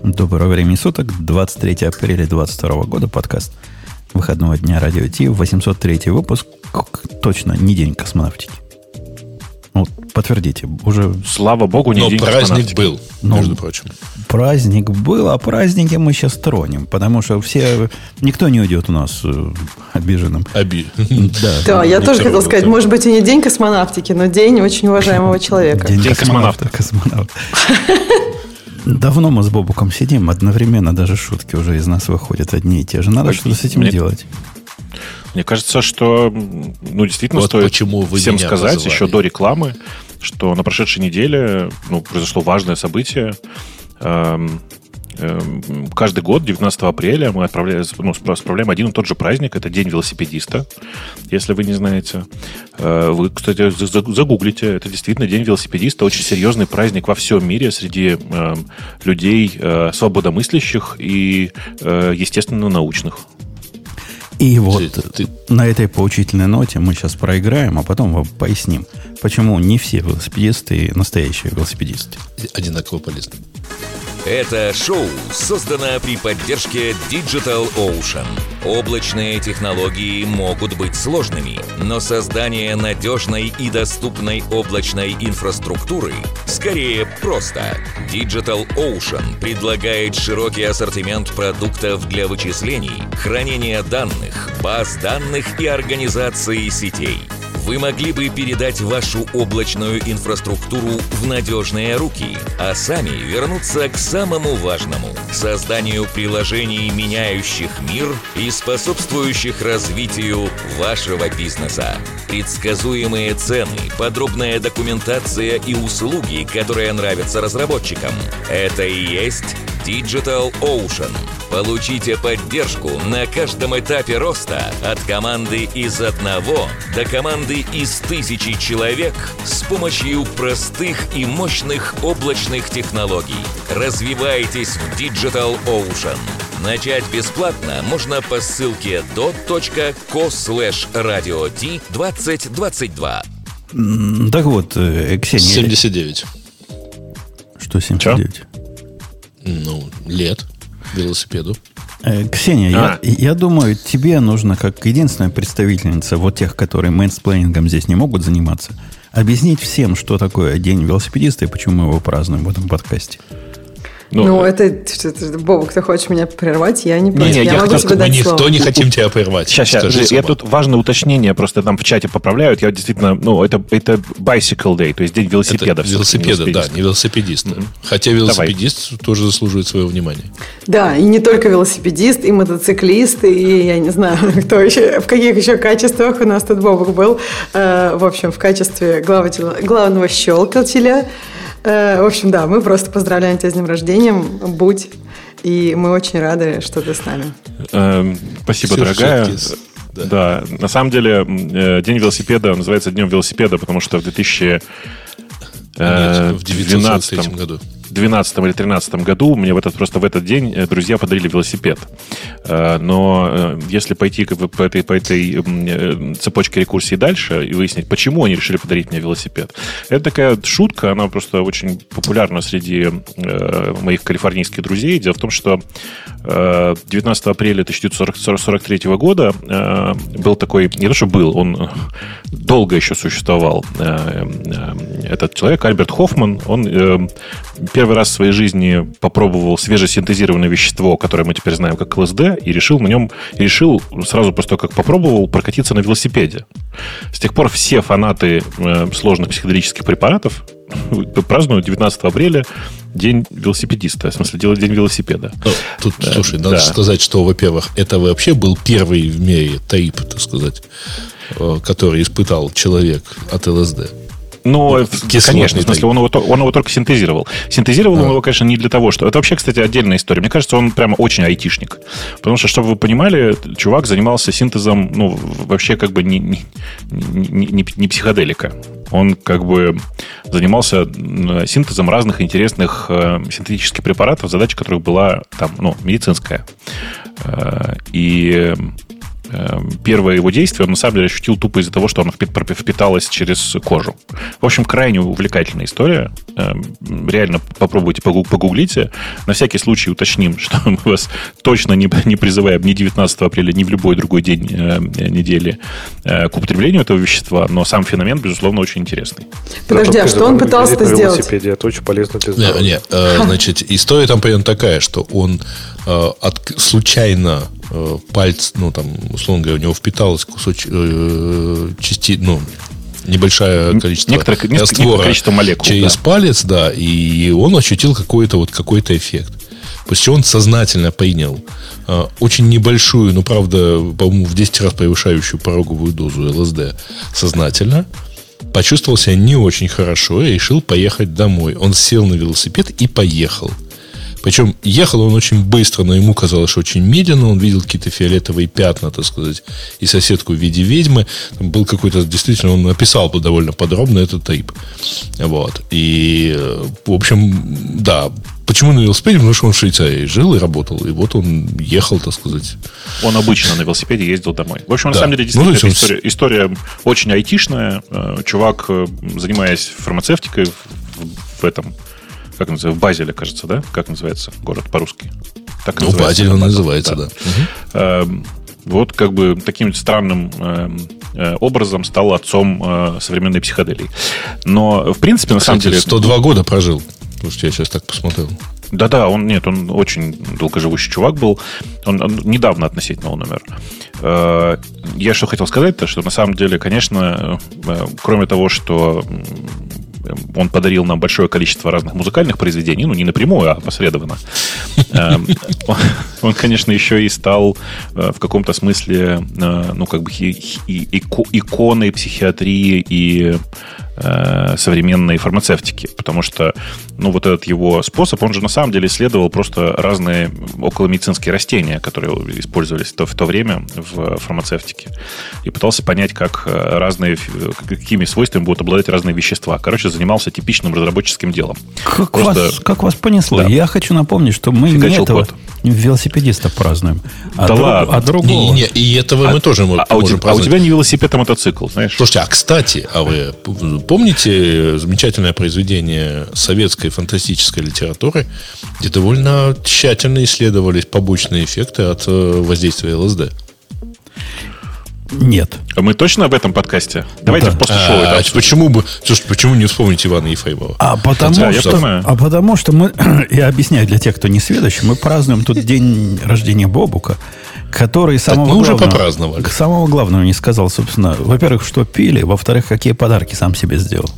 Доброго времени суток, 23 апреля 2022 года, подкаст выходного дня Радио Ти, 803 выпуск, точно не день космонавтики. Вот, подтвердите, уже... Слава богу, не день праздник был, между прочим. Праздник был, а праздники мы сейчас тронем, потому что никто не уйдет у нас обиженным. Да, я тоже хотел сказать, может быть, и не день космонавтики, но день очень уважаемого человека. День космонавта. Давно мы с Бобуком сидим, одновременно даже шутки уже из нас выходят одни и те же. Надо что-то с этим делать. Мне кажется, что действительно вот стоит всем сказать еще до рекламы, что на прошедшей неделе произошло важное событие. Каждый год, 19 апреля, мы справляем один и тот же праздник. Это День велосипедиста, если вы не знаете. Вы, кстати, загуглите. Это действительно День велосипедиста. Очень серьезный праздник во всем мире среди людей свободомыслящих и, естественно, научных. И вот на этой поучительной ноте мы сейчас проиграем, а потом вам поясним, почему не все велосипедисты настоящие велосипедисты. Одинаково полезны. Это шоу создано при поддержке Digital Ocean. Облачные технологии могут быть сложными, но создание надежной и доступной облачной инфраструктуры скорее просто. Digital Ocean предлагает широкий ассортимент продуктов для вычислений, хранения данных, баз данных и организации сетей. Вы могли бы передать вашу облачную инфраструктуру в надежные руки, а сами вернуться к самому важному – созданию приложений, меняющих мир и способствующих развитию вашего бизнеса. Предсказуемые цены, подробная документация и услуги, которые нравятся разработчикам – это и есть Digital Ocean. Получите поддержку на каждом этапе роста от команды из 1 до команды из 1000 человек с помощью простых и мощных облачных технологий. Развивайтесь в Digital Ocean. Начать бесплатно можно по ссылке dot.co/radio-t2022. Так вот, Ксения... 79. Что 79? Лет велосипеду. Ксения, я думаю, тебе нужно, как единственная представительница вот тех, которые мейнсплейнингом здесь не могут заниматься, объяснить всем, что такое День велосипедиста и почему мы его празднуем в этом подкасте. Бобок, ты хочешь меня прервать? Я не против. Я могу тебе дать слово. Мы никто не хотим тебя прервать. Сейчас. Я тут важное уточнение, просто там в чате поправляют. Я действительно, это Bicycle Day, то есть День велосипеда. Это велосипеда, да, не велосипедиста. Хотя велосипедист тоже заслуживает своего внимания. Да, и не только велосипедист, и мотоциклист, и я не знаю, кто еще, в каких еще качествах у нас тут Бобок был. В общем, в качестве главного щелкателя. В общем, да, мы просто поздравляем тебя с днем рождения, будь, и мы очень рады, что ты с нами. Спасибо, дорогая. Да, на самом деле, День велосипеда называется Днем велосипеда, потому что в 2012 году. 2012 или 2013 году мне в этот день друзья подарили велосипед. Но если пойти по этой цепочке рекурсий дальше и выяснить, почему они решили подарить мне велосипед, это такая шутка, она просто очень популярна среди моих калифорнийских друзей. Дело в том, что 19 апреля 1943 года был такой, не то что был, он долго еще существовал, этот человек, Альберт Хоффман, он первый раз в своей жизни попробовал свежесинтезированное вещество, которое мы теперь знаем как ЛСД, и решил сразу после того, как попробовал, прокатиться на велосипеде. С тех пор все фанаты сложных психоделических препаратов празднуют 19 апреля День велосипедиста, в смысле, День велосипеда. Слушай, надо сказать, что, во-первых, это вообще был первый в мире трип, так сказать, который испытал человек от ЛСД. Конечно, в смысле, он его только синтезировал. Синтезировал он его, конечно, не для того, что... Это вообще, кстати, отдельная история. Мне кажется, он прямо очень айтишник. Потому что, чтобы вы понимали, чувак занимался синтезом, вообще как бы не психоделика. Он как бы занимался синтезом разных интересных синтетических препаратов, задача которых была там, медицинская. И первое его действие он на самом деле ощутил тупо из-за того, что оно впиталось через кожу. В общем, крайне увлекательная история. Реально попробуйте, погуглите. На всякий случай уточним, что мы вас точно не призываем ни 19 апреля, ни в любой другой день недели к употреблению этого вещества, но сам феномен, безусловно, очень интересный. Подожди, а что он пытался сделать? Это очень полезно для здоровья. Нет, значит, история там примерно такая, что он случайно пальц, условно говоря, у него впиталось кусочек небольшое количество раствора количество молекул, через палец, да, и он ощутил какой-то эффект. После чего он сознательно принял очень небольшую, но, правда, по-моему, в 10 раз превышающую пороговую дозу ЛСД сознательно, почувствовал себя не очень хорошо и решил поехать домой. Он сел на велосипед и поехал. Причем ехал он очень быстро, но ему казалось, что очень медленно. Он видел какие-то фиолетовые пятна, так сказать, и соседку в виде ведьмы. Там был какой-то, действительно, он описал довольно подробно этот трип. Вот. И, в общем, да. Почему на велосипеде? Потому что он в Швейцарии жил и работал. И вот он ехал, так сказать. Он обычно на велосипеде ездил домой. В общем, на самом деле, действительно, история очень айтишная. Чувак, занимаясь фармацевтикой в этом... Как называется? В Базеле, кажется, да? Как называется город по-русски? Так Базель он называется, да. Вот как бы таким странным образом стал отцом современной психоделии. Но, в принципе, на самом деле... 102 года прожил. Потому что я сейчас так посмотрел. Да-да, он очень долгоживущий чувак был. Он недавно относительно умер. Я что хотел сказать-то, что на самом деле, конечно, кроме того, что он подарил нам большое количество разных музыкальных произведений, не напрямую, а опосредованно. Он, конечно, еще и стал в каком-то смысле иконой психиатрии и современной фармацевтики, потому что вот этот его способ, он же на самом деле исследовал просто разные околомедицинские растения, которые использовались в то время в фармацевтике, и пытался понять, какими свойствами будут обладать разные вещества. Короче, занимался типичным разработческим делом. Как вас понесло? Да. Я хочу напомнить, что мы не этого велосипедиста празднуем, а другого. И этого мы тоже можем праздновать. А у тебя не велосипед, а мотоцикл, знаешь? Слушайте, кстати, вы помните замечательное произведение советской фантастической литературы, где довольно тщательно исследовались побочные эффекты от воздействия ЛСД? Нет. Мы точно об этом подкасте? Давайте после шоу это обсудим. Почему не вспомнить Ивана Ефремова? Потому что мы, я объясняю для тех, кто не сведущий, мы празднуем тут день рождения Бобука, который самого главного не сказал, собственно. Во-первых, что пили, во-вторых, какие подарки сам себе сделал.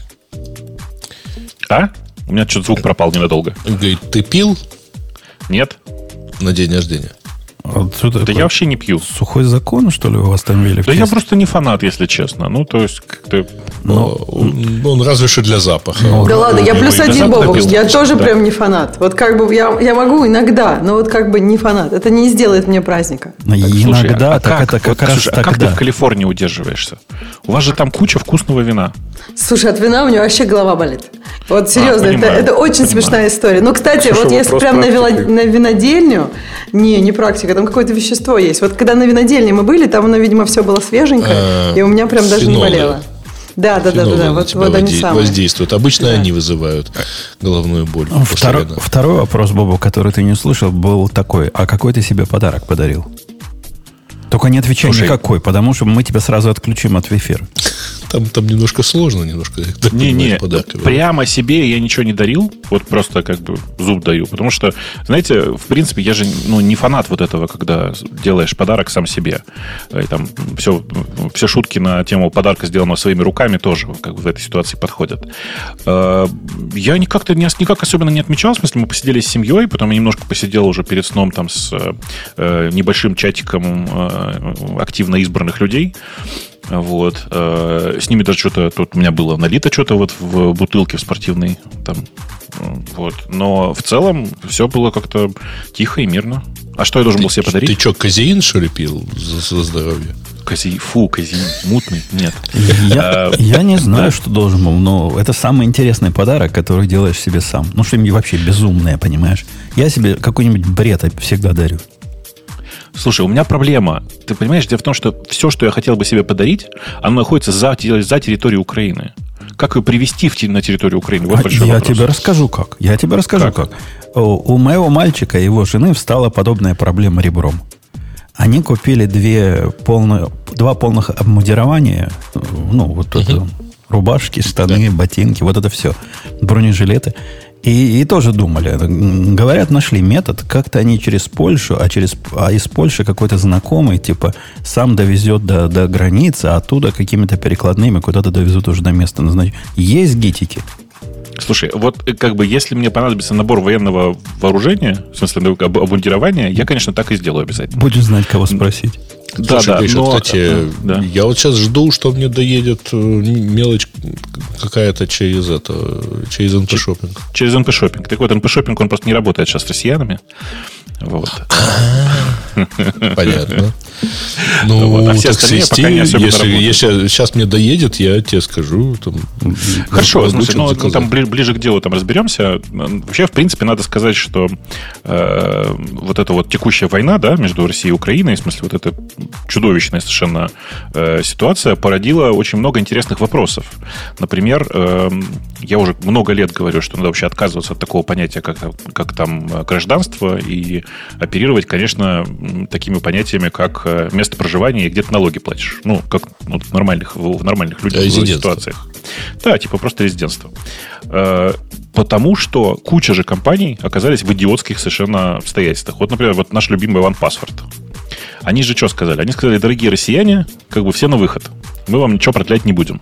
У меня что-то звук пропал ненадолго. Он говорит, ты пил? Нет. На день рождения? Да я вообще не пью. Сухой закон, что ли, у вас там вели? Да я просто не фанат, если честно. То есть, как-то... Он разве что для запаха. Да ладно, я +1 Бобок. Я тоже прям не фанат. Вот как бы я могу иногда, но вот как бы не фанат. Это не сделает мне праздника. Иногда, так это как раз тогда. Как ты в Калифорнии удерживаешься? У вас же там куча вкусного вина. Слушай, от вина у меня вообще голова болит. Вот серьезно, это очень смешная история. Кстати, вот если прям на винодельню, не практика, там какое-то вещество есть. Вот когда на винодельне мы были, там оно, видимо, все было свеженькое, и у меня прям даже не болело. Да. Вот они самые. Воздействуют. Обычно они вызывают головную боль. Второй вопрос, Бобу, который ты не услышал, был такой. А какой ты себе подарок подарил? Только не отвечай никакой, потому что мы тебя сразу отключим от эфира. Там немножко сложно, Не, прямо себе я ничего не дарил, вот просто как бы зуб даю, потому что, знаете, в принципе, я же не фанат вот этого, когда делаешь подарок сам себе. И там все шутки на тему подарка, сделанного своими руками, тоже как бы в этой ситуации подходят. Я никак особенно не отмечал, в смысле, мы посидели с семьей, потом я немножко посидел уже перед сном там с небольшим чатиком активно избранных людей. Вот. С ними даже что-то тут у меня было налито что-то вот в бутылке в спортивной там. Вот. Но в целом все было как-то тихо и мирно. А что я должен был себе подарить? Ты что, казеин, что ли, пил за здоровье? Казеин, мутный, нет. Я не знаю, что должен был, но это самый интересный подарок, который делаешь себе сам. Что-нибудь вообще безумное, понимаешь? Я себе какой-нибудь бред всегда дарю. Слушай, у меня проблема. Ты понимаешь, дело в том, что все, что я хотел бы себе подарить, оно находится за территорией Украины. Как ее привести на территорию Украины? Вот большой вопрос. Я тебе расскажу, как. У моего мальчика и его жены встала подобная проблема ребром. Они купили два полных обмундирования, это рубашки, штаны, ботинки, вот это все, бронежилеты. И тоже думали, говорят, нашли метод, как-то они через Польшу, а из Польши какой-то знакомый, типа, сам довезет до границы, а оттуда какими-то перекладными куда-то довезут уже до места назначения. Есть гитики. Слушай, вот как бы если мне понадобится набор военного вооружения, в смысле обмундирования, я, конечно, так и сделаю обязательно. Будешь знать, кого спросить. Слушай, да, Гриша, кстати, я вот сейчас жду, что мне доедет мелочь какая-то через NP-шоппинг. Через NP-шоппинг. Так вот, NP-шоппинг, он просто не работает сейчас с россиянами. Вот. Понятно. Ну, так свести, если сейчас мне доедет, я тебе скажу. Хорошо, там ближе к делу там разберемся. Вообще, в принципе, надо сказать, что вот эта вот текущая война, да, между Россией и Украиной, в смысле, вот эта чудовищная совершенно ситуация породила очень много интересных вопросов. Например, я уже много лет говорю, что надо вообще отказываться от такого понятия, как там гражданство, и оперировать, конечно, такими понятиями, как место проживания и где ты налоги платишь. Ну, как в нормальных людях ситуациях. Да, типа просто резидентство. Потому что куча же компаний оказались в идиотских совершенно обстоятельствах. Вот, например, вот наш любимый OnePassword. Они же что сказали? Они сказали, дорогие россияне, как бы все на выход. Мы вам ничего продлять не будем.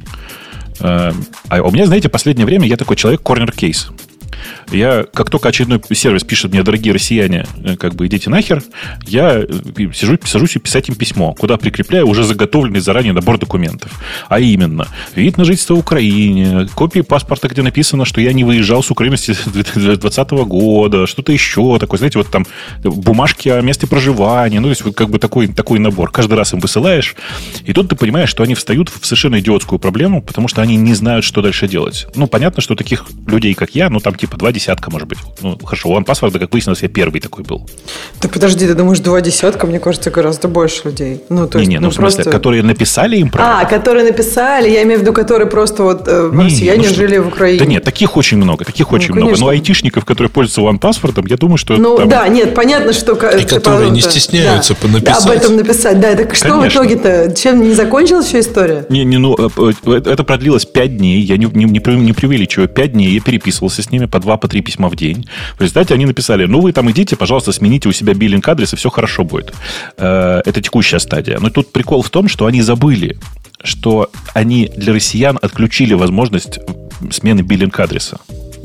А у меня, знаете, в последнее время я такой человек corner case. Я, как только очередной сервис пишет мне, дорогие россияне, как бы идите нахер, я сажусь писать им письмо, куда прикрепляю уже заготовленный заранее набор документов. А именно, вид на жительство в Украине, копии паспорта, где написано, что я не выезжал с Украины с 2020 года, что-то еще такое, знаете, вот там бумажки о месте проживания, ну, то есть вот как бы такой набор. Каждый раз им высылаешь, и тут ты понимаешь, что они встают в совершенно идиотскую проблему, потому что они не знают, что дальше делать. Ну, понятно, что таких людей, как я, ну, там типа 20, может быть. Ну, хорошо, у OnePassword, как выяснилось, я первый такой был. Да подожди, ты думаешь, 20, мне кажется, гораздо больше людей. Ну, то есть, в смысле, просто... которые написали им про... которые написали, я имею в виду, которые просто вот россияне жили в Украине. Да нет, таких очень много. Но айтишников, которые пользуются OnePassword, я думаю, что... Ну, там... да, нет, понятно, что... И которые не стесняются написать. Об этом написать, да. Так что в итоге-то? Чем не закончилась еще история? Это продлилось 5 дней, я не преувеличиваю, 5 дней я переписывался с ними по 2-3 письма в день. В результате они написали, вы там идите, пожалуйста, смените у себя биллинг-адрес, и все хорошо будет. Это текущая стадия. Но тут прикол в том, что они забыли, что они для россиян отключили возможность смены биллинг-адреса.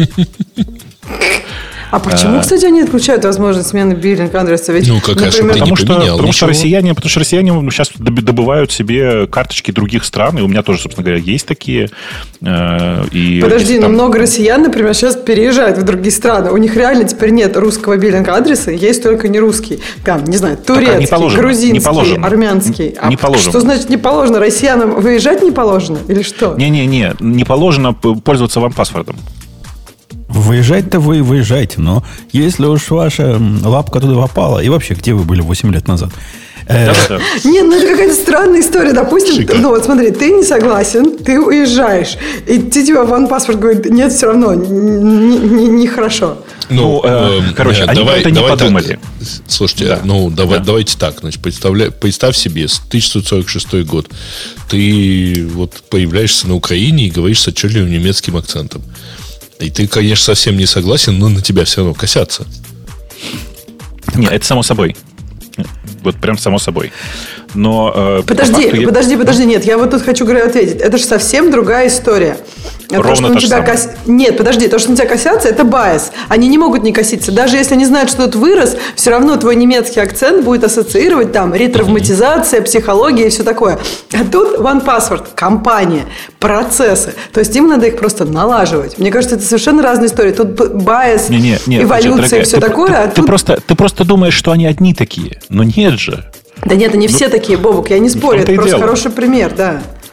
А почему, кстати, они отключают возможность смены биллинг-адреса? Ведь, потому что россияне сейчас добывают себе карточки других стран, и у меня тоже, собственно говоря, есть такие. Подожди, но много россиян, например, сейчас переезжают в другие страны. У них реально теперь нет русского биллинг-адреса, есть только не русский. Там, не знаю, турецкий, грузинский, армянский. Не положено. Что значит не положено? Россиянам выезжать не положено? Или что? Не положено пользоваться OnePassword. Выезжать-то вы выезжаете, но если уж ваша лапка туда попала, и вообще, где вы были 8 лет назад? Нет, это какая-то странная история. Допустим, смотри, ты не согласен, ты уезжаешь, и тебе OnePassword говорит, нет, все равно, нехорошо. Короче, они про это не подумали. Слушайте, давайте так. Значит, представь себе, 1946 год. Ты вот появляешься на Украине и говоришь с отчетливым немецким акцентом. И ты, конечно, совсем не согласен, но на тебя все равно косятся. Нет, это само собой. Вот прям само собой. Но подожди, нет, я вот тут хочу ответить. Это же совсем другая история. Ровно то же самое. Нет, подожди, то, что на тебя косятся, это байс. Они не могут не коситься. Даже если они знают, что тут вырос, все равно твой немецкий акцент будет ассоциировать там ретравматизация, психология и все такое. А тут OnePassword, компания, процессы. То есть им надо их просто налаживать. Мне кажется, это совершенно разные истории. Тут байс, эволюция и все такое. Ты просто думаешь, что они одни такие. Но нет же. Да нет, они все такие, Бобук, я не спорю. Это просто хороший пример, да.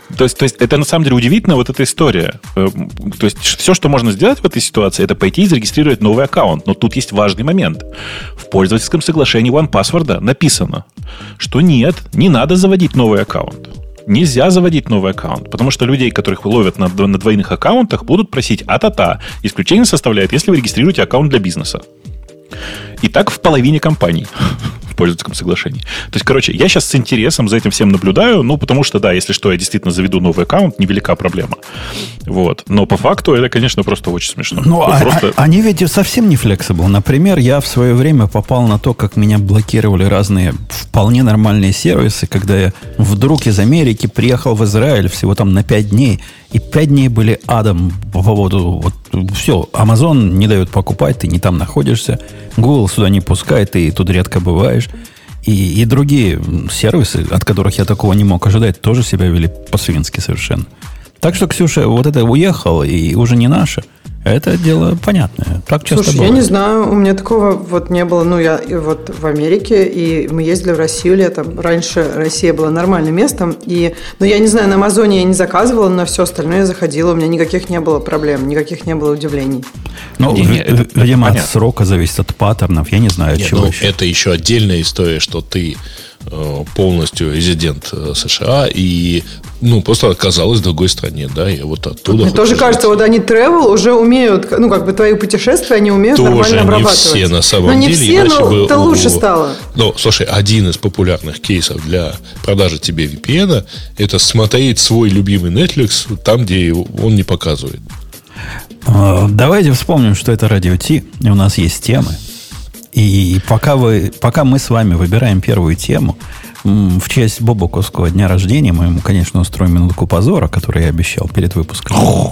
То есть это на самом деле удивительно, вот эта история. То есть все, что можно сделать в этой ситуации, это пойти и зарегистрировать новый аккаунт. Но тут есть важный момент. В пользовательском соглашении OnePassword написано, что нет, не надо заводить новый аккаунт. Нельзя заводить новый аккаунт, потому что людей, которых вы ловят на двойных аккаунтах, будут просить а-та-та. Исключение составляет, если вы регистрируете аккаунт для бизнеса. И так в половине компаний в пользовательском соглашении. То есть, короче, я сейчас с интересом за этим всем наблюдаю, потому что, да, если что, я действительно заведу новый аккаунт, невелика проблема. Вот. Но по факту это, конечно, просто очень смешно. Они ведь совсем не flexible. Например, я в свое время попал на то, как меня блокировали разные вполне нормальные сервисы, когда я вдруг из Америки приехал в Израиль всего там на 5 дней, и 5 дней были адом по поводу все, Amazon не дает покупать, ты не там находишься, Google сюда не пускает, ты тут редко бываешь. И другие сервисы, от которых я такого не мог ожидать, тоже себя вели по-свински совершенно. Так что, Ксюша, вот это уехал, и уже не наше. Это дело понятное. Так часто Слушай, бывает. Я не знаю, у меня такого вот не было. Я вот в Америке, и мы ездили в Россию летом. Раньше Россия была нормальным местом. Но я не знаю, на Амазоне я не заказывала, на все остальное я заходила. У меня никаких не было проблем, никаких не было удивлений. Видимо, от срока зависит, от паттернов. Я не знаю, от чего еще. Это еще отдельная история, что ты полностью резидент США и просто оказалась в другой стране, да, и вот оттуда. Мне тоже кажется, вот они travel уже умеют, твои путешествия они умеют тоже нормально обрабатывать. Тоже не все на самом деле. Не все, но это лучше стало. Слушай, один из популярных кейсов для продажи тебе VPN — это смотреть свой любимый Netflix там, где он не показывает. Давайте вспомним, что это Радио Ти, и у нас есть темы. И пока мы с вами выбираем первую тему, в честь Бобуковского дня рождения мы ему, конечно, устроим минутку позора, который я обещал перед выпуском.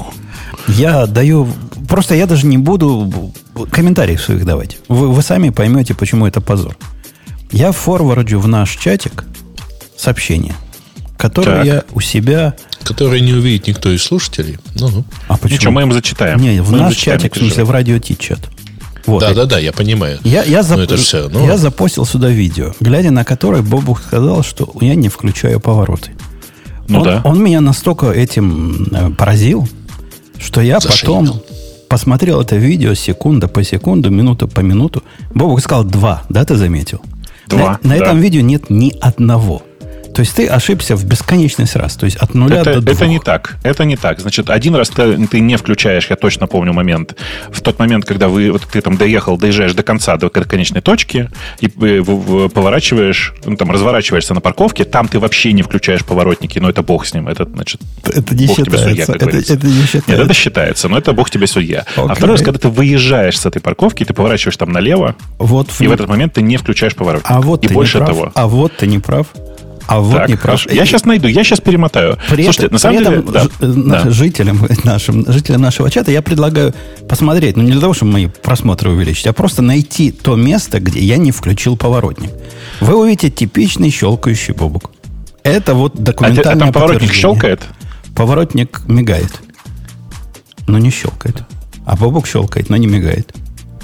Я даю... Просто я даже не буду комментариев своих давать. Вы сами поймете, почему это позор. Я форварджу в наш чатик сообщение, которое я у себя... Которое не увидит никто из слушателей. А почему? Ничего, мы им зачитаем. Не, в наш чатик, в смысле, в Радио Ти чат. Вот. Да, я понимаю. Я запостил сюда видео, глядя на которое Бобух сказал, что я не включаю повороты. Он меня настолько этим поразил, что я потом посмотрел это видео секунда по секунду, минута по минуту. Бобух сказал 2, да, ты заметил? 2. На этом видео нет ни одного. То есть ты ошибся в бесконечность раз. То есть от 0 до 2. Это не так. Значит, один раз ты не включаешь, я точно помню момент. В тот момент, когда ты там доезжаешь до конца, до конечной точки, и поворачиваешь, разворачиваешься на парковке, там ты вообще не включаешь поворотники, но это бог с ним. Это, значит, это не бог считается. тебе судья, как говорится. Это не считается. Нет, это считается, но это бог тебе судья. Okay. А второй раз, когда ты выезжаешь с этой парковки, ты поворачиваешь там налево, и в этот момент ты не включаешь поворотник. И больше того. А вот ты не прав. А вот так, не прав. Я сейчас найду, я сейчас перемотаю. Слушайте, на самом деле, жителям нашего чата я предлагаю посмотреть, не для того, чтобы мои просмотры увеличить, а просто найти то место, где я не включил поворотник. Вы увидите типичный щелкающий Бобук. Это вот документальное там поворотник щелкает? Поворотник мигает. Но не щелкает. А Бобук щелкает, но не мигает.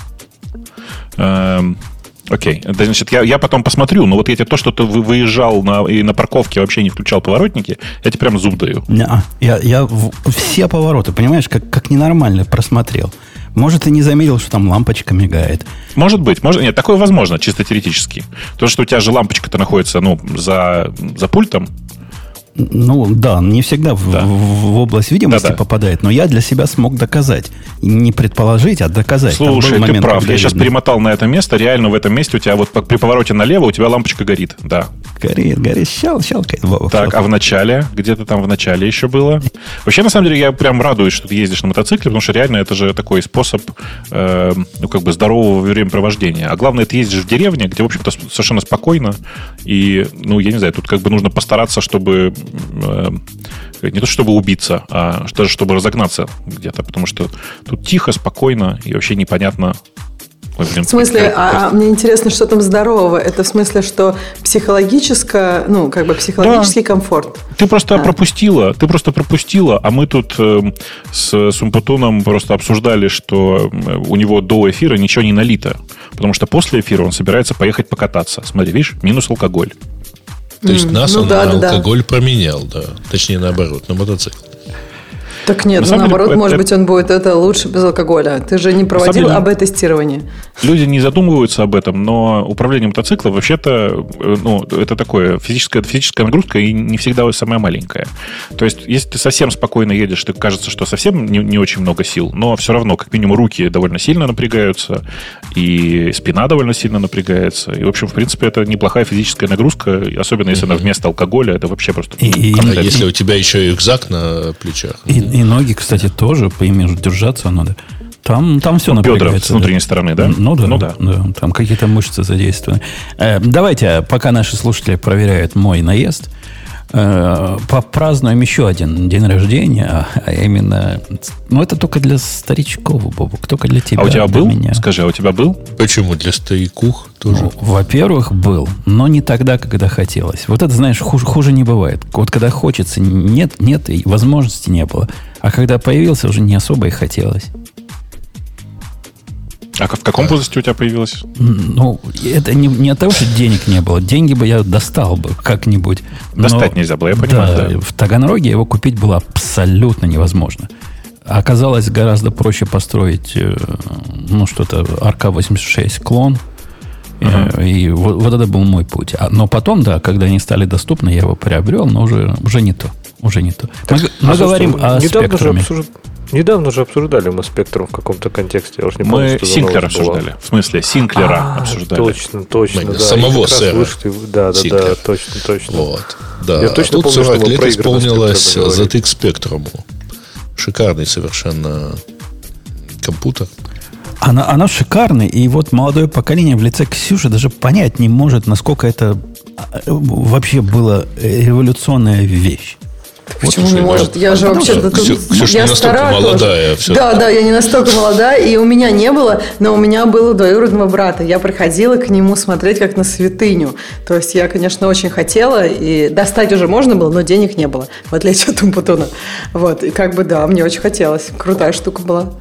Окей. Значит, я потом посмотрю, но вот я тебе то, что ты выезжал и на парковке вообще не включал поворотники, я тебе прям зуб даю. Я все повороты, понимаешь, как ненормально просмотрел. Может, и не заметил, что там лампочка мигает. Может быть. Нет, такое возможно, чисто теоретически. То, что у тебя же лампочка-то находится за пультом. Да, не всегда в область видимости попадает, но я для себя смог доказать. Не предположить, а доказать. Слушай, ты прав. Я сейчас перемотал на это место. Реально в этом месте у тебя вот при повороте налево у тебя лампочка горит. Да. Горит, щелкает. Так, а в начале? Где-то там в начале еще было? Вообще, на самом деле, я прям радуюсь, что ты ездишь на мотоцикле, потому что реально это же такой способ здорового времяпровождения. А главное, ты ездишь в деревне, где, в общем-то, совершенно спокойно. И, я не знаю, тут нужно постараться, чтобы не то чтобы убиться, а даже чтобы разогнаться где-то, потому что тут тихо, спокойно и вообще непонятно. В смысле, мне интересно, что там здорового? Это в смысле, что психологический комфорт. Ты просто пропустила, а мы тут с Умпутуном просто обсуждали, что у него до эфира ничего не налито, потому что после эфира он собирается поехать покататься. Смотри, видишь, минус алкоголь. То есть нас он на алкоголь променял, да. Точнее, наоборот, на мотоцикл. Так нет, наоборот, может быть, он будет это лучше без алкоголя. Ты же не проводил АБ-тестирование. Люди не задумываются об этом, но управление мотоциклом вообще-то, это такое, физическая нагрузка и не всегда самая маленькая. То есть, если ты совсем спокойно едешь, ты кажется, что совсем не очень много сил, но все равно, как минимум, руки довольно сильно напрягаются, и спина довольно сильно напрягается. И, в общем, в принципе, это неплохая физическая нагрузка, особенно если она вместо алкоголя, это вообще просто... А если у тебя еще и рюкзак на плечах? И ноги, кстати, тоже, по имею держаться надо. Там все напрягается. Бедра с внутренней стороны, да? Ну да. Там какие-то мышцы задействованы. Давайте, пока наши слушатели проверяют мой наезд, попразднуем еще один день рождения, а именно... это только для старичков, Бобук, только для тебя. А у тебя был? Меня. Скажи, а у тебя был? Почему? Для старикух тоже? Во-первых, был, но не тогда, когда хотелось. Вот это, знаешь, хуже не бывает. Вот когда хочется, нет, и возможности не было. А когда появился, уже не особо и хотелось. А в каком возрасте у тебя появилось? Это не от того, что денег не было. Деньги бы я достал бы как-нибудь. Достать нельзя было, я понимаю. Да, в Таганроге его купить было абсолютно невозможно. Оказалось гораздо проще построить что-то РК-86 клон. И вот это был мой путь. Но потом, да, когда они стали доступны, я его приобрел, но уже не то. Уже не то. Мы говорим о спектруме. Недавно же обсуждали мы спектрум в каком-то контексте. Я уже не помню, мы Синклер обсуждали. В смысле, Синклера обсуждали. Точно, да. Самого сэра. Да, точно. Вот. Да. Я точно тут помню, 40 лет исполнилось ZX Spectrum. Шикарный совершенно компьютер. Она шикарная, и вот молодое поколение в лице Ксюши даже понять не может, насколько вообще была революционная вещь. Почему не может? Я же вообще... Ксюша не настолько молодая. Да, я не настолько молодая, и у меня не было, но у меня было двоюродного брата. Я приходила к нему смотреть как на святыню. То есть я, конечно, очень хотела, и достать уже можно было, но денег не было, в отличие от Умпутуна. Вот, и мне очень хотелось. Крутая штука была.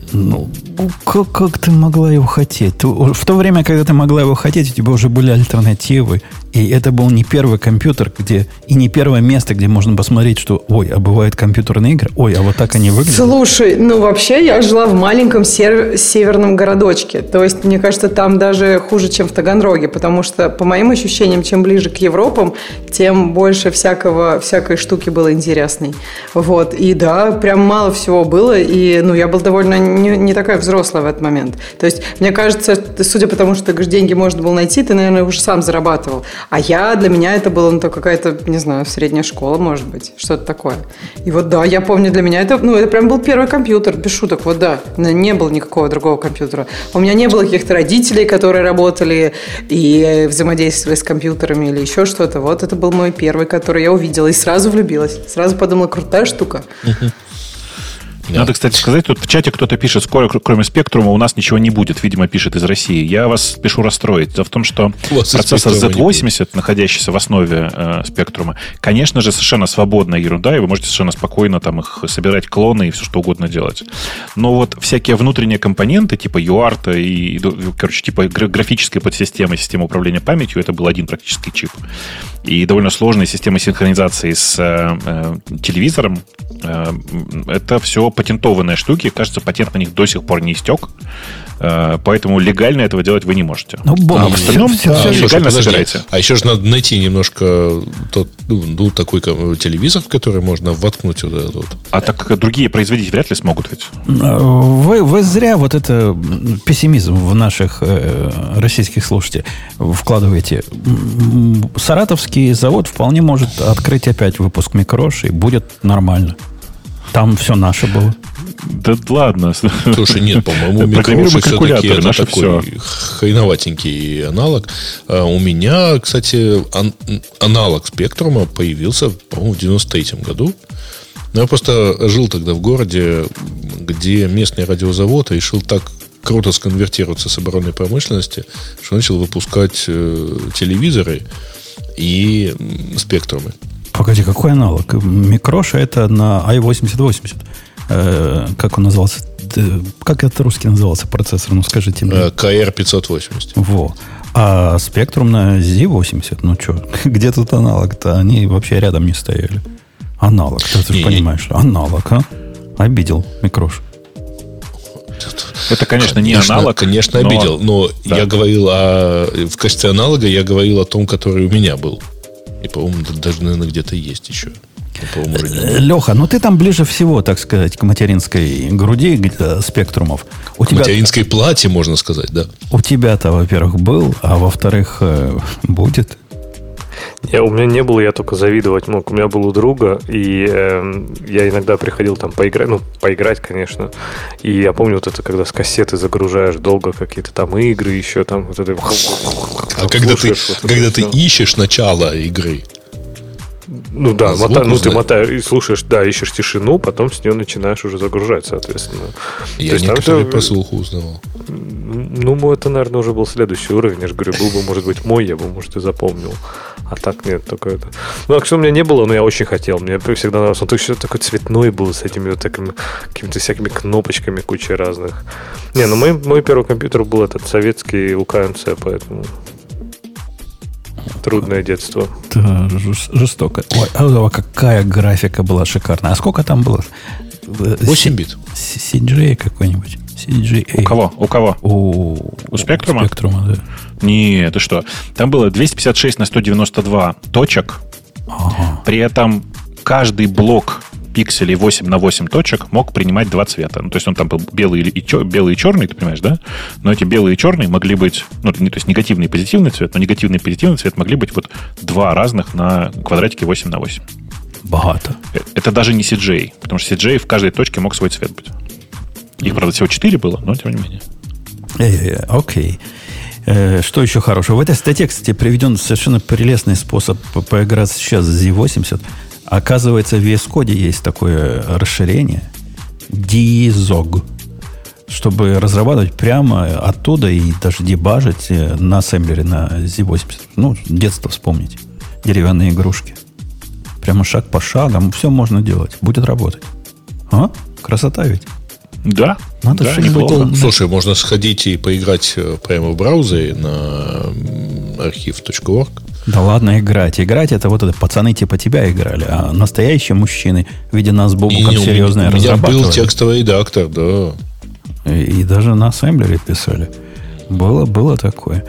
Как ты могла его хотеть? В то время, когда ты могла его хотеть, у тебя уже были альтернативы. И это был не первый компьютер, и не первое место, где можно посмотреть, что, а бывают компьютерные игры, а вот так они выглядят. Слушай, вообще я жила в маленьком северном городочке. То есть, мне кажется, там даже хуже, чем в Таганроге, потому что, по моим ощущениям, чем ближе к Европам, тем больше всякой штуки было интересной. Вот, и да, прям мало всего было, и, я была довольно не такая взрослая в этот момент. То есть, мне кажется, судя по тому, что ты говоришь, деньги можно было найти, ты, наверное, уже сам зарабатывал. А для меня это было какая-то, не знаю, средняя школа, может быть, что-то такое. И вот да, я помню, для меня это прям был первый компьютер, без шуток, не было никакого другого компьютера. У меня не было каких-то родителей, которые работали и взаимодействовали с компьютерами или еще что-то. Вот это был мой первый, который я увидела и сразу влюбилась. Сразу подумала, крутая штука. Надо, кстати, сказать, тут в чате кто-то пишет, скоро, кроме спектрума, у нас ничего не будет. Видимо, пишет из России. Я вас спешу расстроить. Дело в том, что процессор Z80, находящийся в основе спектрума, конечно же, совершенно свободная ерунда, и вы можете совершенно спокойно там их собирать, клоны и все что угодно делать. Но вот всякие внутренние компоненты, типа UART и типа графической подсистемы, системы управления памятью, это был один практически чип. И довольно сложная система синхронизации с телевизором. Это все патентованные штуки. Кажется, патент на них до сих пор не истек. Поэтому легально этого делать вы не можете. В остальном легально собирайте. А еще же надо найти немножко такой телевизор, в который можно воткнуть вот этот вот. А так другие производители вряд ли смогут ведь. Вы зря вот это пессимизм в наших российских слушателей вкладываете. Саратовский завод вполне может открыть опять выпуск Микрош, и будет нормально. Там все наше было. Да ладно. Слушай, нет, по-моему, Микроши все-таки это такой хреноватенький аналог. У меня, кстати, аналог Спектрума появился, по-моему, в 93-м году. Я просто жил тогда в городе, где местный радиозавод решил так круто сконвертироваться с оборонной промышленности, что начал выпускать телевизоры и спектрумы. Погоди, какой аналог? Микроша это на i8080. Как он назывался? Как это русский назывался процессор? Ну, скажите мне. КР-580. Во. А Spectrum на Z80, ну что, где тут аналог-то? Они вообще рядом не стояли. Аналог, ты же понимаешь, аналог, а? Обидел Микрош. Это, конечно, не аналог. Конечно, обидел, но да. Я говорил в качестве аналога я говорил о том, который у меня был. И, по-моему, даже, наверное, где-то есть еще. Леха, ну ты там ближе всего, так сказать, к материнской груди спектрумов. К материнской плате, можно сказать, да. У тебя-то, во-первых, был, а во-вторых, будет. У меня не было, я только завидовать мог. У меня был у друга, и я иногда приходил там поиграть, конечно. И я помню вот это, когда с кассеты загружаешь долго какие-то там игры, еще там вот это... А когда ты ищешь начало игры. Ну да, ты мотаешь и слушаешь, да, ищешь тишину, потом с нее начинаешь уже загружать, соответственно. Я некоторые по слуху узнавал. Ну, это, наверное, уже был следующий уровень. Я же говорю, был бы, может быть, мой, я бы, может, и запомнил. А так нет, только это. Ну, а что у меня не было, но я очень хотел. Мне всегда нравился. Он еще такой цветной был, с этими вот такими какими-то всякими кнопочками, кучей разных. Не, ну мой первый компьютер был этот советский УКМЦ, поэтому... Трудное детство. Да, жестоко. Ой, какая графика была шикарная. А сколько там было? 8 бит. CGA какой-нибудь. CGA. У кого? У Спектрума? Да. Не, ты что? Там было 256 на 192 точек. Ага. При этом каждый блок пикселей 8 на 8 точек мог принимать два цвета. Ну, то есть он там был белый и черный, ты понимаешь, да? Но эти белые и черные могли быть, ну, то есть негативный и позитивный цвет, но негативный и позитивный цвет могли быть вот два разных на квадратике 8 на 8. Богато. Это даже не CGA, потому что CGA в каждой точке мог свой цвет быть. Их, правда, всего 4 было, но тем не менее. Окей. Что еще хорошего? В этой статье, кстати, приведен совершенно прелестный способ поиграть сейчас с Z80. Оказывается, в VS Code есть такое расширение DZOG, чтобы разрабатывать прямо оттуда и даже дебажить на ассемблере на Z80. Ну, детство вспомнить. Деревянные игрушки. Прямо шаг по шагам. Все можно делать. Будет работать. А? Красота ведь. Да. Надо да, что-нибудь. Слушай, можно сходить и поиграть прямо в браузере на архив.org. Да ладно играть. Играть это вот это пацаны типа тебя играли, а настоящие мужчины, видя нас с Бобуком серьезно разрабатывали. У меня был текстовый редактор, да. И даже на ассемблере писали. Было такое.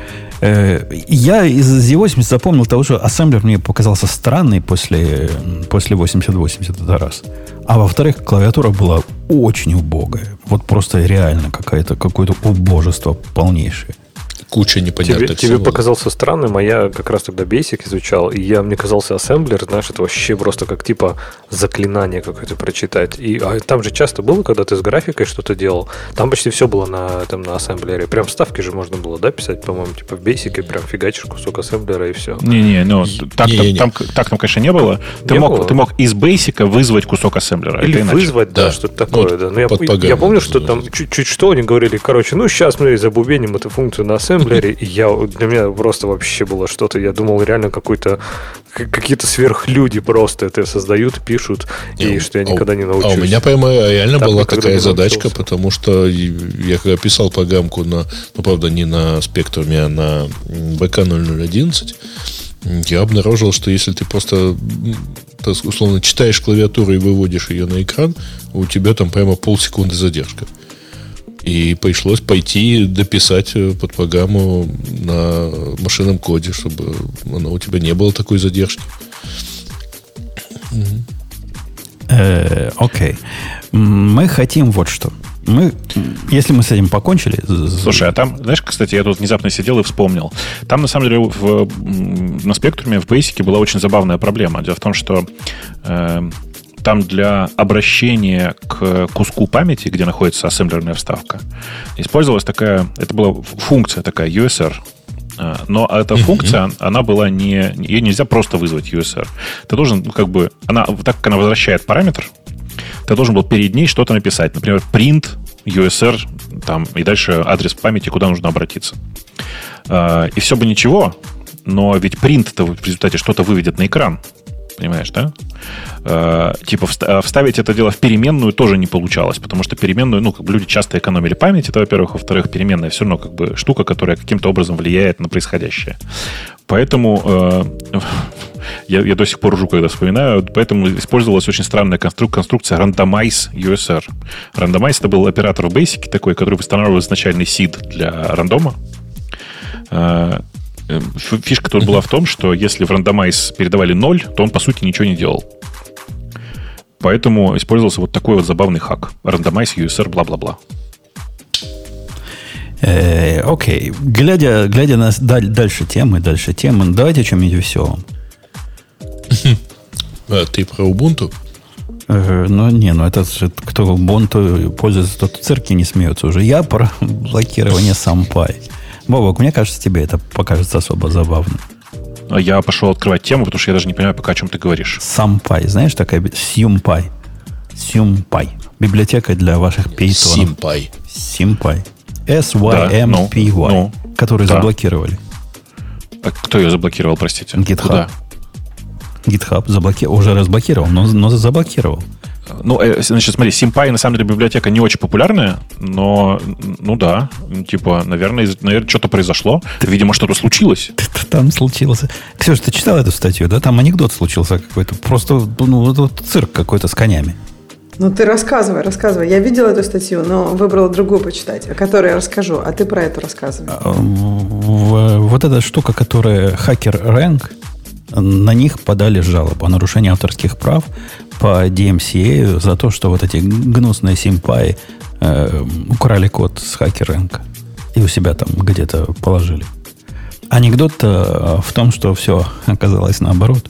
Я из Z80 запомнил того, что ассемблер мне показался странный после 8080, это раз. А во-вторых, клавиатура была очень убогая. Вот просто реально какое-то убожество полнейшее. Куча непонятных тебе показался странным, а я как раз тогда Basic изучал, и мне казался ассемблер, знаешь, это вообще просто как типа заклинание какое-то прочитать. Там же часто было, когда ты с графикой что-то делал, там почти все было на ассемблере. Прям вставки же можно было, да, писать, по-моему, типа в Basic, прям фигачишь кусок ассемблера и все. Так там, конечно, не было. Ты мог из Basic вызвать кусок ассемблера. Или вызвать, да, что-то такое. Да. Но я помню, что там чуть что они говорили, короче, сейчас мы забубеним эту функцию на ассемблере. И для меня просто вообще было что-то. Я думал, реально какие-то сверхлюди просто это создают, пишут, и что я никогда не научусь. А у меня прямо реально была такая задачка, потому что я когда писал программку правда, не на спектруме, а на VK0011, я обнаружил, что если ты просто, условно, читаешь клавиатуру и выводишь ее на экран, у тебя там прямо полсекунды задержка. И пришлось пойти дописать под программу на машинном коде, чтобы у тебя не было такой задержки. Окей. Мы хотим вот что. Если мы с этим покончили... Слушай, а там, знаешь, кстати, я тут внезапно сидел и вспомнил. Там, на самом деле, на спектруме, в Basic была очень забавная проблема. Дело в том, что... там для обращения к куску памяти, где находится ассемблерная вставка, использовалась это была функция такая, USR. Но эта функция, она была ее нельзя просто вызвать USR. Ты должен, так как она возвращает параметр, ты должен был перед ней что-то написать. Например, print USR, там, и дальше адрес памяти, куда нужно обратиться. И все бы ничего, но ведь print-то в результате что-то выведет на экран. Понимаешь, да? Типа вставить это дело в переменную тоже не получалось, потому что переменную, ну, как бы люди часто экономили память, это, во-первых. Во-вторых, переменная все равно как бы штука, которая каким-то образом влияет на происходящее. Поэтому я до сих пор ржу, когда вспоминаю, поэтому использовалась очень странная конструкция Randomize USR. Randomize — это был оператор в Basic такой, который восстанавливал изначальный seed для рандома. Фишка тут была в том, что если в Randomize передавали 0, то он, по сути, ничего не делал. Поэтому использовался вот такой вот забавный хак. Randomize USR, бла-бла-бла. Окей. Глядя на дальше темы, давайте о чем-нибудь веселом. Ты про Ubuntu? Это кто Ubuntu пользуется, тот в цирке не смеется уже. Я про блокирование SumPy. Бобок, мне кажется, тебе это покажется особо забавным. Я пошел открывать тему, потому что я даже не понимаю пока, о чем ты говоришь. SumPy, знаешь, такая SumPy. SumPy. Библиотека для ваших пейтонов. SumPy. SYMPY. Которую заблокировали. А кто ее заблокировал, простите? GitHub. Куда? GitHub уже разблокировал, но заблокировал. Значит, смотри, SymPy на самом деле библиотека не очень популярная, но, да, типа, наверное, что-то произошло. Видимо, что-то случилось. Там случилось. Ксюша, ты читал эту статью, да? Там анекдот случился какой-то. Просто, вот цирк какой-то с конями. Ты рассказывай. Я видела эту статью, но выбрала другую почитать, о которой я расскажу, а ты про эту рассказывай. Вот эта штука, которая HackerRank, на них подали жалобу о нарушении авторских прав по DMCA за то, что вот эти гнусные SymPy украли код с HackerRank и у себя там где-то положили. Анекдот-то в том, что все оказалось наоборот.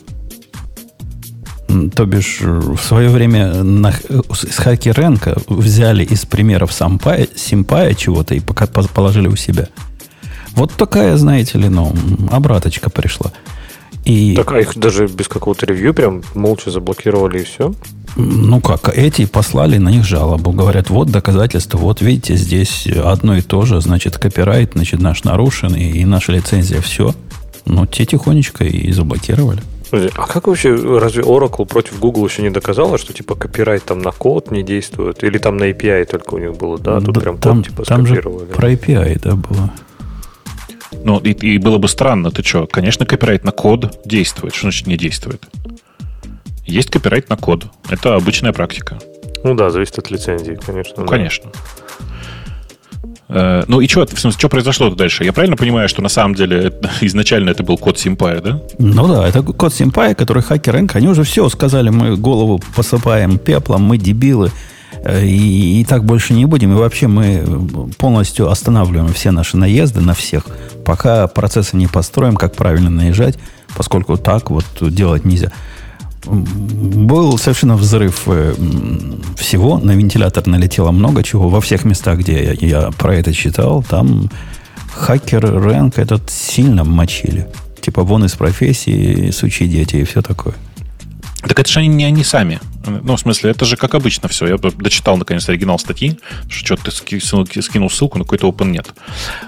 То бишь, в свое время с HackerRank взяли из примеров SymPy чего-то и положили у себя. Вот такая, знаете ли, обраточка пришла. Так, а их даже без какого-то ревью прям молча заблокировали и все? Эти послали на них жалобу. Говорят, вот доказательства, вот видите, здесь одно и то же, значит, копирайт, значит, наш нарушен, и наша лицензия, все. Те тихонечко и заблокировали. А как вообще, разве Oracle против Google еще не доказала, что типа копирайт там на код не действует? Или там на API только у них было, да? Тут прям код типа скопировали. Там же про API, да, было. И было бы странно, ты что? Конечно, копирайт на код действует. Что значит не действует? Есть копирайт на код. Это обычная практика. Зависит от лицензии, конечно. Конечно. И что произошло дальше? Я правильно понимаю, что на самом деле изначально это был код SymPy, да? Это код SymPy, который HackerRank, они уже все сказали, мы голову посыпаем пеплом, мы дебилы, и так больше не будем. И вообще мы полностью останавливаем все наши наезды на всех, пока процессы не построим, как правильно наезжать, поскольку так вот делать нельзя. Был совершенно взрыв всего. На вентилятор налетело много чего. Во всех местах, где я про это читал, там HackerRank этот сильно мочили. Типа вон из профессии, сучьи дети и все такое. Так это же не они сами. В смысле, это же как обычно все. Я дочитал, наконец, оригинал статьи, что-то ты скинул ссылку, но какой-то open нет.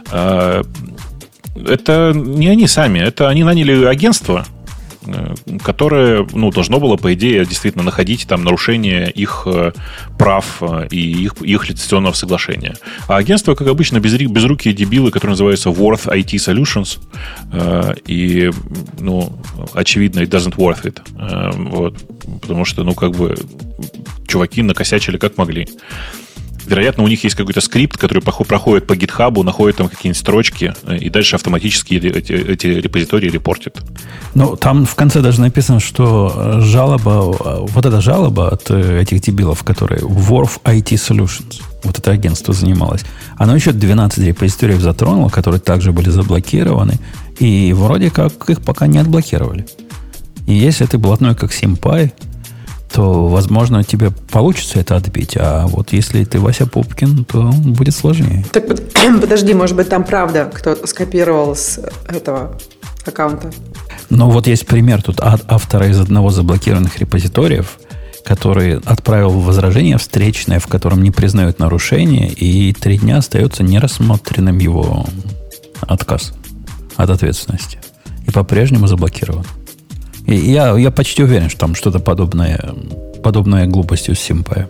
Это не они сами. Это они наняли агентство, которое, должно было, по идее, действительно находить там нарушение их прав и их лицензионного соглашения. А агентство, как обычно, безрукие дебилы, которые называются Worth IT Solutions, и, очевидно, it doesn't worth it. Потому что, чуваки накосячили как могли. Вероятно, у них есть какой-то скрипт, который проходит по GitHub, находит там какие-нибудь строчки, и дальше автоматически эти репозитории репортит. Там в конце даже написано, что эта жалоба от этих дебилов, которые Worth IT Solutions, вот это агентство занималось, оно еще 12 репозиториев затронуло, которые также были заблокированы, и вроде как их пока не отблокировали. И если ты блатной, как SymPy, то, возможно, тебе получится это отбить. А вот если ты Вася Пупкин, то будет сложнее. Так подожди, может быть, там правда кто-то скопировал с этого аккаунта? Вот есть пример тут автора из одного из заблокированных репозиториев, который отправил возражение встречное, в котором не признают нарушение, и 3 дня остается нерассмотренным его отказ от ответственности. И по-прежнему заблокирован. Я почти уверен, что там что-то подобное глупостью с Симпай.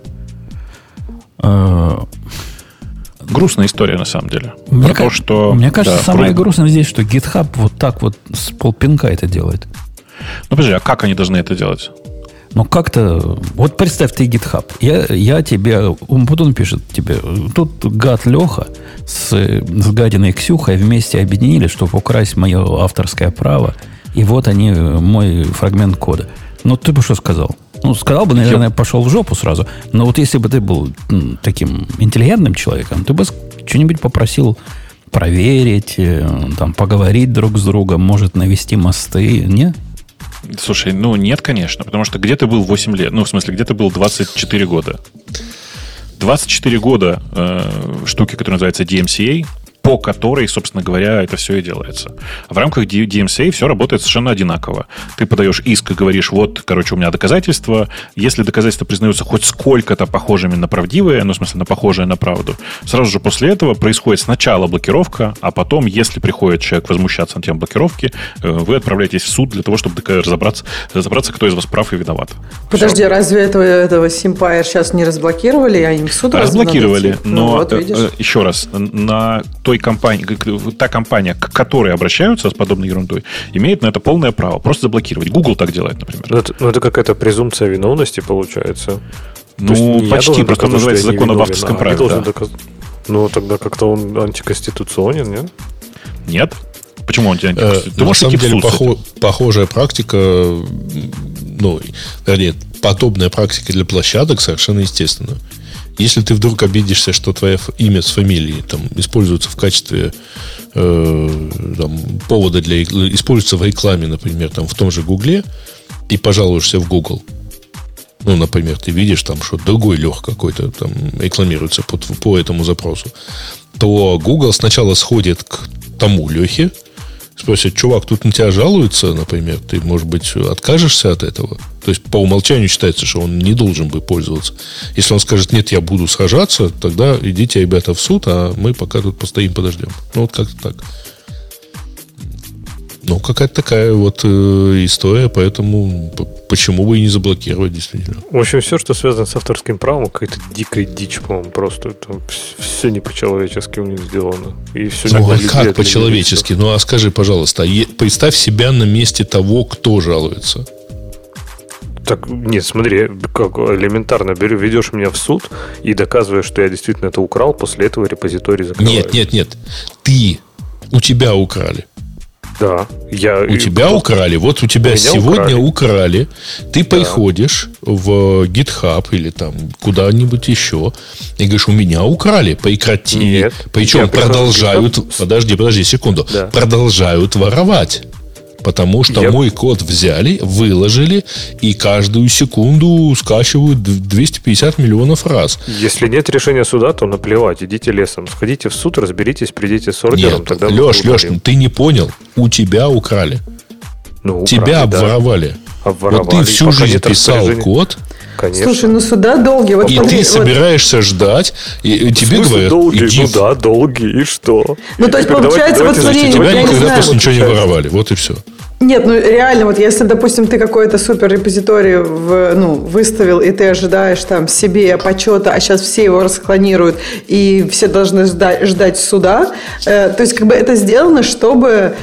Грустная история, на самом деле. Мне кажется, самое грустное здесь, что GitHub вот так вот с полпинка это делает. Ну, подожди, а как они должны это делать? Ну, как-то... Вот представь, ты GitHub. Я тебе... Умпутун пишет тебе. Тут гад Леха с гадиной Ксюхой вместе объединили, чтобы украсть мое авторское право. И вот они, мой фрагмент кода. Ну, ты бы что сказал? Ну, сказал бы, наверное, пошел в жопу сразу. Но вот если бы ты был таким интеллигентным человеком, ты бы что-нибудь попросил проверить, там, поговорить друг с другом, может, навести мосты. Нет? Слушай, ну нет, конечно, потому что где ты был 8 лет? Ну, в смысле, где ты был 24 года? 24 года штуки, которая называется DMCA, по которой, собственно говоря, это все и делается. В рамках DMCA все работает совершенно одинаково. Ты подаешь иск и говоришь, вот, короче, у меня доказательства. Если доказательства признаются хоть сколько-то похожими на правдивые, ну, в смысле, на похожие на правду, сразу же после этого происходит сначала блокировка, а потом, если приходит человек возмущаться на тему блокировки, вы отправляетесь в суд для того, чтобы разобраться, кто из вас прав и виноват. Подожди, все. Разве этого Симпайр сейчас не разблокировали, а им в суд разблокировали? Но, вот, еще раз, на той компании, та компания, к которой обращаются с подобной ерундой, имеет на это полное право. Просто заблокировать. Google так делает, например. Ну, это какая-то презумпция виновности получается. Ну, почти. Просто он называется закон об авторском праве. Да. Ну, тогда как-то он антиконституционен, нет? Нет. Почему он антиконституционен? На самом деле, похожая практика, ну, вернее, подобная практика для площадок совершенно естественна. Если ты вдруг обидишься, что твое имя с фамилией там, используется в качестве там, повода для используется в рекламе, например, там, в том же Гугле, и пожалуешься в Google, ну, например, ты видишь там, что другой Лех какой-то там рекламируется по этому запросу, то Google сначала сходит к тому Лехе, спросит, чувак, тут на тебя жалуются, например, ты, может быть, откажешься от этого? То есть, по умолчанию считается, что он не должен бы пользоваться. Если он скажет, нет, я буду сражаться, тогда идите, ребята, в суд, а мы пока тут постоим, подождем. Ну, вот как-то так. Ну, какая-то такая вот история, поэтому почему бы и не заблокировать, действительно. В общем, все, что связано с авторским правом, какая-то дикая дичь, по-моему, просто. Там все не по-человечески у них сделано. И все ну, а как по-человечески? Ну, а скажи, пожалуйста, представь себя на месте того, кто жалуется. Так, нет, смотри, как элементарно ведешь меня в суд и доказываешь, что я действительно это украл, после этого репозиторий закрывают. Нет. У тебя украли. Да. У тебя украли. Вот у тебя сегодня украли. Ты приходишь в GitHub или там куда-нибудь еще и говоришь, у меня украли. Прекрати. Нет. Причем продолжают... Подожди секунду. Да. Продолжают воровать. Потому что мой код взяли, выложили и каждую секунду скачивают 250 миллионов раз. Если нет решения суда, то наплевать, идите лесом. Сходите в суд, разберитесь, придите с ордером. Нет, тогда Леш, ты не понял. У тебя украли. Ну, тебя обворовали. Вот ты всю жизнь писал код. Конечно. Слушай, ну суда долгие. Вот и ты собираешься ждать, и тебе говорят, долгие? Иди. Ну да, долгие, и что? Ну, то есть, получается, вот смотри, тебя никогда просто ничего не воровали. Вот и все. Нет, ну реально, вот если, допустим, ты какой-то супер репозиторий выставил, и ты ожидаешь там себе почета, а сейчас все его расклонируют, и все должны ждать суда, то есть как бы это сделано, чтобы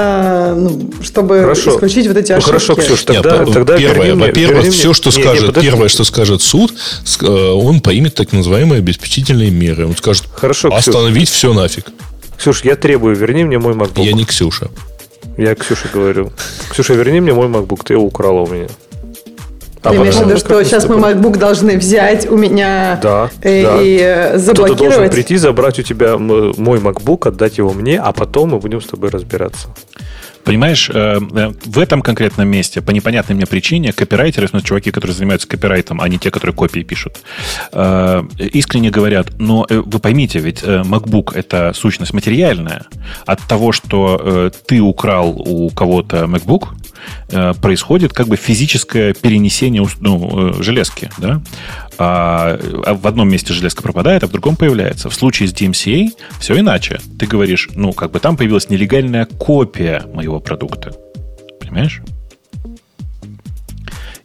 исключить вот эти ошибки. Хорошо, Ксюш, тогда во-первых, все, что скажет, первое, что скажет суд, он примет так называемые обеспечительные меры. Он скажет, остановить все нафиг. Ксюш, я требую, верни мне мой MacBook. Я не Ксюша. Я Ксюше говорю. Ксюша, верни мне мой MacBook, ты его украла у меня. Ты имеешь в виду, что сейчас мы MacBook должны взять у меня и заблокировать? Кто-то должен прийти, забрать у тебя мой MacBook, отдать его мне, а потом мы будем с тобой разбираться. Понимаешь, в этом конкретном месте по непонятной мне причине копирайтеры, в смысле, чуваки, которые занимаются копирайтом, а не те, которые копии пишут, искренне говорят, но вы поймите, ведь MacBook — это сущность материальная. От того, что ты украл у кого-то MacBook, происходит как бы физическое перенесение железки, да? А в одном месте железка пропадает, а в другом появляется. В случае с DMCA все иначе. Ты говоришь, как бы там появилась нелегальная копия моего продукта. Понимаешь?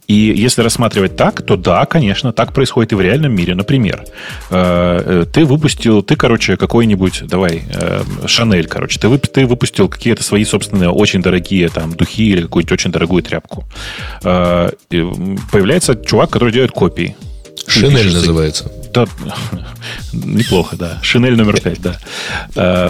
И если рассматривать так, то да, конечно, так происходит и в реальном мире. Например, ты выпустил, какой-нибудь, Шанель, ты выпустил какие-то свои собственные очень дорогие там духи или какую-нибудь очень дорогую тряпку. Появляется чувак, который делает копии. Шинель называется. Да, неплохо, да. Шинель номер 5, да.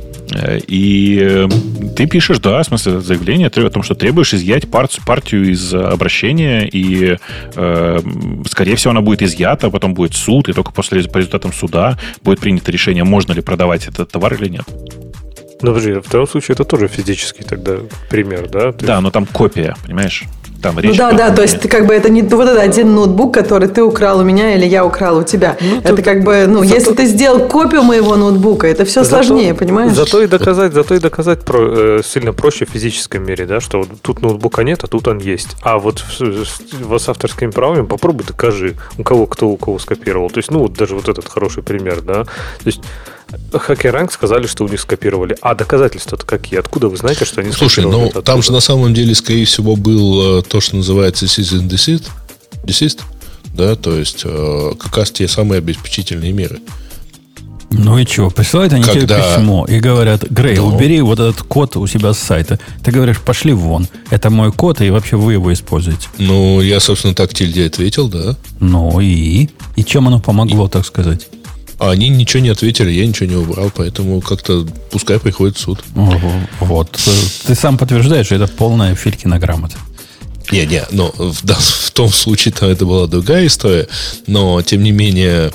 И ты пишешь, заявление о том, что требуешь изъять партию из обращения, и, скорее всего, она будет изъята, потом будет суд, и только по результатам суда будет принято решение, можно ли продавать этот товар или нет. Ну, подожди, в втором случае это тоже физический тогда пример, да? Да, но там копия, понимаешь? Там речь то есть это не вот этот один ноутбук, который ты украл у меня или я украл у тебя. Это если ты сделал копию моего ноутбука, это все сложнее, понимаешь? Зато и доказать сильно проще в физическом мире, да, что тут ноутбука нет, а тут он есть. А вот с авторскими правами попробуй докажи, кто у кого скопировал. То есть, даже вот этот хороший пример, да. То есть HackerRank сказали, что у них скопировали. А доказательства-то какие? Откуда вы знаете, что они скопировали? Слушай, там же на самом деле, скорее всего, был то, что называется cease and desist, да, то есть как раз те самые обеспечительные меры. Ну и чего? Присылают они тебе письмо и говорят: Грей, убери вот этот код у себя с сайта. Ты говоришь: пошли вон. Это мой код, и вообще вы его используете. Ну, я, собственно, так Тильде ответил, да. Ну и? И чем оно помогло, так сказать? А они ничего не ответили, я ничего не убрал, поэтому как-то пускай приходит в суд. Вот. Ты сам подтверждаешь, что это полная Филькина грамота. Но в том случае-то это была другая история, но тем не менее,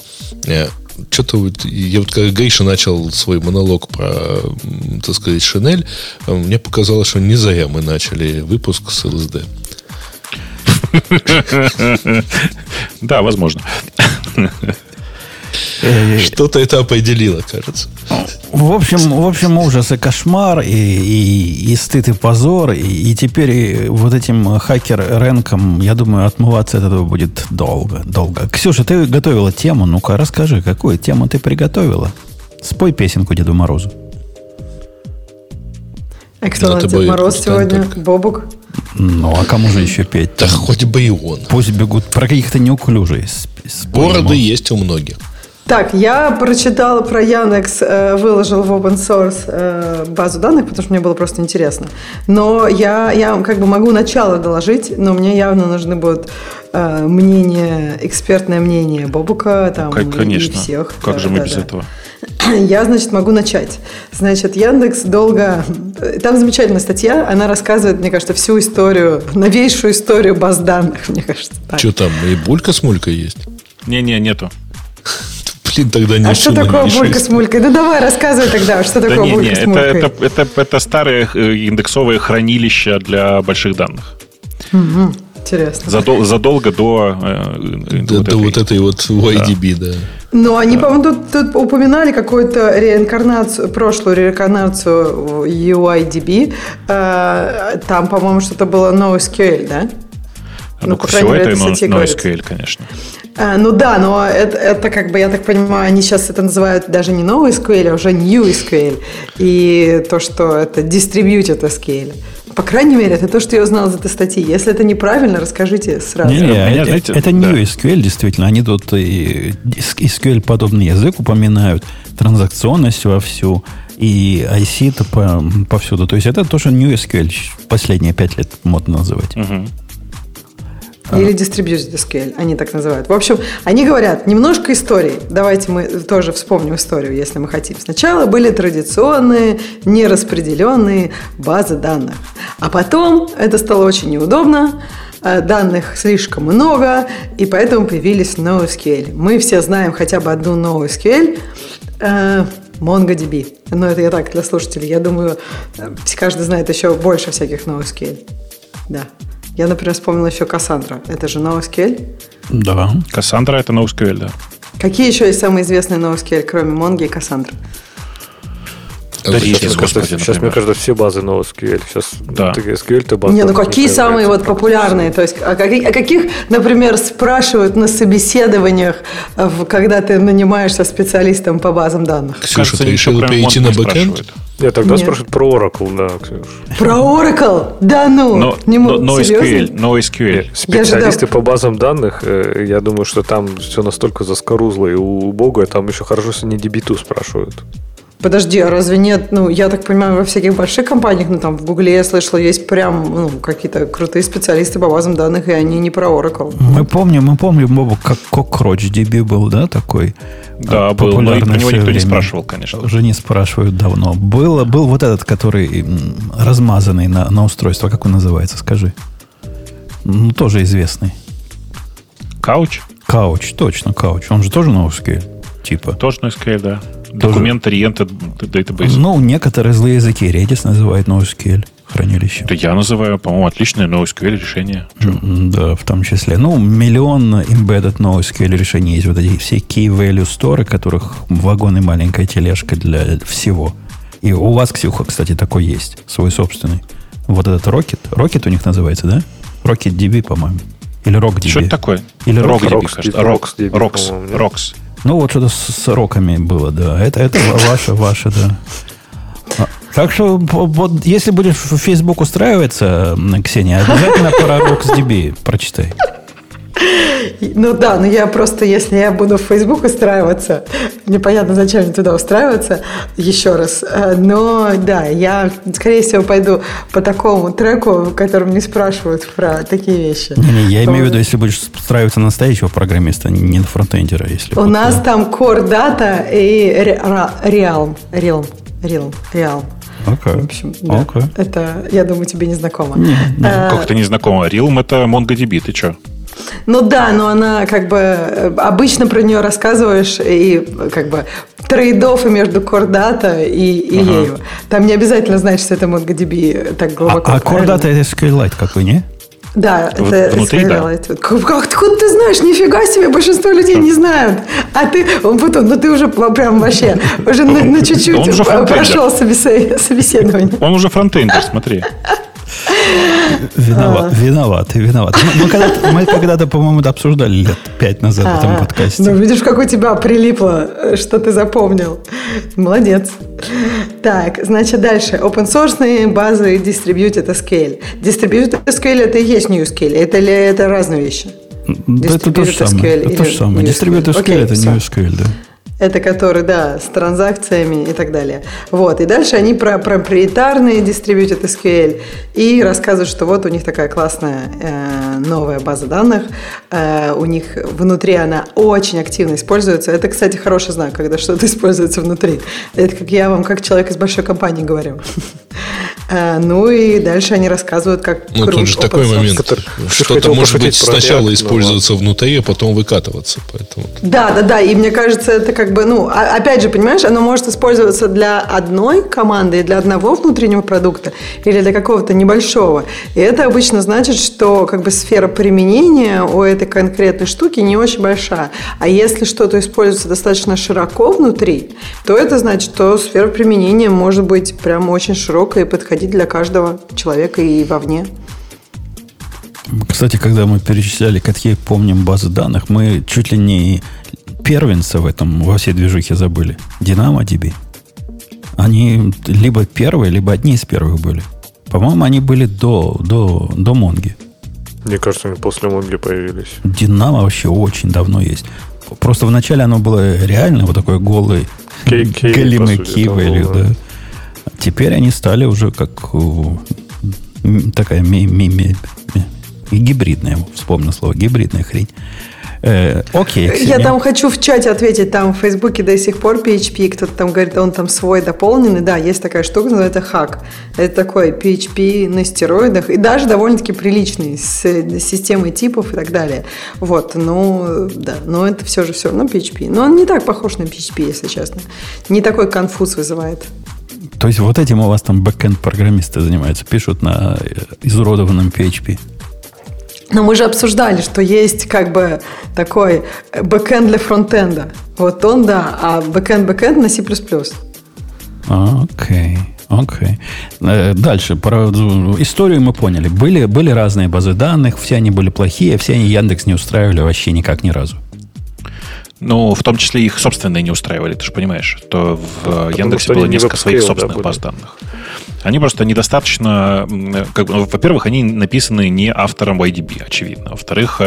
когда Гриша начал свой монолог про, так сказать, Шинель, мне показалось, что не зря мы начали выпуск с ЛСД. Да, возможно. Что-то это определило, кажется. В общем, ужас и кошмар, и стыд, и позор. И теперь вот этим хакер-рэнком, я думаю, отмываться от этого будет долго. Ксюша, ты готовила тему. Ну-ка, расскажи, какую тему ты приготовила? Спой песенку Деду Морозу. А кто Дед Мороз сегодня? Только. Бобук? Ну, а кому же еще петь? Да хоть бы и он. Пусть бегут про каких-то неуклюжие. Бороды есть у многих. Так, я прочитала про Яндекс, выложил в open source базу данных, потому что мне было просто интересно. Но я как бы могу начало доложить, но мне явно нужны будут экспертное мнение Бобука там, конечно. И всех. Как же мы без этого? Я, могу начать. Яндекс долго... Там замечательная статья, она рассказывает, мне кажется, всю историю, новейшую историю баз данных, мне кажется. Так. Что там, и Булька с Мулькой есть? Нету. Блин, тогда не. А что такое Булька с Мулькой? Ну давай, рассказывай тогда, что такое Булька с Мулькой. Это старые индексовые хранилища для больших данных. Интересно. Задолго до вот этой YDB, да. Ну, они, по-моему, тут упоминали какую-то прошлую реинкарнацию UIDB. Там, по-моему, что-то было NoSQL, да? Ну, все это NoSQL, конечно. Ну да, но это как бы, я так понимаю, они сейчас это называют даже не NoSQL, а уже NewSQL. И то, что это Distributed SQL. По крайней мере, это то, что я узнал из этой статьи. Если это неправильно, расскажите сразу. Это NewSQL, действительно. Они тут и SQL-подобный язык упоминают, транзакционность вовсю, и IC-то повсюду. То есть это тоже NewSQL. Последние 5 лет модно называть. Или Distributed SQL, они так называют. В общем, они говорят, немножко истории. Давайте мы тоже вспомним историю, если мы хотим. Сначала были традиционные, нераспределенные базы данных. А потом это стало очень неудобно, данных слишком много, и поэтому появились NoSQL. Мы все знаем хотя бы одну NoSQL, MongoDB. Но это я так для слушателей. Я думаю, каждый знает еще больше всяких NoSQL. Да. Я, например, вспомнила еще Cassandra. Это же NoSQL? Да. Cassandra – это NoSQL, да. Какие еще есть самые известные NoSQL, кроме Mongo и Cassandra? Сейчас, мне кажется, все базы NoSQL. Сейчас SQL-то базы. Не, ну какие самые вот популярные? То есть, о каких, например, спрашивают на собеседованиях, когда ты нанимаешься специалистом по базам данных? Ксюша, ты решила перейти на бэкэнд? Нет, тогда спрашивают про Oracle, да, Ксюша. Про Oracle? Да ну! NoSQL. Специалисты по базам данных, я думаю, что там все настолько заскорузло и убого, там еще хорошо, если не DB2 спрашивают. Подожди, а разве нет? Ну, я так понимаю, во всяких больших компаниях, ну, там, в Гугле я слышала, есть прям, какие-то крутые специалисты по базам данных, и они не про Oracle. Мы помним, Бобу, как CockroachDB был, да, такой? Да, был, но про него никто не спрашивал, конечно. Уже не спрашивают давно. Был вот этот, который размазанный на устройство, как он называется, скажи. Ну, тоже известный. Couch? Couch, точно, Couch. Он же тоже NoSQL, типа. Тоже NoSQL, да. Документ-ориентед database. Ну, некоторые злые языки Redis называют NoSQL хранилище. Это я называю, по-моему, отличное NoSQL решение. Да, в том числе. Миллион embedded NoSQL решений есть. Вот эти все key value store, которых вагон и маленькая тележка для всего. И у вас, Ксюха, кстати, такой есть. Свой собственный. Вот этот Rocket. Rocket у них называется, да? RocketDB, по-моему. Или RockDB. Что это такое? Или RockDB, кажется. Rocks. Ну, вот что-то с роками было, да. Это ваше, да. Так что, вот, если будешь в Facebook устраиваться, Ксения, обязательно про RocksDB прочитай. Ну да, но я просто, если я буду в Facebook устраиваться, непонятно, зачем мне туда устраиваться, еще раз. Но да, я, скорее всего, пойду по такому треку, в котором не спрашивают про такие вещи. Не, я имею в виду, если будешь устраиваться на настоящего программиста, не на фронтендера. Если у нас там Core Data и Realm. Okay. В общем, да. Это, я думаю, тебе не знакомо. Как это не знакомо? Realm — это MongoDB, ты что? Ну да, но она как бы обычно про нее рассказываешь и как бы трейд-оффы между Core Data и ею. Там не обязательно знать, что это MongoDB так глубоко. А Core Data это SQLite какой, не? Да, это внутри, SQLite. Да. Откуда ты знаешь? Нифига себе, большинство людей не знают. А ты, ты уже прям вообще уже на чуть-чуть прошел собеседование. Он уже фронтендер, смотри. Виноват. Мы когда-то, по-моему, это обсуждали лет 5 назад в этом подкасте. Ну, видишь, как у тебя прилипло, что ты запомнил. Молодец. Так, значит, дальше. Open-source базы Distributed SQL. Distributed SQL — это и есть NewSQL. Это разные вещи. Да, это то же самое. Distributed SQL — это NewSQL, да. Это который, да, с транзакциями и так далее. Вот. И дальше они про проприетарные Distributed SQL и рассказывают, что вот у них такая классная новая база данных. У них внутри она очень активно используется. Это, кстати, хороший знак, когда что-то используется внутри. Это как я вам, как человек из большой компании, говорю. Ну и дальше они рассказывают, как Ну, тут же такой момент. Что-то может быть сначала использоваться внутри, а потом выкатываться. Поэтому... Да. И мне кажется, это как бы, опять же, понимаешь, оно может использоваться для одной команды, для одного внутреннего продукта или для какого-то небольшого. И это обычно значит, что как бы сфера применения у этой конкретной штуки не очень большая. А если что-то используется достаточно широко внутри, то это значит, что сфера применения может быть прям очень широкая и подходить для каждого человека и вовне. Кстати, когда мы перечисляли, какие помним базы данных, мы чуть ли не первенца в этом во всей движухе забыли. DynamoDB. Они либо первые, либо одни из первых были. По-моему, они были до Монги. Мне кажется, они после Монги появились. Dynamo вообще очень давно есть. Просто вначале оно было реально вот такое голый голимый key value, да. Теперь они стали уже как такая гибридная, вспомнил слово, гибридная хрень. Окей. Я там хочу в чате ответить, там в Фейсбуке до сих пор PHP, кто-то там говорит, он там свой дополненный, да, есть такая штука, называется Hack. Это такой PHP на стероидах, и даже довольно-таки приличный, с системой типов и так далее. Вот, да, но это все равно PHP. Но он не так похож на PHP, если честно. Не такой конфуз вызывает. То есть вот этим у вас там бэкэнд-программисты занимаются, пишут на изуродованном PHP. Но мы же обсуждали, что есть как бы такой бэкэнд для фронтенда. Вот он, да, а бэкэнд на C++. Окей. Дальше. Про историю мы поняли. Были разные базы данных, все они были плохие, все они Яндекс не устраивали вообще никак ни разу. Ну, в том числе их собственные не устраивали, ты же понимаешь, что в Яндексе было несколько своих собственных баз данных. Они просто недостаточно... во-первых, они написаны не автором YDB, очевидно. Во-вторых,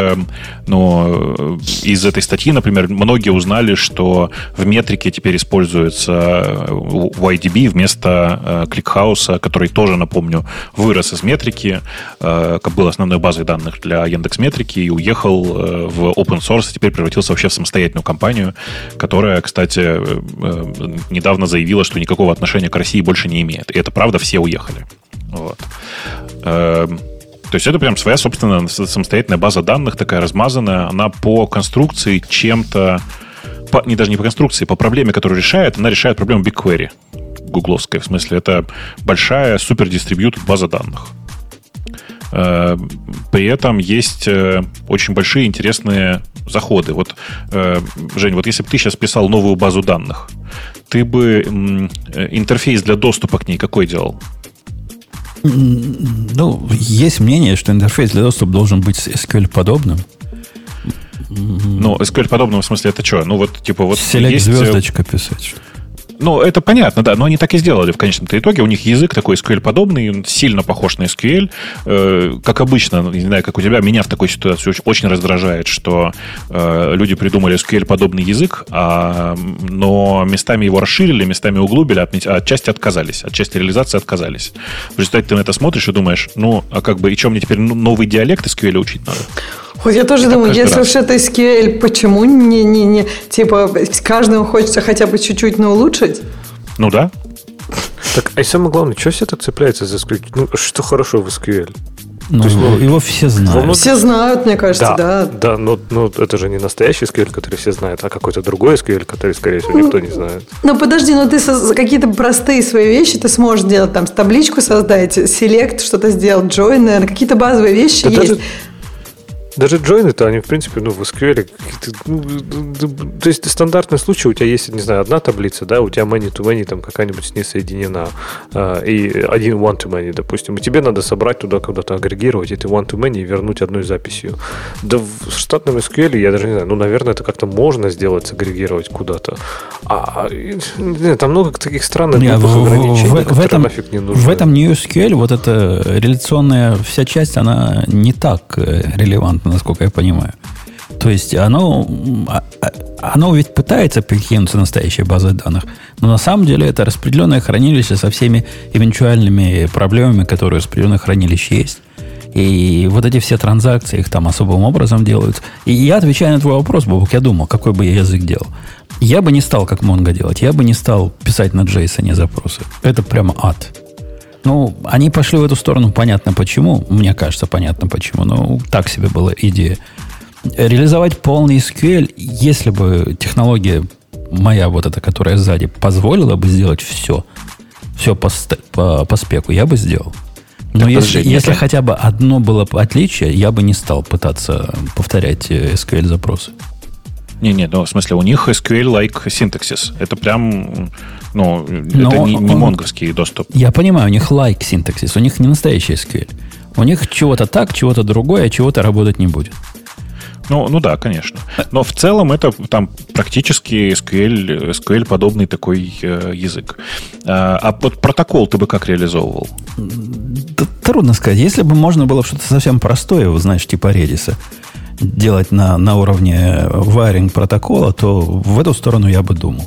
из этой статьи, например, многие узнали, что в метрике теперь используется YDB вместо ClickHouse, который тоже, напомню, вырос из метрики, как был основной базой данных для Яндекс.Метрики, и уехал в open source, и теперь превратился вообще в самостоятельную компанию, которая, кстати, недавно заявила, что никакого отношения к России больше не имеет. И это правда, все уехали. Вот. То есть это прям своя собственная самостоятельная база данных, такая размазанная. Она по конструкции чем-то... даже не по конструкции, по проблеме, которую решает, она решает проблему BigQuery гугловской. В смысле, это большая супердистрибьютед база данных. При этом есть очень большие интересные заходы. Вот, Жень, вот если бы ты сейчас писал новую базу данных, ты бы интерфейс для доступа к ней какой делал? Ну, есть мнение, что интерфейс для доступа должен быть SQL-подобным. Ну, SQL-подобным в смысле это что? Ну, вот, типа, вот Select есть... звездочка писать. Ну, это понятно, да, но они так и сделали в конечном-то итоге. У них язык такой SQL-подобный, сильно похож на SQL. Как обычно, не знаю, как у тебя, меня в такой ситуации очень раздражает, что люди придумали SQL-подобный язык, но местами его расширили, местами углубили, а отчасти отказались, от части реализации отказались. В результате ты на это смотришь и думаешь, ну, а как бы, и что мне теперь новый диалект SQL учить надо? Вот я тоже думаю, если уж это SQL, почему не типа каждому хочется хотя бы чуть-чуть, но улучшить? Ну да. Так, а самое главное, что все так цепляется за SQL? Ну, что хорошо в SQL? Ну, его все знают. Все знают, мне кажется, да. Да, но это же не настоящий SQL, который все знают, а какой-то другой SQL, который, скорее всего, никто не знает. Ну, подожди, ты какие-то простые свои вещи ты сможешь делать, там, табличку создать, select, что-то сделать, join, наверное, какие-то базовые вещи есть. Даже джойны-то, они, в принципе, в SQL, то есть стандартный случай, у тебя есть, не знаю, одна таблица, да, у тебя many-to-many там какая-нибудь не соединена, и один one-to-many, допустим, и тебе надо собрать туда куда-то, агрегировать эти one-to-many и вернуть одной записью. Да в штатном SQL, я даже не знаю, наверное, это как-то можно сделать, сагрегировать куда-то. Там много таких странных ограничений, которые нафиг не нужны. В этом New SQL вот эта реляционная вся часть, она не так релевантна, насколько я понимаю. То есть оно ведь пытается перекинуться настоящей базой данных, но на самом деле это распределенное хранилище со всеми эвенtuальными проблемами, которые у распределенных хранилищ есть. И вот эти все транзакции, их там особым образом делают. И я отвечаю на твой вопрос, Бобук, я думал, какой бы я язык делал. Я бы не стал как Mongo делать, я бы не стал писать на JSON запросы. Это прямо ад. Ну, они пошли в эту сторону, понятно почему. Мне кажется, понятно почему. Но так себе была идея. Реализовать полный SQL, если бы технология моя вот эта, которая сзади, позволила бы сделать все по спеку, я бы сделал. Но если хотя бы одно было отличие, я бы не стал пытаться повторять SQL-запросы. Не, в смысле, у них SQL-like syntaxis. Это прям... это не монговский доступ. Я понимаю, у них like syntaxis, у них не настоящий SQL. У них чего-то так, чего-то другое, а чего-то работать не будет. Ну да, конечно. Но в целом это там практически SQL-подобный такой язык. А вот протокол ты бы как реализовывал? Да, трудно сказать. Если бы можно было что-то совсем простое, знаешь, типа Redis, делать на уровне wiring протокола, то в эту сторону я бы думал.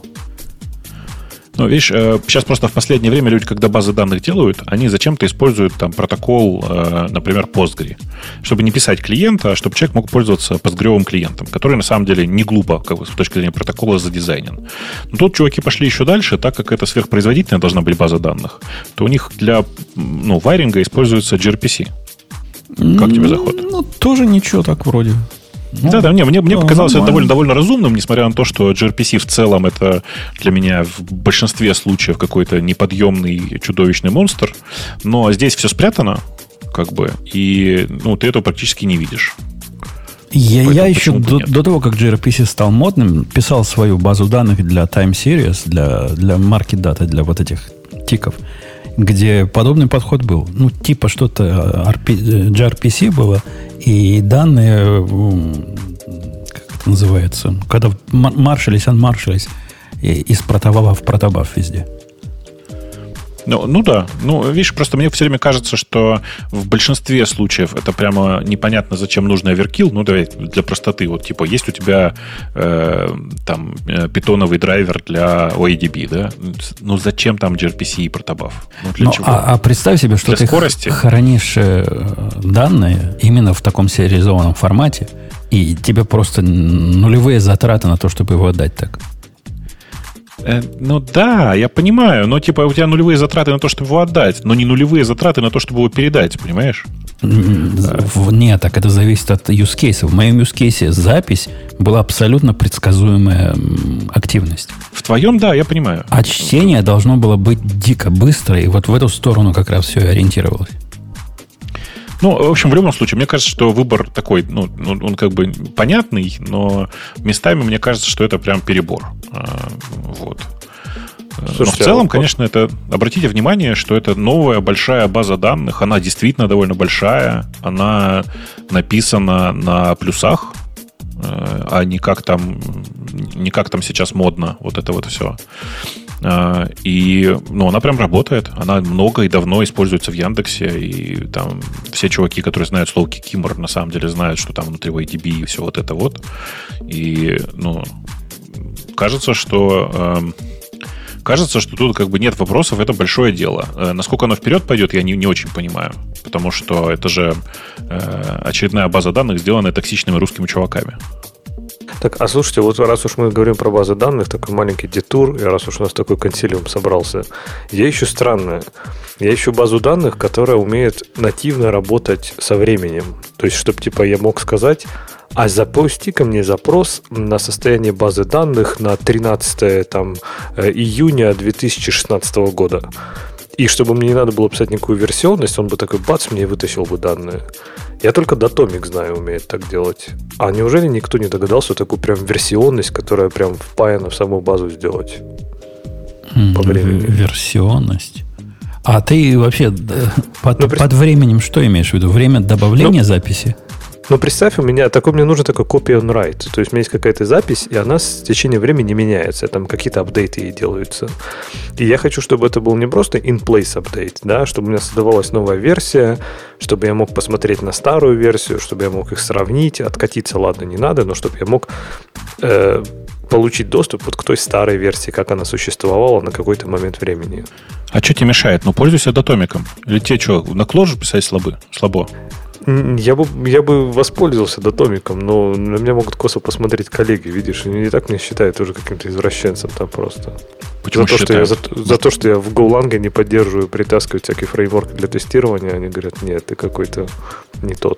Ну, видишь, сейчас просто в последнее время люди, когда базы данных делают, они зачем-то используют там протокол, например, Postgre, чтобы не писать клиента, а чтобы человек мог пользоваться постгревым клиентом, который на самом деле не глупо, как бы, с точки зрения протокола, задизайнен. Но тут чуваки пошли еще дальше, так как это сверхпроизводительная должна быть база данных, то у них для вайринга используется gRPC. Как тебе заход? Тоже ничего так вроде. Мне показалось это довольно разумным, несмотря на то, что gRPC в целом это для меня в большинстве случаев какой-то неподъемный чудовищный монстр. Но здесь все спрятано, как бы, и ты этого практически не видишь. Я еще до того, как gRPC стал модным, писал свою базу данных для Time Series, для Market Data, для вот этих тиков, где подобный подход был. Ну, типа что-то gRPC было, и данные, как это называется, когда маршались, анмаршались из протобафа в протобаф везде. Ну да. Ну, видишь, просто мне все время кажется, что в большинстве случаев это прямо непонятно, зачем нужен оверкилл. Ну, давай для простоты. Вот, типа, есть у тебя там питоновый драйвер для OADB, да? Ну, зачем там gRPC и протобаф? Ну, для чего? А представь себе, что ты хранишь данные именно в таком сериализованном формате, и тебе просто нулевые затраты на то, чтобы его отдать так. Ну да, я понимаю, но типа у тебя нулевые затраты на то, чтобы его отдать, но не нулевые затраты на то, чтобы его передать, понимаешь? Нет, так это зависит от use case. В моем use case запись была абсолютно предсказуемая активность. В твоем, да, я понимаю. А чтение должно было быть дико быстро, и вот в эту сторону как раз все и ориентировалось. Ну, в общем, в любом случае, мне кажется, что выбор такой, ну, он как бы понятный, но местами мне кажется, что это прям перебор. Вот. Слушайте, но в целом, конечно, это, обратите внимание, что это новая большая база данных, она действительно довольно большая, она написана на плюсах, а не как там сейчас модно, вот это вот все. И, ну, она прям работает. Она много и давно используется в Яндексе. И там все чуваки, которые знают слово Kikimor, на самом деле знают, что там внутри OADB и все вот это вот. И, ну, кажется, что тут как бы нет вопросов, это большое дело. Насколько оно вперед пойдет, я не очень понимаю. Потому что это же очередная база данных, сделанная токсичными русскими чуваками. Так, а слушайте, вот раз уж мы говорим про базы данных, такой маленький детур, и раз уж у нас такой консилиум собрался, я ищу странное. Я ищу базу данных, которая умеет нативно работать со временем. То есть, чтобы типа я мог сказать, а запусти ко мне запрос на состояние базы данных на 13 там, июня 2016 года. И чтобы мне не надо было писать никакую версионность, он бы такой бац, мне вытащил бы данные. Я только Datomic знаю, умеет так делать. А неужели никто не догадался такую прям версионность, которая прям впаяна в саму базу сделать? По времени. Версионность? А ты вообще под временем что имеешь в виду? Время добавления записи? Ну, представь, мне нужен такой copy on write. То есть у меня есть какая-то запись, и она с течением времени не меняется. Там какие-то апдейты ей делаются. И я хочу, чтобы это был не просто in-place update, да, чтобы у меня создавалась новая версия, чтобы я мог посмотреть на старую версию, чтобы я мог их сравнить, откатиться, ладно, не надо, но чтобы я мог получить доступ вот к той старой версии, как она существовала на какой-то момент времени. А что тебе мешает? Ну, пользуйся Датомиком. Или тебе что, на Clojure писать слабо? Я бы воспользовался Датомиком, но на меня могут косо посмотреть коллеги, видишь, они не так меня считают уже каким-то извращенцем там просто. Почему за то, что я в GoLang не поддерживаю, притаскиваю всякие фреймворки для тестирования, они говорят, нет, ты какой-то не тот.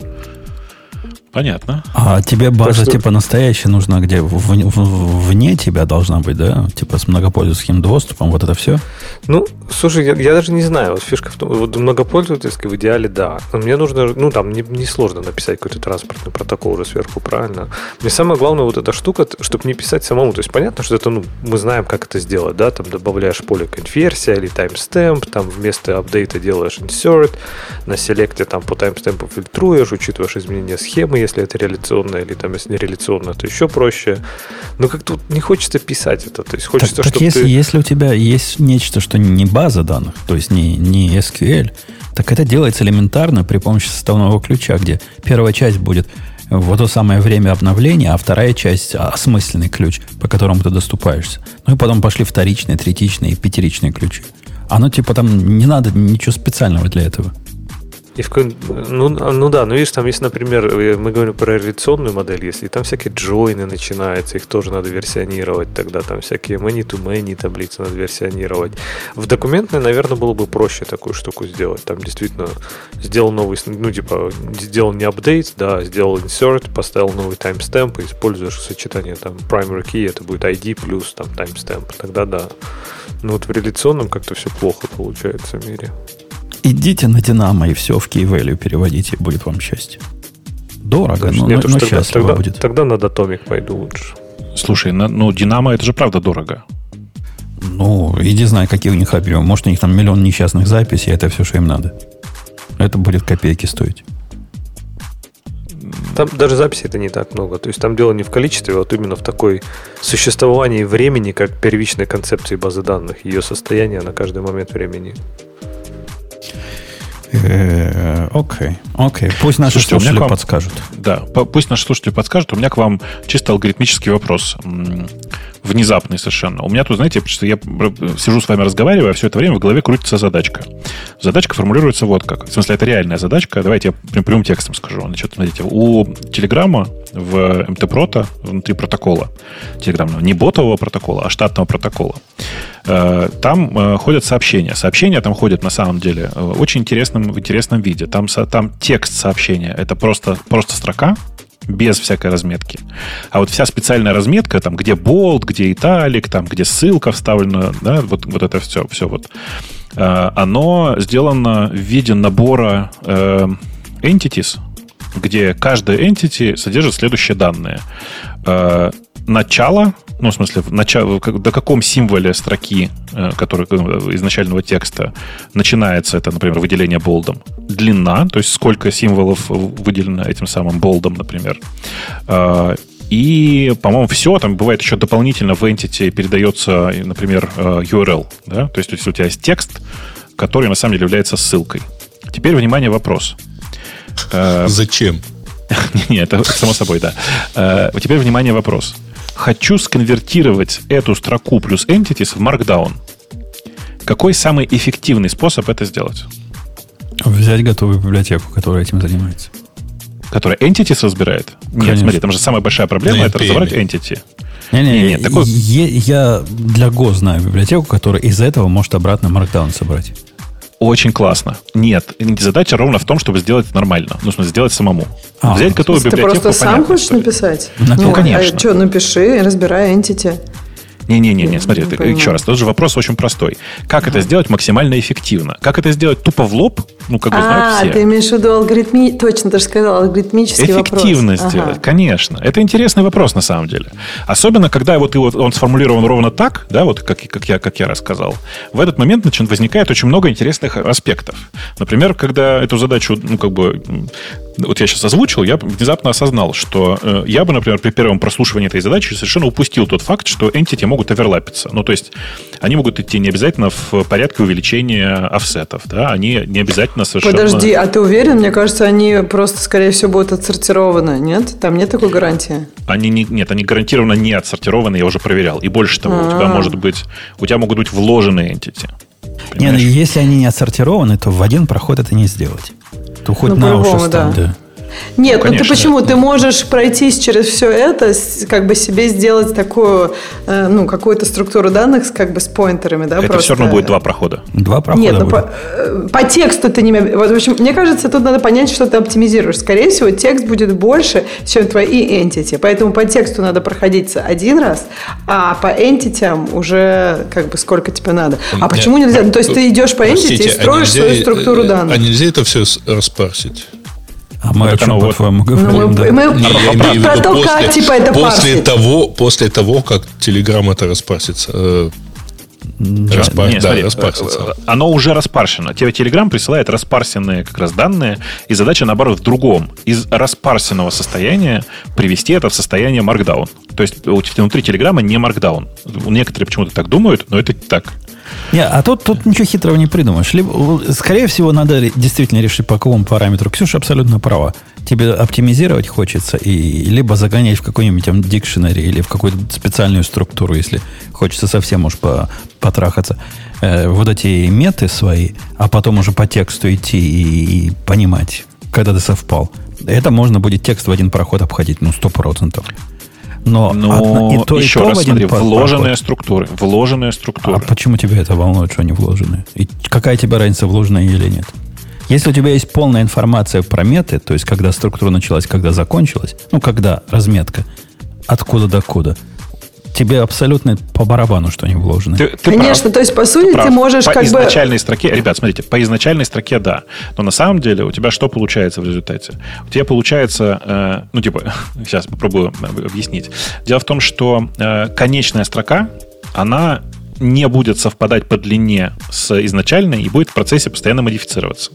Понятно. А тебе база типа настоящая нужна, где вне тебя должна быть, да? Типа с многопользовательским доступом, вот это все? Ну, слушай, я даже не знаю. Вот фишка в том, вот многопользовательский в идеале, да. Но мне нужно, ну, там не сложно написать какой-то транспортный протокол уже сверху, правильно? Мне самое главное вот эта штука, чтобы не писать самому. То есть понятно, что это, ну, мы знаем, как это сделать, да? Там добавляешь поле конверсия или timestamp, там вместо апдейта делаешь insert, на селекте там по таймстемпу фильтруешь, учитываешь изменения схемы, если это реляционное, или там, если не реляционное, то еще проще. Но как-то вот не хочется писать это. То есть хочется, чтобы если у тебя есть нечто, что не база данных, то есть не SQL, так это делается элементарно при помощи составного ключа, где первая часть будет в то самое время обновления, а вторая часть осмысленный ключ, по которому ты доступаешься. Ну и потом пошли вторичные, третичные и пятеричные ключи. Оно типа там не надо ничего специального для этого. Ну да, но видишь, там есть, например, мы говорим про реляционную модель, если там всякие джойны начинаются, их тоже надо версионировать, тогда там всякие many-to-many таблицы надо версионировать. В документной, наверное, было бы проще такую штуку сделать. Там действительно сделал новый, ну типа, сделал не апдейт, да, сделал insert, поставил новый timestamp, используешь сочетание там primary key, это будет ID плюс там timestamp, тогда да. Но вот в реляционном как-то все плохо получается в мире. Идите на Динамо и все в key value переводите, будет вам счастье. Дорого, но счастливо будет. Тогда на Datomic пойду лучше. Слушай, Динамо это же правда дорого. Ну, иди знай, какие у них объемы. Может, у них там миллион несчастных записей, это все, что им надо. Это будет копейки стоить. Там даже записи это не так много. То есть там дело не в количестве, а вот именно в такой существовании времени, как первичной концепции базы данных, ее состояние на каждый момент времени. Окей. Пусть наши слушатели подскажут. Да, пусть наши слушатели подскажут. У меня к вам чисто алгоритмический вопрос. Внезапный совершенно. У меня тут, знаете, что я сижу с вами разговариваю, а все это время в голове крутится задачка. Задачка формулируется вот как. В смысле, это реальная задачка. Давайте я прямым текстом скажу. Значит, смотрите, у Телеграма в МТ-прота внутри протокола телеграмного, не ботового протокола, а штатного протокола, там ходят сообщения. Сообщения там ходят на самом деле в очень интересном виде. Там текст сообщения. Это просто строка, без всякой разметки. А вот вся специальная разметка, там, где болт, где италик, там, где ссылка вставлена, да, вот это все вот, оно сделано в виде набора entities, где каждая entity содержит следующие данные. Начало, ну, в смысле, до каком символе строки, который изначального текста начинается, это, например, выделение болдом. Длина, то есть сколько символов выделено этим самым болдом, например. И, по-моему, все. Там бывает еще дополнительно в entity передается, например, URL. Да? То есть у тебя есть текст, который на самом деле является ссылкой. Теперь, внимание, вопрос. Зачем? Нет, это само собой, да. Теперь, внимание, вопрос. Хочу сконвертировать эту строку плюс entities в Markdown. Какой самый эффективный способ это сделать? Взять готовую библиотеку, которая этим занимается. Которая entities разбирает? Конечно. Нет, смотри, там же самая большая проблема — это разобрать entity. Не-не-не, такой... я для Go знаю библиотеку, которая из этого может обратно Markdown собрать. Очень классно. Нет, задача ровно в том, чтобы сделать это нормально. Нужно сделать самому. Взять готовую библиотеку. Ты просто сам хочешь написать? Ну, конечно. А что, напиши, разбирай entity. Не, смотри, еще раз, тот же вопрос очень простой. Как это сделать максимально эффективно? Как это сделать тупо в лоб? Ну, как бы знают все. Ты имеешь в виду точно, ты же сказал, алгоритмический вопрос. Эффективно сделать, конечно. Это интересный вопрос на самом деле. Особенно, когда вот он сформулирован ровно так, да, вот как я рассказал. В этот момент возникает очень много интересных аспектов. Например, когда эту задачу, вот я сейчас озвучил, я внезапно осознал, что я бы, например, при первом прослушивании этой задачи совершенно упустил тот факт, что entity могут оверлапиться. Ну, то есть, они могут идти не обязательно в порядке увеличения офсетов, да, они не обязательно совершенно... Подожди, а ты уверен? Мне кажется, они просто, скорее всего, будут отсортированы, нет? Там нет такой гарантии? Нет, они гарантированно не отсортированы, я уже проверял. И больше того, у тебя могут быть вложенные entity. Не, если они не отсортированы, то в один проход это не сделать. То хоть на уши стань, да. Нет, конечно, ты почему? Ты можешь пройтись через все это, как бы себе сделать такую, какую-то структуру данных как бы с поинтерами, да? Это просто... все равно будет два прохода. Два прохода. Нет, по тексту ты не... Вот, в общем, мне кажется, тут надо понять, что ты оптимизируешь. Скорее всего, текст будет больше, чем твои entity. Поэтому по тексту надо проходить один раз, а по entity уже как бы сколько тебе надо. А почему нельзя? То есть ты идешь по entity и строишь свою структуру данных. А нельзя это все распарсить? А мы о чем, по-твоему, говорим? Про то, как типа это парсить. После того, как Telegram это распарсится. Распарсится. Оно уже распарсено. Тебе Telegram присылает распарсенные как раз данные, и задача, наоборот, в другом. Из распарсенного состояния привести это в состояние Markdown. То есть внутри Telegram не Markdown. Некоторые почему-то так думают, но это так. Не, а тут ничего хитрого не придумаешь. Скорее всего, надо действительно решить, по какому параметру. Ксюша абсолютно права. Тебе оптимизировать хочется, и либо загонять в какой-нибудь там дикшенери или в какую-то специальную структуру, если хочется совсем уж потрахаться. Вот эти меты свои, а потом уже по тексту идти и понимать, когда ты совпал. Это можно будет текст в один проход обходить, 100%. Но и то, еще раз смотри, вложенные структуры. А почему тебя это волнует, что они вложены? И какая тебе разница, вложенные или нет? Если у тебя есть полная информация про меты, то есть когда структура началась, когда закончилась, когда разметка, откуда до куда, тебе абсолютно по барабану, что они вложены. Ты конечно, прав. То есть, по сути, ты можешь по изначальной строке, ребят, смотрите, по изначальной строке, да. Но на самом деле у тебя что получается в результате? У тебя получается, сейчас попробую объяснить. Дело в том, что конечная строка, она не будет совпадать по длине с изначальной и будет в процессе постоянно модифицироваться.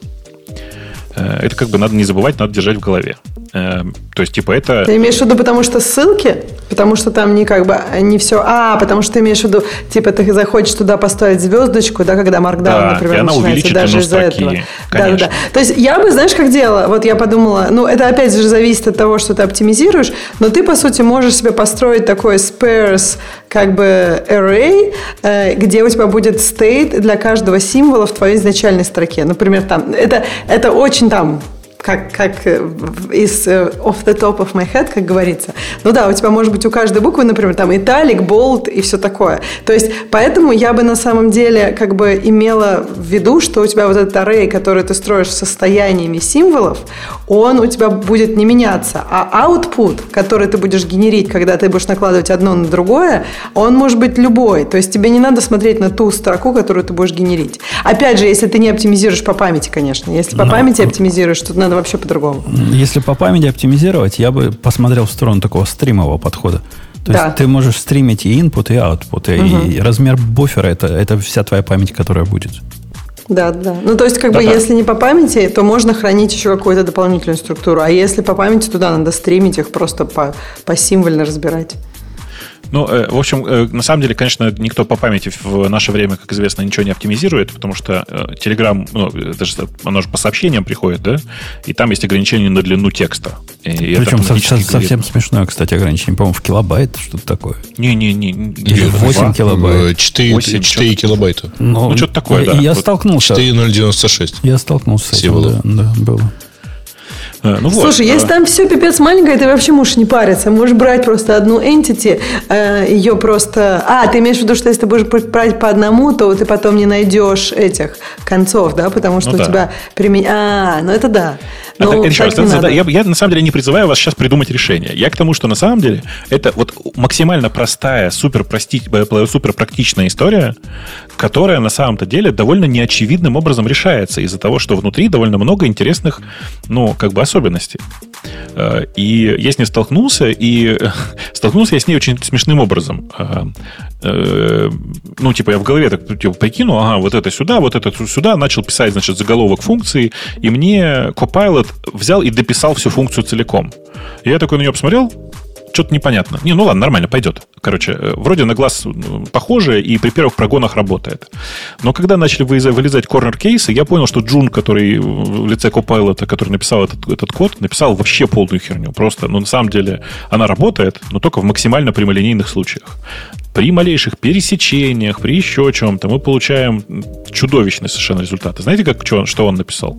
Это как бы надо не забывать, надо держать в голове. То есть, это... Ты имеешь в виду, потому что ссылки? Потому что там не все... потому что ты имеешь в виду, ты захочешь туда поставить звездочку, да, когда Markdown, например, и она начинается даже из-за этого. Да. То есть, я бы, знаешь, как делала? Вот я подумала, это опять же зависит от того, что ты оптимизируешь, но ты, по сути, можешь себе построить такой sparse, как бы, array, где у тебя будет state для каждого символа в твоей изначальной строке. Например, там, это очень там... Как из off the top of my head, как говорится. У тебя может быть у каждой буквы, например, там италик, болт и все такое. То есть, поэтому я бы на самом деле как бы имела в виду, что у тебя вот этот array, который ты строишь состояниями символов, он у тебя будет не меняться. А output, который ты будешь генерить, когда ты будешь накладывать одно на другое, он может быть любой. То есть, тебе не надо смотреть на ту строку, которую ты будешь генерить. Опять же, если ты не оптимизируешь по памяти, конечно. Если по памяти оптимизируешь, то надо вообще по-другому. Если по памяти оптимизировать, я бы посмотрел в сторону такого стримового подхода. То есть ты можешь стримить и input, и output, и размер буфера это вся твоя память, которая будет. Да. То есть, если не по памяти, то можно хранить еще какую-то дополнительную структуру. А если по памяти, то надо стримить их просто посимвольно разбирать. В общем, на самом деле, конечно, никто по памяти в наше время, как известно, ничего не оптимизирует, потому что Telegram, оно же по сообщениям приходит, да, и там есть ограничение на длину текста. Причем совсем смешное, кстати, ограничение. По-моему, в килобайт что-то такое. Не. 8 килобайт. 4 килобайта. Что-то такое, да. Я столкнулся. 4,096. Я столкнулся с этим, да, было. Слушай, если там все пипец маленькое, ты вообще можешь не париться. Можешь брать просто одну entity, ее просто... ты имеешь в виду, что если ты будешь брать по одному, то ты потом не найдешь этих концов, да? Потому что у тебя это да. Я на самом деле не призываю вас сейчас придумать решение. Я к тому, что на самом деле это вот максимально простая, супер практичная история, которая на самом-то деле довольно неочевидным образом решается из-за того, что внутри довольно много интересных, особенностей. И я с ней столкнулся, и столкнулся я с ней очень смешным образом. Я в голове так прикинул, вот это сюда, начал писать, заголовок функции, и мне Copilot взял и дописал всю функцию целиком. И я такой на нее посмотрел, что-то непонятно. Ладно, нормально, пойдет. Вроде на глаз похоже, и при первых прогонах работает. Но когда начали вылезать корнер-кейсы, я понял, что Джун, который в лице Copilot, который написал этот код, написал вообще полную херню. Просто, на самом деле, она работает, но только в максимально прямолинейных случаях. При малейших пересечениях, при еще чем-то мы получаем чудовищные совершенно результаты. Знаете, что он написал?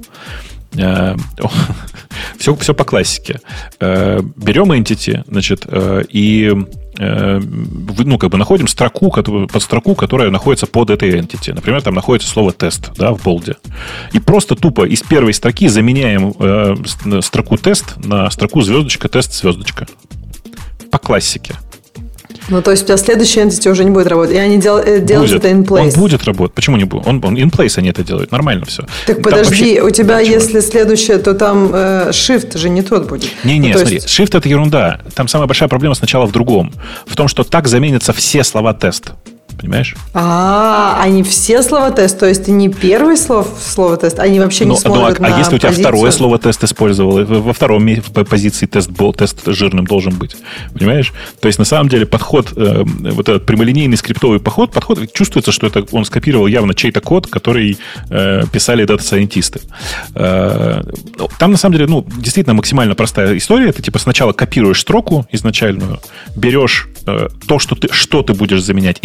Все по классике. Берем entity, и находим подстроку, которая находится под этой entity. Например, там находится слово тест, да, в болде. И просто тупо из первой строки заменяем строку тест на строку звездочка, тест, звездочка. По классике. То есть у тебя следующий entity уже не будет работать. И они делают это in place. Он будет работать. Почему не будет? Он in place они это делают. Нормально все. Так подожди, у тебя если следующее, то там shift же не тот будет. Не, смотри, shift это ерунда. Там самая большая проблема сначала в другом. В том, что так заменятся все слова тест. Понимаешь? Они все слова тест, то есть не первое слово тест, они вообще не смотрят на если у тебя позицию? второе слово тест использовал, во втором позиции тест жирным должен быть. Понимаешь? То есть на самом деле подход, вот этот прямолинейный скриптовый подход, чувствуется, что это он скопировал явно чей-то код, который писали дата-сайентисты. Там на самом деле, действительно максимально простая история. Ты сначала копируешь строку изначальную, берешь то, что ты будешь заменять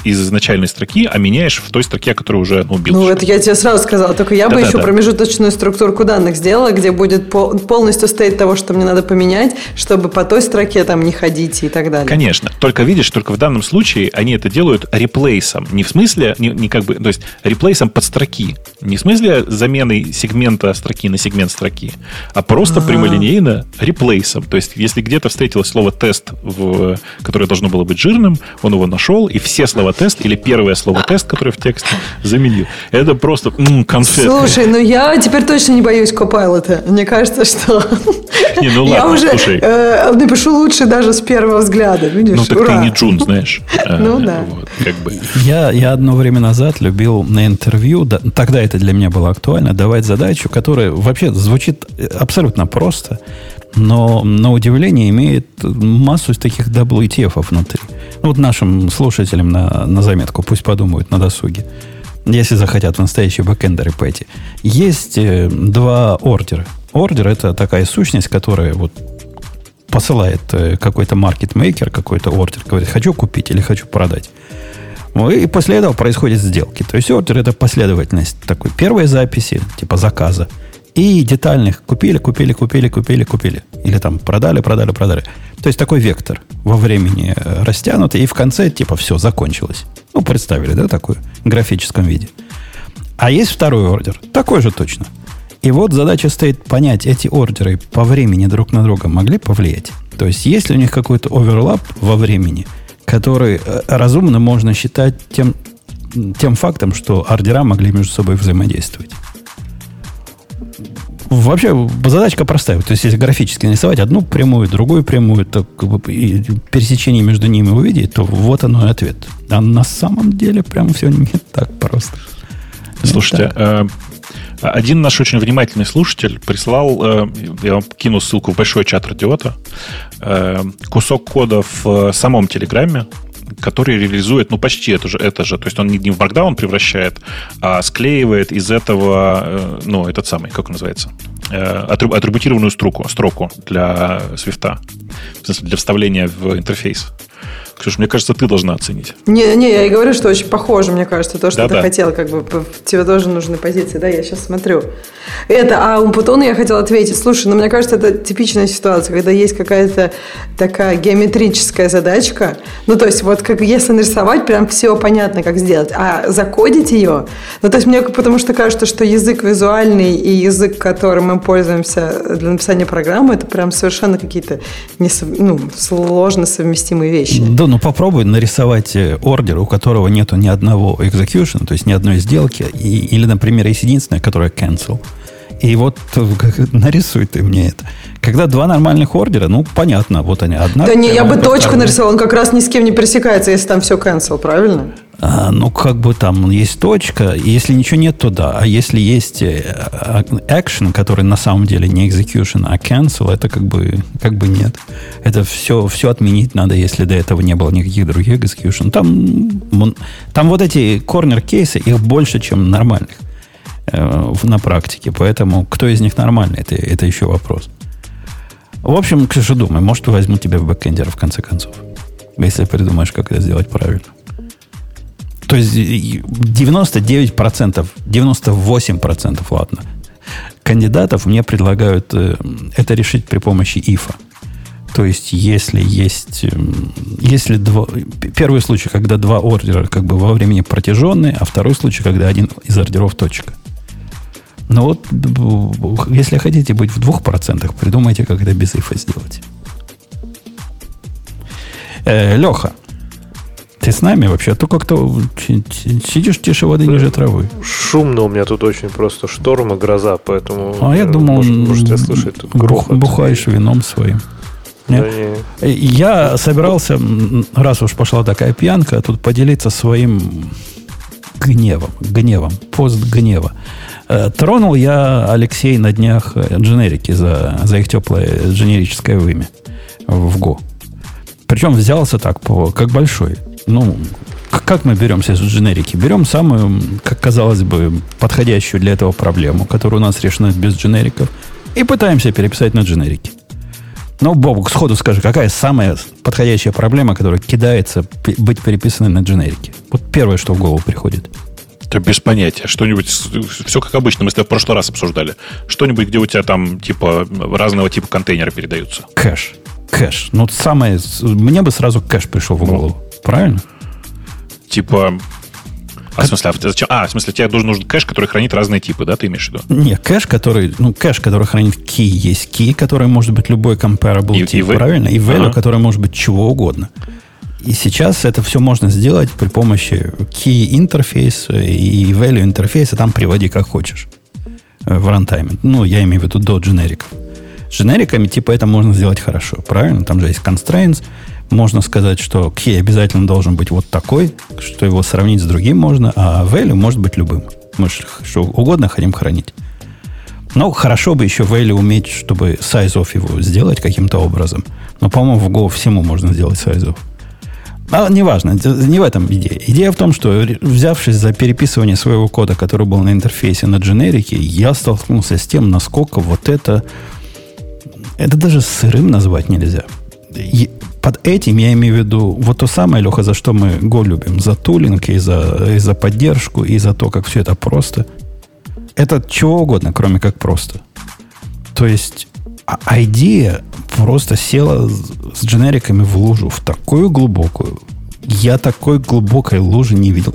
из изначальной строки, а меняешь в той строке, которая уже билд. Ну, это я тебе сразу сказала. Только я бы еще промежуточную структурку данных сделала, где будет полностью стоять того, что мне надо поменять, чтобы по той строке там не ходить и так далее. Конечно. Только видишь, только в данном случае они это делают реплейсом. Не в смысле, не как бы, то есть реплейсом под строки. Не в смысле заменой сегмента строки на сегмент строки, а просто прямолинейно реплейсом. То есть, если где-то встретилось слово тест, которое должно было быть жирным, он его нашел, и все слова тест, или первое слово тест, которое в тексте, заменил. Это просто конфетка. Слушай, ну я теперь точно не боюсь Copilot. Мне кажется, что не, ну ладно, я уже слушай. Напишу лучше даже с первого взгляда. Видишь? Ну так ура. ты не Джун, знаешь. Ну да. Вот, как бы. Я одно время назад любил на интервью, тогда это для меня было актуально, давать задачу, которая вообще звучит абсолютно просто, но на удивление имеет массу таких WTF внутри. Ну, вот нашим слушателям на заметку пусть подумают на досуге, если захотят в настоящие бэкэндеры пойти. Есть два ордера. Ордер – это такая сущность, которая вот посылает какой-то маркетмейкер, какой-то ордер, говорит, хочу купить или хочу продать. И после этого происходят сделки. То есть ордер – это последовательность такой первой записи, типа заказа, и детальных купили. Или там продали. То есть такой вектор во времени растянутый, и в конце типа все, закончилось. Ну, представили, да, такой в графическом виде. А есть второй ордер, такой же точно. И вот задача стоит понять, эти ордеры по времени друг на друга могли повлиять. То есть есть ли у них какой-то оверлап во времени, который разумно можно считать тем фактом, что ордера могли между собой взаимодействовать. Вообще, задачка простая. То есть, если графически нарисовать одну прямую, другую прямую, то и пересечение между ними увидеть, то вот оно и ответ. А на самом деле прям все не так просто. Слушайте, один наш очень внимательный слушатель прислал, я вам кину ссылку в большой чат Радиота, кусок кода в самом Телеграме, который реализует, ну, почти это же. То есть он не в Markdown превращает, а склеивает из этого, ну, этот самый, как он называется, атрибутированную строку для Swift, в смысле, для вставления в интерфейс. Ксюша, мне кажется, ты должна оценить. Не, я и говорю, что очень похоже, мне кажется, то, что ты хотела, как бы, тебе тоже нужны позиции, да, я сейчас смотрю. А у Путона я хотела ответить, слушай, ну, мне кажется, это типичная ситуация, когда есть какая-то такая геометрическая задачка, ну, то есть, вот, как если нарисовать, прям все понятно, как сделать, а закодить ее, ну, то есть, мне потому что кажется, что язык визуальный и язык, которым мы пользуемся для написания программы, это прям совершенно какие-то сложно совместимые вещи. Да, ну попробуй нарисовать ордер, у которого нету ни одного execution, то есть ни одной сделки, или, например, есть единственная, которая cancel. И вот нарисуй ты мне это. Когда два нормальных ордера, ну, понятно, вот они. Одна. Да не, я бы точку нарисовал, он как раз ни с кем не пересекается, если там все cancel, правильно? Ну, как бы там есть точка, и если ничего нет, то да. А если есть action, который на самом деле не execution, а cancel, это как бы нет. Это все отменить надо, если до этого не было никаких других execution. Там вот эти корнер-кейсы, их больше, чем нормальных на практике. Поэтому кто из них нормальный, это еще вопрос. В общем, Ксюша, думай, может, возьму тебя в бэкэндера в конце концов. Если придумаешь, как это сделать правильно. То есть 99%, 98%, ладно, кандидатов мне предлагают это решить при помощи ифа. То есть, первый случай, когда два ордера как бы во времени протяженные, а второй случай, когда один из ордеров точка. Но вот, если хотите быть в 2%, придумайте, как это без ифа сделать. Леха, ты с нами вообще? А то как-то сидишь тише воды ниже травы. Шумно у меня тут очень просто шторм и гроза, поэтому... А я думал, можете слышать тут грохот. Бухаешь вином своим. Да, я собирался, раз уж пошла такая пьянка, тут поделиться своим гневом, постгнева. Тронул я, Алексей, на днях дженерики за их теплое дженерическое вымя в Go. Причем взялся так, как большой. Ну, как мы берем сейчас дженерики? Берем самую, как казалось бы, подходящую для этого проблему, которая у нас решена без дженериков, и пытаемся переписать на дженерики. Ну, Бобук, сходу скажи, какая самая подходящая проблема, которая кидается быть переписанной на дженерики? Вот первое, что в голову приходит. Да без понятия. Что-нибудь, все как обычно, мы с тобой в прошлый раз обсуждали. Что-нибудь, где у тебя там типа разного типа контейнеры передаются. Кэш. Ну, самое... Мне бы сразу кэш пришел в голову. Правильно? Типа... в смысле, тебе нужен кэш, который хранит разные типы, да, ты имеешь в виду? Нет, кэш, который хранит key. Есть key, который может быть любой comparable тип, правильно? И value, который может быть чего угодно. И сейчас это все можно сделать при помощи key интерфейса и value интерфейса, там приводи как хочешь в рантайме. Ну, я имею в виду до дженериков. С дженериками типа это можно сделать хорошо, правильно? Там же есть constraints. Можно сказать, что key обязательно должен быть вот такой, что его сравнить с другим можно, а value может быть любым. Мы же что угодно хотим хранить. Но хорошо бы еще value уметь, чтобы size-off его сделать каким-то образом. Но, по-моему, в Go всему можно сделать size-off. А неважно, не в этом идея. Идея в том, что, взявшись за переписывание своего кода, который был на интерфейсе на дженерике, я столкнулся с тем, насколько вот это даже сырым назвать нельзя. И под этим я имею в виду вот то самое, Леха, за что мы Go любим. За тулинг, и за поддержку, и за то, как все это просто. Это чего угодно, кроме как просто. То есть идея просто села с дженериками в лужу, в такую глубокую. Я такой глубокой лужи не видел.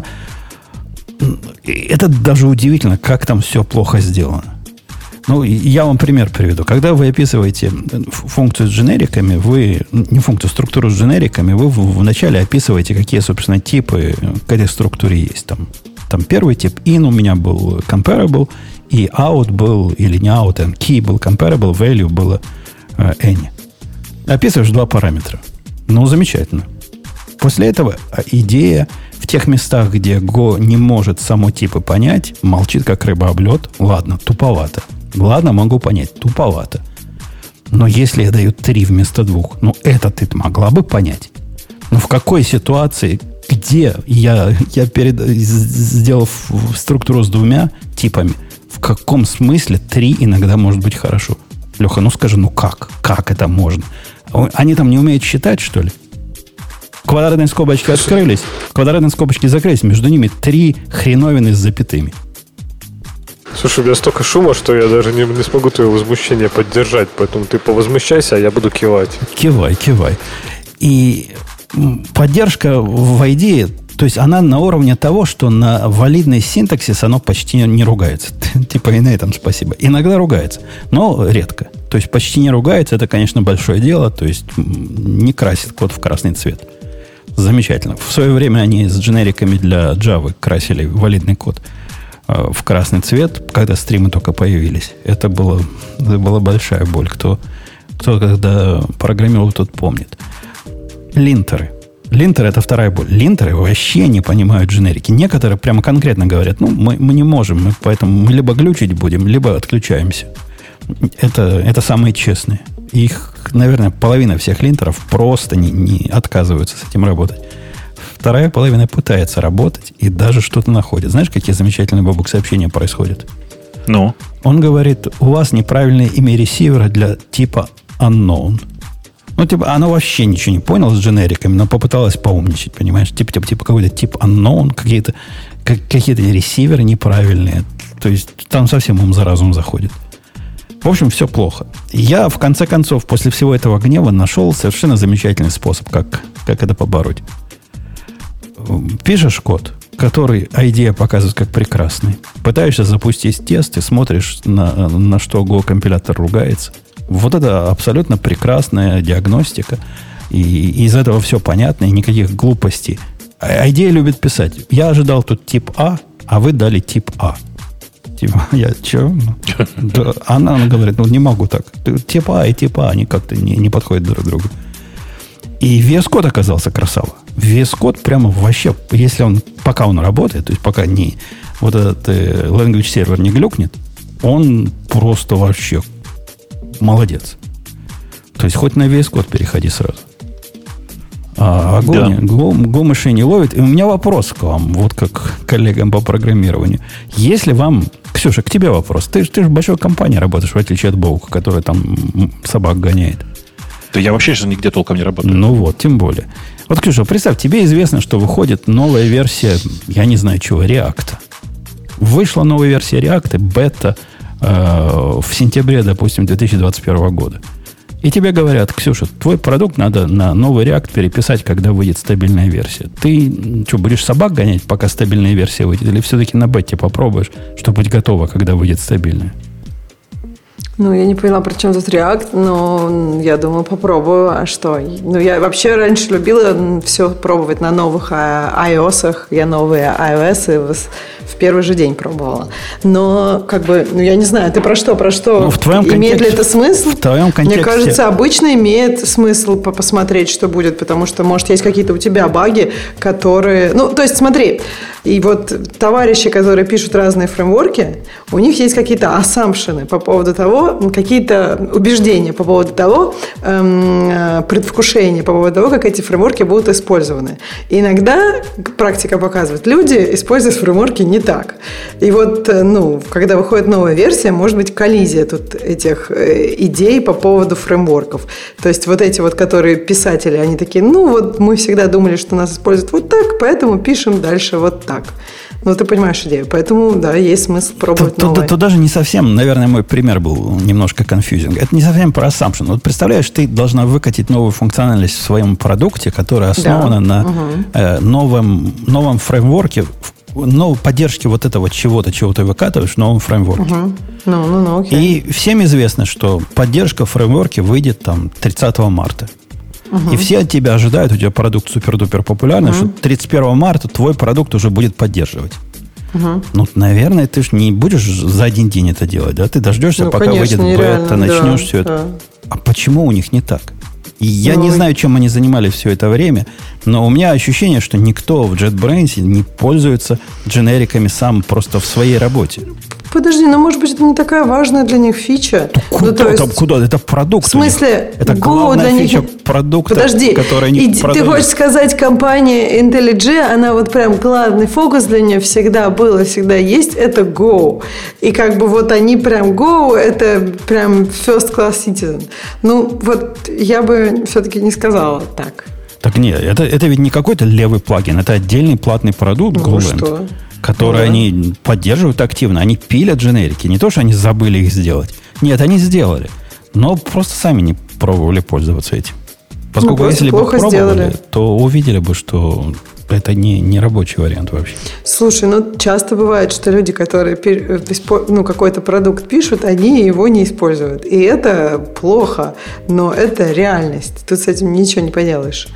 Это даже удивительно, как там все плохо сделано. Ну, я вам пример приведу. Когда вы описываете функцию с дженериками, структуру с дженериками, вы вначале описываете, какие, собственно, типы к этой структуре есть. Там первый тип in у меня был comparable, и out был, или не out, а key был comparable, value было any. Описываешь два параметра. Ну, замечательно. После этого идея в тех местах, где Go не может само типы понять, молчит, как рыба об лед. Ладно, туповато. Ладно, могу понять, туповато. Но если я даю 3 вместо 2, это ты могла бы понять. Но в какой ситуации, где я сделав структуру с 2 типами, в каком смысле 3 иногда может быть хорошо? Леха, скажи, как? Как это можно? Они там не умеют считать, что ли? Квадратные скобочки открылись, квадратные скобочки закрылись, между ними 3 хреновины с запятыми. Слушай, у меня столько шума, что я даже не смогу твое возмущение поддержать. Поэтому ты повозмущайся, а я буду кивать. Кивай. И поддержка в IDE, то есть она на уровне того, что на валидный синтаксис оно почти не ругается. Типа и на этом спасибо. Иногда ругается, но редко. То есть почти не ругается, это, конечно, большое дело. То есть не красит код в красный цвет. Замечательно. В свое время они с дженериками для Java красили валидный код в красный цвет, когда стримы только появились. Это была большая боль. Кто когда программировал, тот помнит. Линтеры. Линтеры — это вторая боль. Линтеры вообще не понимают дженерики. Некоторые прямо конкретно говорят, мы не можем, поэтому мы либо глючить будем, либо отключаемся. Это самые честные. Их, наверное, половина всех линтеров просто не отказываются с этим работать. Вторая половина пытается работать и даже что-то находит. Знаешь, какие замечательные, Бобук, сообщения происходят? Ну? Он говорит, у вас неправильное имя ресивера для типа unknown. Оно вообще ничего не понял с дженериками, но попыталась поумничать, понимаешь? Типа какой-то тип unknown, какие-то ресиверы неправильные. То есть там совсем ум за разум заходит. В общем, все плохо. Я, в конце концов, после всего этого гнева нашел совершенно замечательный способ, как это побороть. Пишешь код, который IDEA показывает как прекрасный. Пытаешься запустить тест и смотришь, на что Go-компилятор ругается. Вот это абсолютно прекрасная диагностика. И из этого все понятно, и никаких глупостей. IDEA любит писать. Я ожидал тут тип А, а вы дали тип А. Я что? Она говорит, не могу так. Тип А и тип А, они как-то не подходят друг к другу. И VS Code оказался красава. VS Code прямо вообще, пока он работает, то есть пока вот этот language сервер не глюкнет, он просто вообще молодец. То есть хоть на VS Code переходи сразу. А Go мышей не ловит. И у меня вопрос к вам, вот как к коллегам по программированию. Если вам... Ксюша, к тебе вопрос. Ты же в большой компании работаешь, в отличие от Боука, который там собак гоняет. Да я вообще сейчас нигде толком не работаю. Ну вот, тем более. Вот, Ксюша, представь, тебе известно, что выходит новая версия, я не знаю чего, React. Вышла новая версия React, бета, в сентябре, допустим, 2021 года. И тебе говорят: Ксюша, твой продукт надо на новый React переписать, когда выйдет стабильная версия. Ты что, будешь собак гонять, пока стабильная версия выйдет? Или все-таки на бете попробуешь, чтобы быть готова, когда выйдет стабильная? Ну, я не поняла, при чем тут React, но я думаю, попробую. А что? Ну, я вообще раньше любила все пробовать на новых iOS-ах. Я новые iOS в первый же день пробовала. Но, как бы, ну, я не знаю, ты про что? Ну, в твоем имеет ли это смысл? В твоем контексте... Мне кажется, обычно имеет смысл посмотреть, что будет, потому что, может, есть какие-то у тебя баги, которые... Ну, то есть, смотри, и вот товарищи, которые пишут разные фреймворки, у них есть какие-то ассампшены по поводу того, какие-то убеждения по поводу того, предвкушения по поводу того, как эти фреймворки будут использованы. И иногда практика показывает, люди используют фреймворки не так. И вот, ну, когда выходит новая версия, может быть коллизия тут этих идей по поводу фреймворков. То есть вот эти вот, которые писатели, они такие: ну вот мы всегда думали, что нас используют вот так, поэтому пишем дальше вот так. Ну, ты понимаешь идею. Поэтому, да, есть смысл пробовать новое. Тут даже не совсем, наверное, мой пример был немножко конфьюзинг. Это не совсем про assumption. Вот представляешь, ты должна выкатить новую функциональность в своем продукте, которая основана на новом фреймворке, новой поддержке вот этого чего-то выкатываешь в новом фреймворке. Окей. И всем известно, что поддержка в фреймворке выйдет там 30 марта. И все от тебя ожидают, у тебя продукт супер-дупер популярный, что 31 марта твой продукт уже будет поддерживать. Ну, наверное, ты же не будешь за один день это делать, да? Ты дождешься, пока конечно, выйдет бета, начнешь все это. А почему у них не так? И я не знаю, чем они занимались все это время, но у меня ощущение, что никто в JetBrains не пользуется дженериками сам просто в своей работе. Подожди, но может быть это не такая важная для них фича? Куда? Это продукт. В смысле? Это главная фича продукта, который они продают. Ты хочешь сказать, компания IntelliJ, она вот прям главный фокус для нее всегда был и всегда есть, это Go. И как бы вот они прям Go, это прям first class citizen. Ну, вот я бы все-таки не сказала так. Так нет, это ведь не какой-то левый плагин, это отдельный платный продукт GoLand, который они поддерживают активно. Они пилят дженерики. Не то, что они забыли их сделать. Нет, они сделали. Но просто сами не пробовали пользоваться этим. Поскольку если бы пробовали, сделали, то увидели бы, что это не рабочий вариант вообще. Слушай, часто бывает, что люди, которые какой-то продукт пишут, они его не используют. И это плохо, но это реальность. Тут с этим ничего не поделаешь.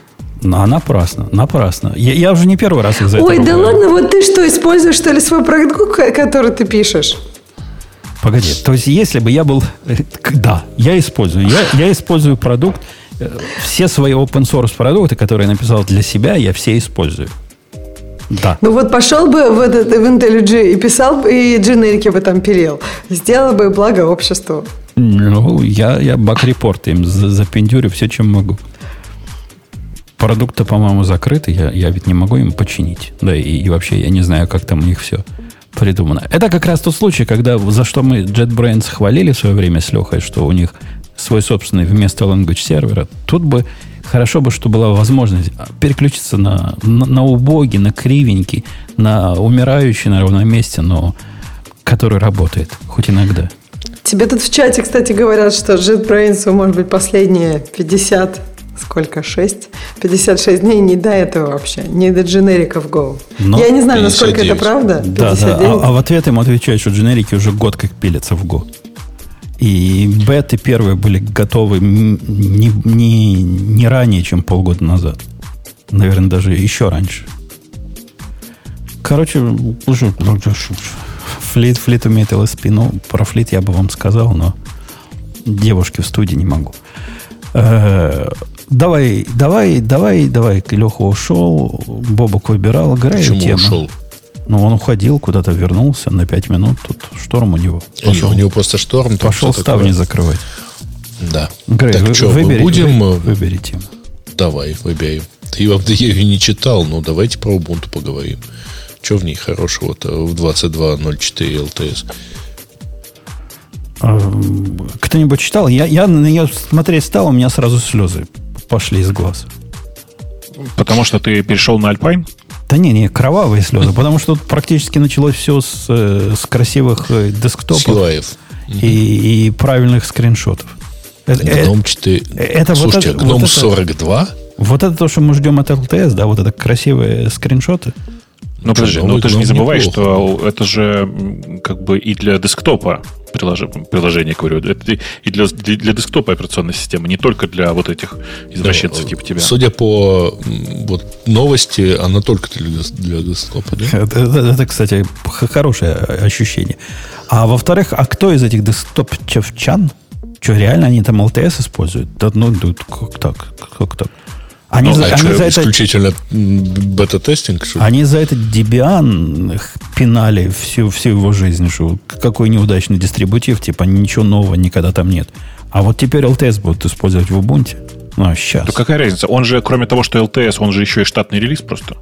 Напрасно. Я уже не первый раз из-за этого. Ой, да ладно, вот ты что, используешь, что ли, свой продукт, который ты пишешь? Погоди, то есть если бы я был... Да, я использую. Я использую продукт. Все свои open-source продукты, которые я написал для себя, я все использую. Да. Ну вот пошел бы в IntelliJ и писал, и дженерики бы там пилил. Сделал бы благо обществу. Ну, я баг-репорты им запендюрю все, чем могу. Продукты, по-моему, закрыты. Я ведь не могу им починить. Да, и вообще я не знаю, как там у них все придумано. Это как раз тот случай, когда за что мы JetBrains хвалили в свое время с Лехой, что у них свой собственный вместо language сервера. Тут бы хорошо бы, что была возможность переключиться на убогий, на кривенький, на умирающий на ровном месте, но который работает, хоть иногда. Тебе тут в чате, кстати, говорят, что JetBrains, может быть, последние 56 дней не до этого вообще, не до дженериков Go. Но я не знаю, 59. Насколько это правда. Да. А в ответ им отвечают, что дженерики уже год как пилятся в Go. И беты первые были готовы не ранее, чем полгода назад. Наверное, даже еще раньше. Короче, флит умеет LSP. Ну, про флит я бы вам сказал, но девушки в студии не могу. Давай. Леха ушел, Бобок выбирал. Почему тему. Ушел? Ну, он уходил, куда-то вернулся на 5 минут. Тут шторм у него. У него просто шторм. Пошел ставни закрывать. Да. Грей, так что, будем... Выбери тему. Давай, выберем. Я ее не читал, но давайте про Ubuntu поговорим. Что в ней хорошего-то в 22.04 LTS? Кто-нибудь читал? Я на нее смотреть стал, у меня сразу слезы пошли из глаз. Потому что ты перешел на Alpine? Да не, кровавые слезы, потому что тут практически началось все с красивых десктопов и правильных скриншотов. Гном 4. Слушайте, Гном 42? Вот это то, что мы ждем от LTS, да, вот это красивые скриншоты. Ну, подожди, ты же не забывай, что это же как бы и для десктопа приложение, говорю, это и для десктопа операционной системы, не только для вот этих извращенцев типа тебя. Судя по новости, она только для десктопа, да? Это, кстати, хорошее ощущение. А во-вторых, кто из этих десктопчан, что, реально они там LTS используют? Да, как так? Они за исключительно бета-тестинг? Они за это Debian пинали всю его жизнь, что какой неудачный дистрибутив, типа ничего нового никогда там нет. А вот теперь LTS будут использовать в Ubuntu. Ну, а сейчас. Да какая разница? Он же, кроме того, что LTS, он же еще и штатный релиз просто.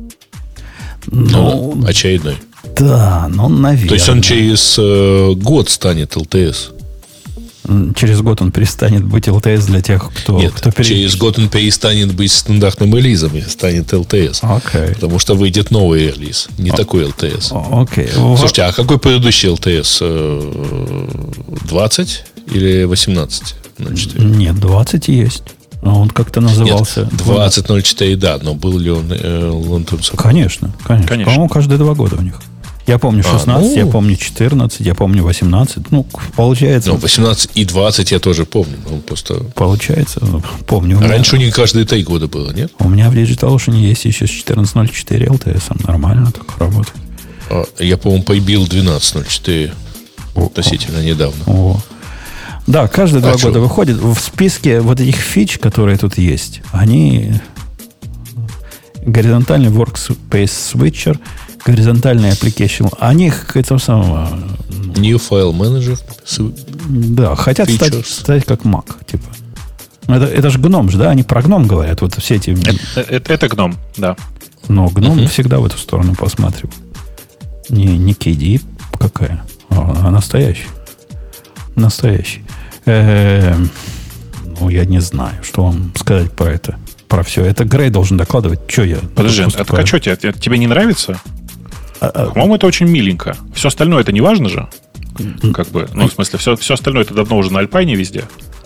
Ну, очередной. Да, наверное. То есть он через год станет LTS? Через год он перестанет быть LTS для тех, кто... Нет, через год он перестанет быть стандартным релизом и станет LTS. Okay. Потому что выйдет новый релиз, не такой LTS. Okay. Слушайте, а какой предыдущий LTS? 20 или 18? Нет, 20 есть. Он как-то назывался... Нет, 20.04, да, но был ли он long-term support? Конечно. По-моему, каждые 2 года у них. Я помню 16, я помню 14, я помню 18. Ну, получается... 18 и 20 я тоже помню. Просто... Получается, помню. Раньше у них каждые 3 года было, нет? У меня в Digital Ocean есть еще с 14.04 LTS. Нормально так работает. Я, по-моему, прибил 12.04 относительно недавно. Да, каждые 2 года выходит. В списке вот этих фич, которые тут есть, они... Горизонтальный Workspace Switcher, горизонтальный application, они этого самого... New File Manager. Да, хотят стать как Mac, типа. Это же гном же, да? Они про гном говорят, вот все эти... Это гном, да. Но гном всегда в эту сторону посматривал. Не KDE какая, а настоящий. Настоящий. Ну, я не знаю, что вам сказать про это. Про все. Это Грей должен докладывать, что я... Подожди, а что тебе не нравится? По-моему, это очень миленько. Все остальное это не важно же? Как бы, в смысле, все остальное это давно уже на Альпайне везде.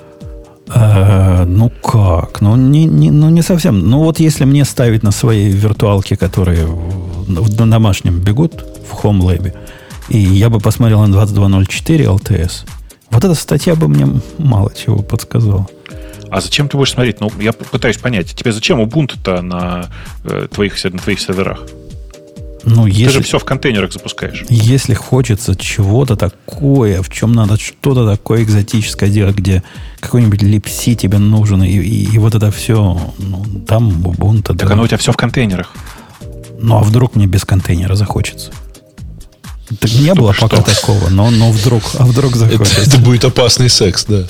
Ну как? Не совсем. Ну вот если мне ставить на своей виртуалке, которые на домашнем бегут в Home Lab, и я бы посмотрел на 22.04 LTS, вот эта статья бы мне мало чего подсказала. А зачем ты будешь смотреть? Ну, я пытаюсь понять. Тебе зачем Ubuntu-то на твоих серверах? Ну, ты же все в контейнерах запускаешь. Если хочется чего-то такое, в чем надо что-то такое экзотическое делать, где какой-нибудь libc тебе нужен, и вот это все, там Ubuntu... Так оно у тебя все в контейнерах. Ну, а вдруг мне без контейнера захочется? Так не было пока такого, но вдруг захочется. Это будет опасный секс, да.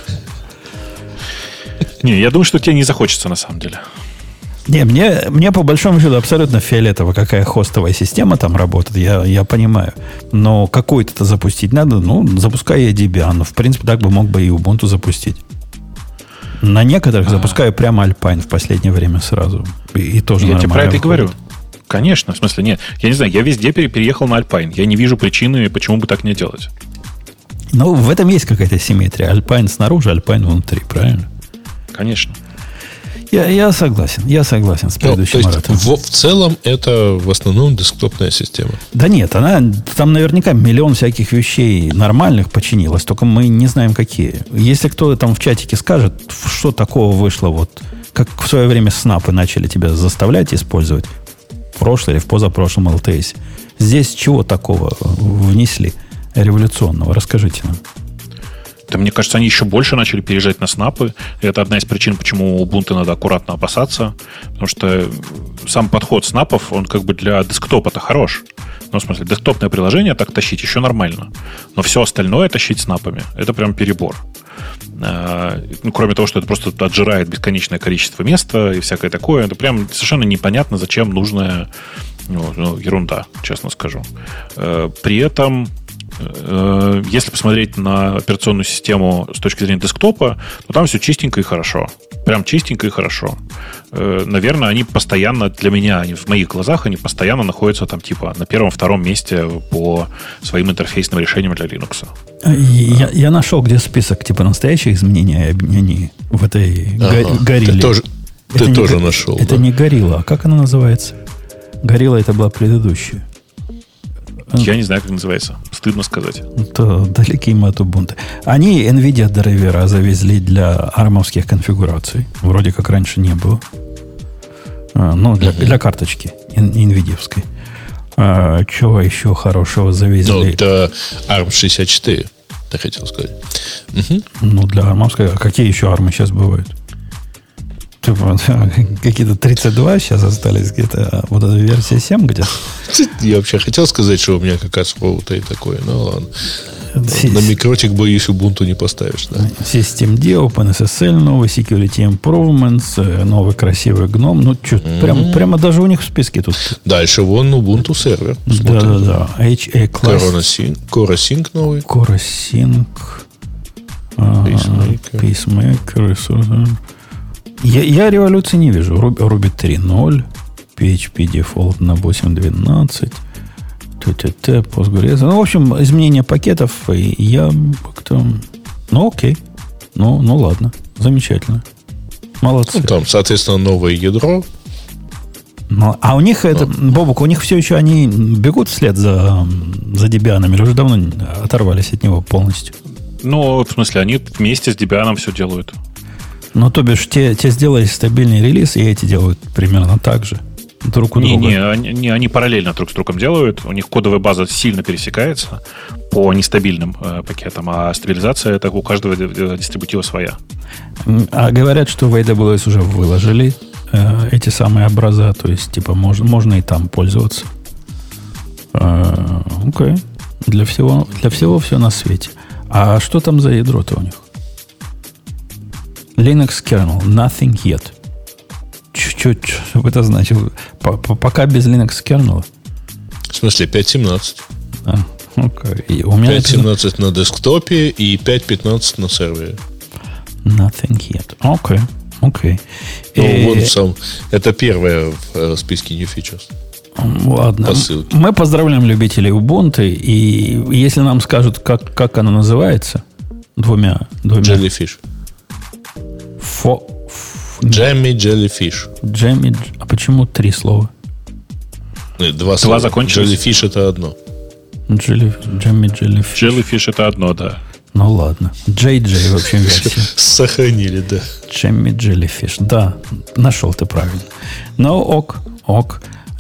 Не, я думаю, что тебе не захочется на самом деле. Не, мне по большому счету абсолютно фиолетово, какая хостовая система там работает, я понимаю. Но какую-то запустить надо, запускай я Debian. Но, в принципе, так бы мог бы и Ubuntu запустить. На некоторых запускаю прямо Alpine в последнее время сразу. И тоже я тебе про это и говорю. Конечно, в смысле, нет. Я не знаю, я везде переехал на Alpine. Я не вижу причины, почему бы так не делать. Ну, в этом есть какая-то симметрия. Alpine снаружи, Alpine внутри, правильно? Конечно. Я согласен с предыдущим Маратом. В целом это в основном десктопная система. Да нет, там наверняка миллион всяких вещей нормальных починилось, только мы не знаем какие. Если кто-то там в чатике скажет, что такого вышло, вот как в свое время снапы начали тебя заставлять использовать в прошлом или в позапрошлом LTS. Здесь чего такого внесли революционного? Расскажите нам. Да, мне кажется, они еще больше начали переезжать на снапы. И это одна из причин, почему Ubuntu надо аккуратно опасаться. Потому что сам подход снапов, он как бы для десктопа-то хорош. Ну, в смысле, десктопное приложение так тащить еще нормально. Но все остальное тащить снапами — это прям перебор. Кроме того, что это просто отжирает бесконечное количество места и всякое такое. Это прям совершенно непонятно, зачем нужная ерунда, честно скажу. При этом Если посмотреть на операционную систему с точки зрения десктопа, то там все чистенько и хорошо. Прям чистенько и хорошо. Наверное, они постоянно, для меня, в моих глазах, они постоянно находятся там типа на первом-втором месте по своим интерфейсным решениям для Linux. Я нашел, где список типа настоящих изменений, они в этой горилле. Ты тоже нашел. Это не горилла, а как она называется? Горилла это была предыдущая. Я не знаю, как называется. Стыдно сказать. То далеки мы от Ubuntu. Они NVIDIA драйвера завезли для армовских конфигураций. Вроде как раньше не было. Для карточки NVIDIA-вской. Чего еще хорошего завезли? Ну, это ARM64, ты хотел сказать. Для армовской. А какие еще армы сейчас бывают? Какие-то 32 сейчас остались где-то, вот эта версия 7 где-то. Я вообще хотел сказать, что у меня как раз и такое, но ладно. На микротик, боюсь, Ubuntu не поставишь, да? Systemd, OpenSSL, новый Security Improvements, новый красивый GNOME. Прямо даже у них в списке тут. Дальше вон Ubuntu сервер. Да. HA Class. CoreSync новый. CoreSync. Peacemaker. Я революции не вижу. Ruby 3.0, PHP Default на 8.12, TTT, Postgres. В общем, изменение пакетов. И я как-то... окей. Ладно. Замечательно. Молодцы. Там, соответственно, новое ядро. А у них Бобук, у них все еще они бегут вслед за Debian, или уже давно оторвались от него полностью? В смысле, они вместе с Debian все делают. То бишь, те сделали стабильный релиз, и эти делают примерно так же. Друг у друга. Они параллельно друг с другом делают. У них кодовая база сильно пересекается по нестабильным пакетам, а стабилизация это у каждого дистрибутива своя. А говорят, что в AWS уже выложили эти самые образа, то есть, типа, можно и там пользоваться. Окей. Для всего все на свете. А что там за ядро-то у них? Linux kernel, nothing yet. Что бы это значило? Пока без Linux kernel. В смысле, 5.17. Okay. 5.17 на десктопе и 5.15 на сервере. Nothing yet. Окей. Это первое в списке New Features. Ладно. Мы поздравляем любителей Ubuntu. И если нам скажут, как она называется, двумя. Jellyfish. Jammy Jellyfish. А почему 3 слова? 2 слова. Закончилось. Jellyfish это одно. Jammy Jellyfish. Jellyfish это одно, да. Ладно. JJ, в общем, версия. Сохранили, да. Jammy Jellyfish. Да, нашел ты правильно. Ок.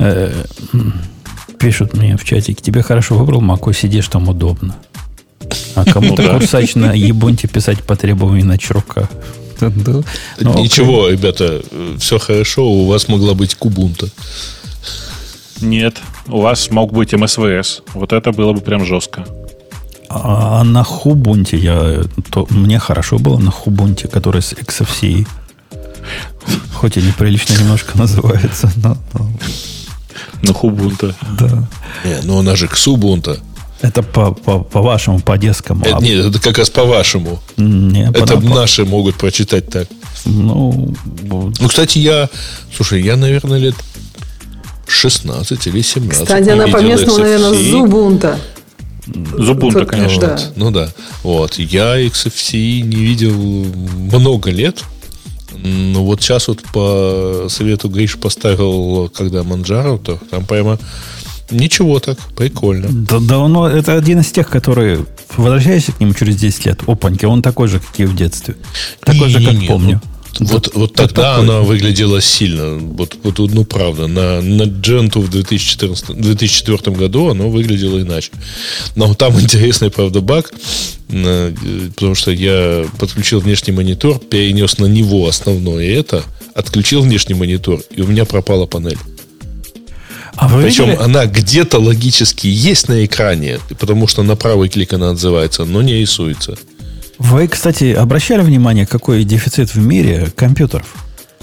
Пишут мне в чатике, тебе хорошо выбрал macOS, сидишь там удобно. А кому-то курсач на Ubuntu писать по требованию на чурка. Ничего, ребята, все хорошо, у вас могла быть Kubuntu. Нет, у вас мог быть MSVS. Вот это было бы прям жестко. А на Хубунте мне хорошо было на Хубунте, который с XFCE. Хоть и неприлично немножко называется, но... На Хубунта. Да. Но она же Ксубунта. Это по-вашему, по-детскому. Нет, это как раз по-вашему. Это наши могут прочитать так. Кстати, я, наверное, лет 16 или 17. Кстати, она по-местному, наверное, Зубунта. Зубунта, конечно. Да. Вот. Я XFCE не видел много лет. Но вот сейчас вот по совету Гриш поставил, когда Манджаро, то там прямо ничего так, прикольно. Да, это один из тех, которые, возвращаешься к нему через 10 лет, опаньки, он такой же, как и в детстве. Такой же, как помню. Вот тогда она выглядела сильно. Правда. На Gentoo в 2004 году оно выглядело иначе. Но там интересный, правда, баг. Потому что я подключил внешний монитор, перенес на него основное отключил внешний монитор, и у меня пропала панель. Причем она где-то логически есть на экране, потому что на правый клик она отзывается, но не рисуется. Вы, кстати, обращали внимание, какой дефицит в мире компьютеров?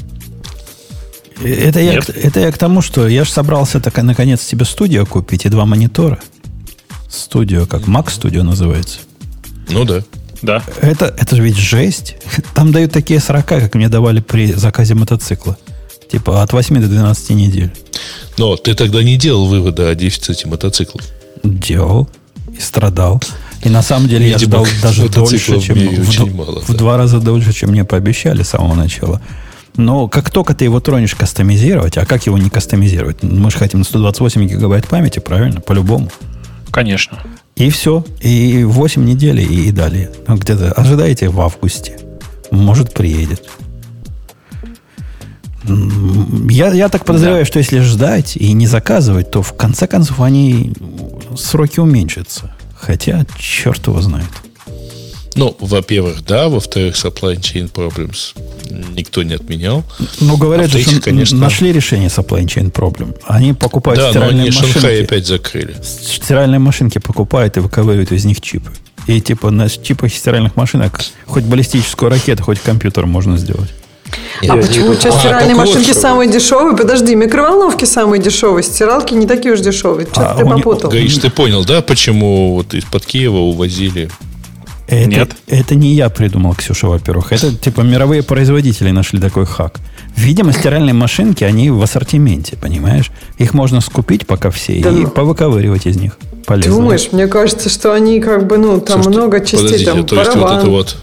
Это я к тому, что я же собрался наконец себе студию купить и 2 монитора Studio, как Mac Studio называется. Ну да. Да. Это же ведь жесть. Там дают такие 40, как мне давали при заказе мотоцикла. Типа от 8 до 12 недель. Но ты тогда не делал вывода о дефиците мотоциклов. Делал и страдал. И на самом деле я ждал даже дольше, чем в 2 раза дольше, чем мне пообещали с самого начала. Но как только ты его тронешь кастомизировать, а как его не кастомизировать? Мы же хотим на 128 гигабайт памяти, правильно? По-любому. Конечно. И все. И 8 недель, и далее. Ну, где-то ожидаете в августе. Может, приедет. Я так подозреваю, что если ждать и не заказывать, то в конце концов они сроки уменьшатся. Хотя, черт его знает. Ну, во-первых, да. Во-вторых, supply chain problems никто не отменял. Ну, говорят, что конечно, нашли решение supply chain problem. Они покупают стиральные машинки. Да, но они Шанхай опять закрыли. Стиральные машинки покупают и выковыривают из них чипы. И типа на чипах стиральных машинок хоть баллистическую ракету, хоть компьютер можно сделать. А почему сейчас стиральные машинки самые дешевые? Подожди, микроволновки самые дешевые, стиралки не такие уж дешевые. Что ты попутал? Гаиш, ты понял, да, почему вот из-под Киева увозили? Нет. Это не я придумал, Ксюша, во-первых. Это типа мировые производители нашли такой хак. Видимо, стиральные машинки, они в ассортименте, понимаешь? Их можно скупить пока все и повыковыривать из них. Полезно. Думаешь, мне кажется, что они как бы, там слушайте, много частей. Подождите, там то есть вот это вот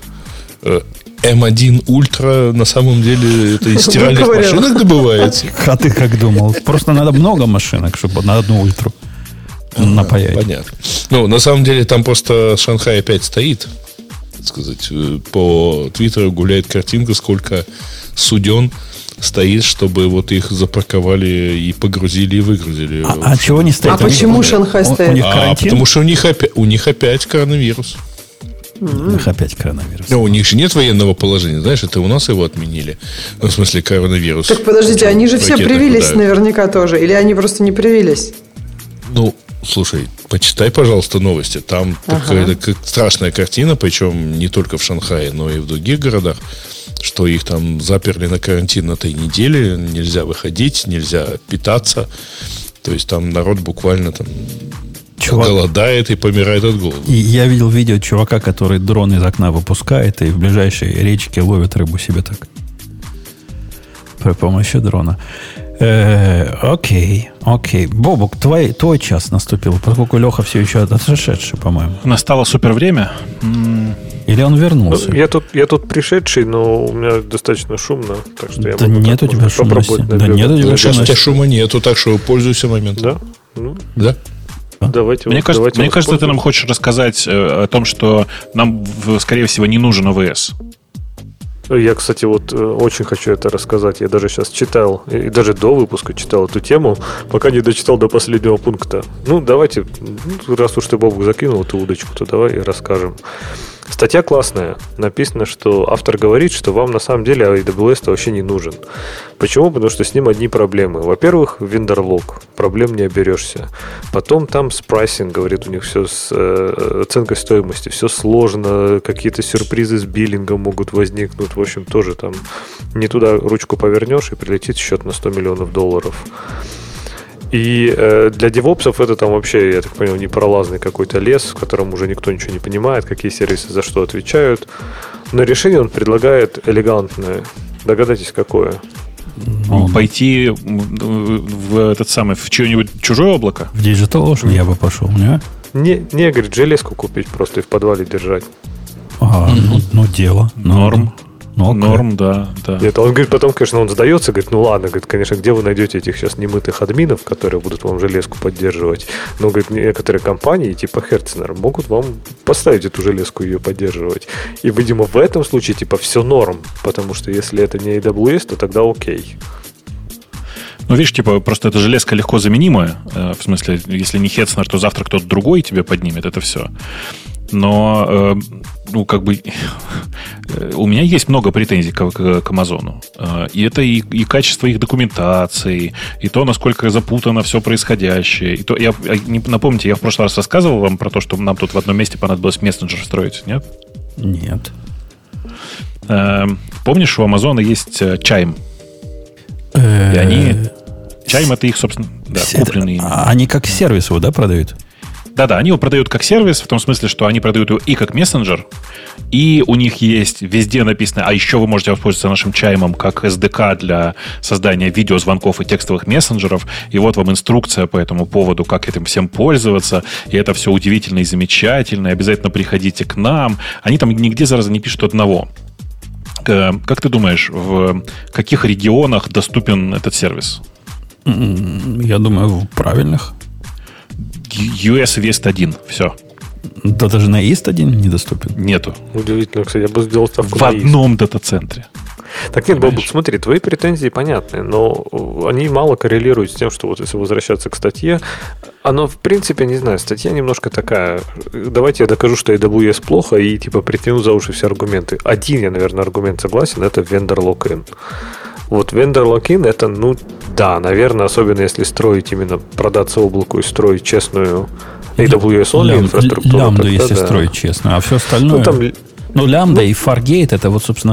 M1 Ultra на самом деле это из стиральных машинок добывается? А ты как думал? Просто надо много машинок, чтобы на одну ультру напаять. Понятно. Ну, на самом деле там просто Шанхай опять стоит. Так сказать, по Твиттеру гуляет картинка, сколько суден стоит, чтобы вот их запарковали и погрузили и выгрузили. А чего не стоит? А почему Шанхай стоит? У них карантин? Потому что у них опять коронавирус. У них опять коронавирус. Но у них же нет военного положения, знаешь, это у нас его отменили. Ну, в смысле, коронавирус. Так подождите, они же все привились наверняка тоже. Или они просто не привились? Ну, слушай, почитай, пожалуйста, новости. Там такая страшная картина, причем не только в Шанхае, но и в других городах, что их там заперли на карантин на 3 недели, нельзя выходить, нельзя питаться. То есть там народ буквально там голодает и помирает от голода. И я видел видео чувака, который дрон из окна выпускает и в ближайшей речке ловит рыбу себе так. При помощи дрона. Окей. Бобук, твой час наступил, поскольку Леха все еще отошедший, по-моему. Настало супер время. Или он вернулся? Я тут пришедший, но у меня достаточно шумно, так что я могу нет у тебя шумности. Да нет у тебя шумности. У тебя шума нету, так что пользуйся моментом. Да? Да. Давайте. Мне кажется, ты нам хочешь рассказать о том, что нам, скорее всего, не нужен ОВС. Я, кстати, вот очень хочу это рассказать. Я даже сейчас читал, и даже до выпуска читал эту тему, пока не дочитал до последнего пункта. Ну, давайте, раз уж ты, Бобук, закинул эту удочку, то давай и расскажем. Статья классная. Написано, что автор говорит, что вам на самом деле AWS вообще не нужен. Почему? Потому что с ним одни проблемы. Во-первых, вендор-лог. Проблем не оберешься. Потом там с прайсинг, говорит, у них все с оценкой стоимости. Все сложно. Какие-то сюрпризы с биллингом могут возникнуть. В общем, тоже там не туда ручку повернешь и прилетит счет на $100 миллионов. И для девопсов это там вообще, я так понял, непролазный какой-то лес, в котором уже никто ничего не понимает, какие сервисы за что отвечают. Но решение он предлагает элегантное. Догадайтесь, какое? Пойти в чье-нибудь чужое облако? В DigitalOcean я бы пошел, не? Не, говорит, железку купить просто и в подвале держать. Дело. Норм, да. Нет, он говорит, потом, конечно, он сдается, говорит, ну ладно, говорит, конечно, где вы найдете этих сейчас немытых админов, которые будут вам железку поддерживать? Но, говорит, некоторые компании, типа Hertzner, могут вам поставить эту железку и ее поддерживать. И, видимо, в этом случае, типа, все норм, потому что если это не AWS, то тогда окей. Ну, видишь, типа, просто эта железка легко заменимая. В смысле, если не Hetzner, то завтра кто-то другой тебе поднимет это все. Но, у меня есть много претензий к Амазону. И это и качество их документации, и то, насколько запутано все происходящее. И то, напомните, я в прошлый раз рассказывал вам про то, что нам тут в одном месте понадобилось мессенджер строить, нет? Нет. Помнишь, у Амазона есть Chime? И они... Chime — это их, собственно, купленные. Они как сервис его, продают? Да-да, они его продают как сервис, в том смысле, что они продают его и как мессенджер, и у них есть везде написано, а еще вы можете воспользоваться нашим чаймом как SDK для создания видеозвонков и текстовых мессенджеров, и вот вам инструкция по этому поводу, как этим всем пользоваться, и это все удивительно и замечательно, и обязательно приходите к нам. Они там нигде, зараза, не пишут одного. Как ты думаешь, в каких регионах доступен этот сервис? Я думаю, в правильных. US West 1, все. Да даже на East 1 недоступен. Нету. Удивительно, кстати, я бы сделал ставку в одном дата-центре. Так нет, Бобук, смотри, твои претензии понятны, но они мало коррелируют с тем, что вот если возвращаться к статье, оно, в принципе, не знаю, статья немножко такая. Давайте я докажу, что AWS плохо, и типа притяну за уши все аргументы. Один, я, наверное, аргумент согласен, это vendor lock-in. Вот vendor lock-in это, ну, да, наверное, особенно если строить именно, продаться облаку и строить честную AWS only инфраструктуру. Лямбду, если строить честно, а все остальное... Лямбда и Fargate, это вот, собственно,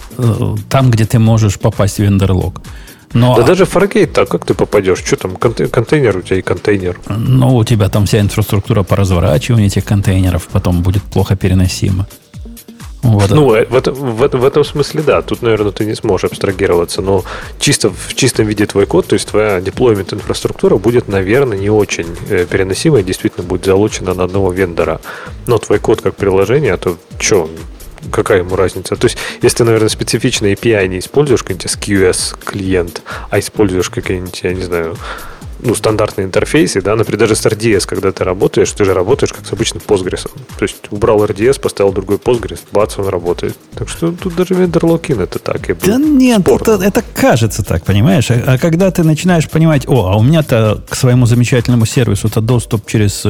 там, где ты можешь попасть в vendor lock. Да даже Fargate, а как ты попадешь? Что там, контейнер у тебя и контейнер? Ну, у тебя там вся инфраструктура по разворачиванию этих контейнеров потом будет плохо переносима. Вот. Ну, в этом смысле, да. Тут, наверное, ты не сможешь абстрагироваться, но в чистом виде твой код, то есть твоя деплоймент инфраструктура будет, наверное, не очень переносимая, действительно будет залочена на одного вендора. Но твой код как приложение, то что, какая ему разница? То есть, если ты, наверное, специфичный API не используешь, какой-нибудь SQS клиент, а используешь какие-нибудь, я не знаю, стандартные интерфейсы, да, например, даже с RDS, когда ты же работаешь как с обычным Postgres. То есть убрал RDS, поставил другой Postgres, бац, он работает. Так что тут даже vendor lock-in это так. Да нет, это кажется так, понимаешь? А когда ты начинаешь понимать, а у меня-то к своему замечательному сервису-то доступ через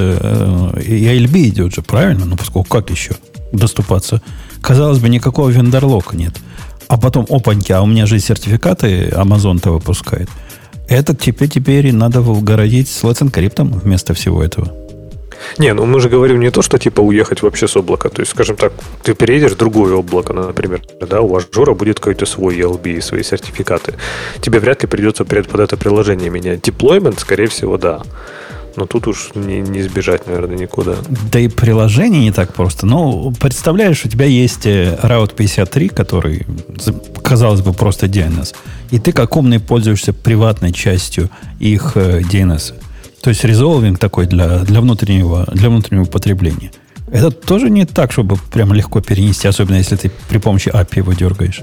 ELB идет же, правильно? Ну, поскольку как еще доступаться? Казалось бы, никакого vendor lock нет. А потом, опаньки, а у меня же сертификаты Amazon-то выпускает. Это теперь надо городить с Let's Encrypt вместо всего этого. Не, ну мы же говорим не то, что типа уехать вообще с облака. То есть, скажем так, ты переедешь в другое облако, например, да, у Ажура будет какой-то свой ELB, свои сертификаты. Тебе вряд ли придется под это приложение менять. Deployment, скорее всего, да. Но тут уж не сбежать, наверное, никуда. Да и приложение не так просто. Ну, представляешь, у тебя есть Route 53, который, казалось бы, просто DNS. И ты как умный пользуешься приватной частью их DNS. То есть резолвинг такой для внутреннего потребления. Это тоже не так, чтобы прям легко перенести, особенно если ты при помощи API его дергаешь.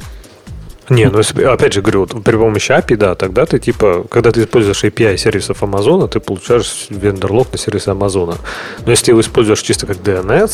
Не, ну, опять же говорю, при помощи API, да, тогда ты, типа, когда ты используешь API сервисов Амазона, ты получаешь вендор-лок на сервисы Амазона. Но если ты его используешь чисто как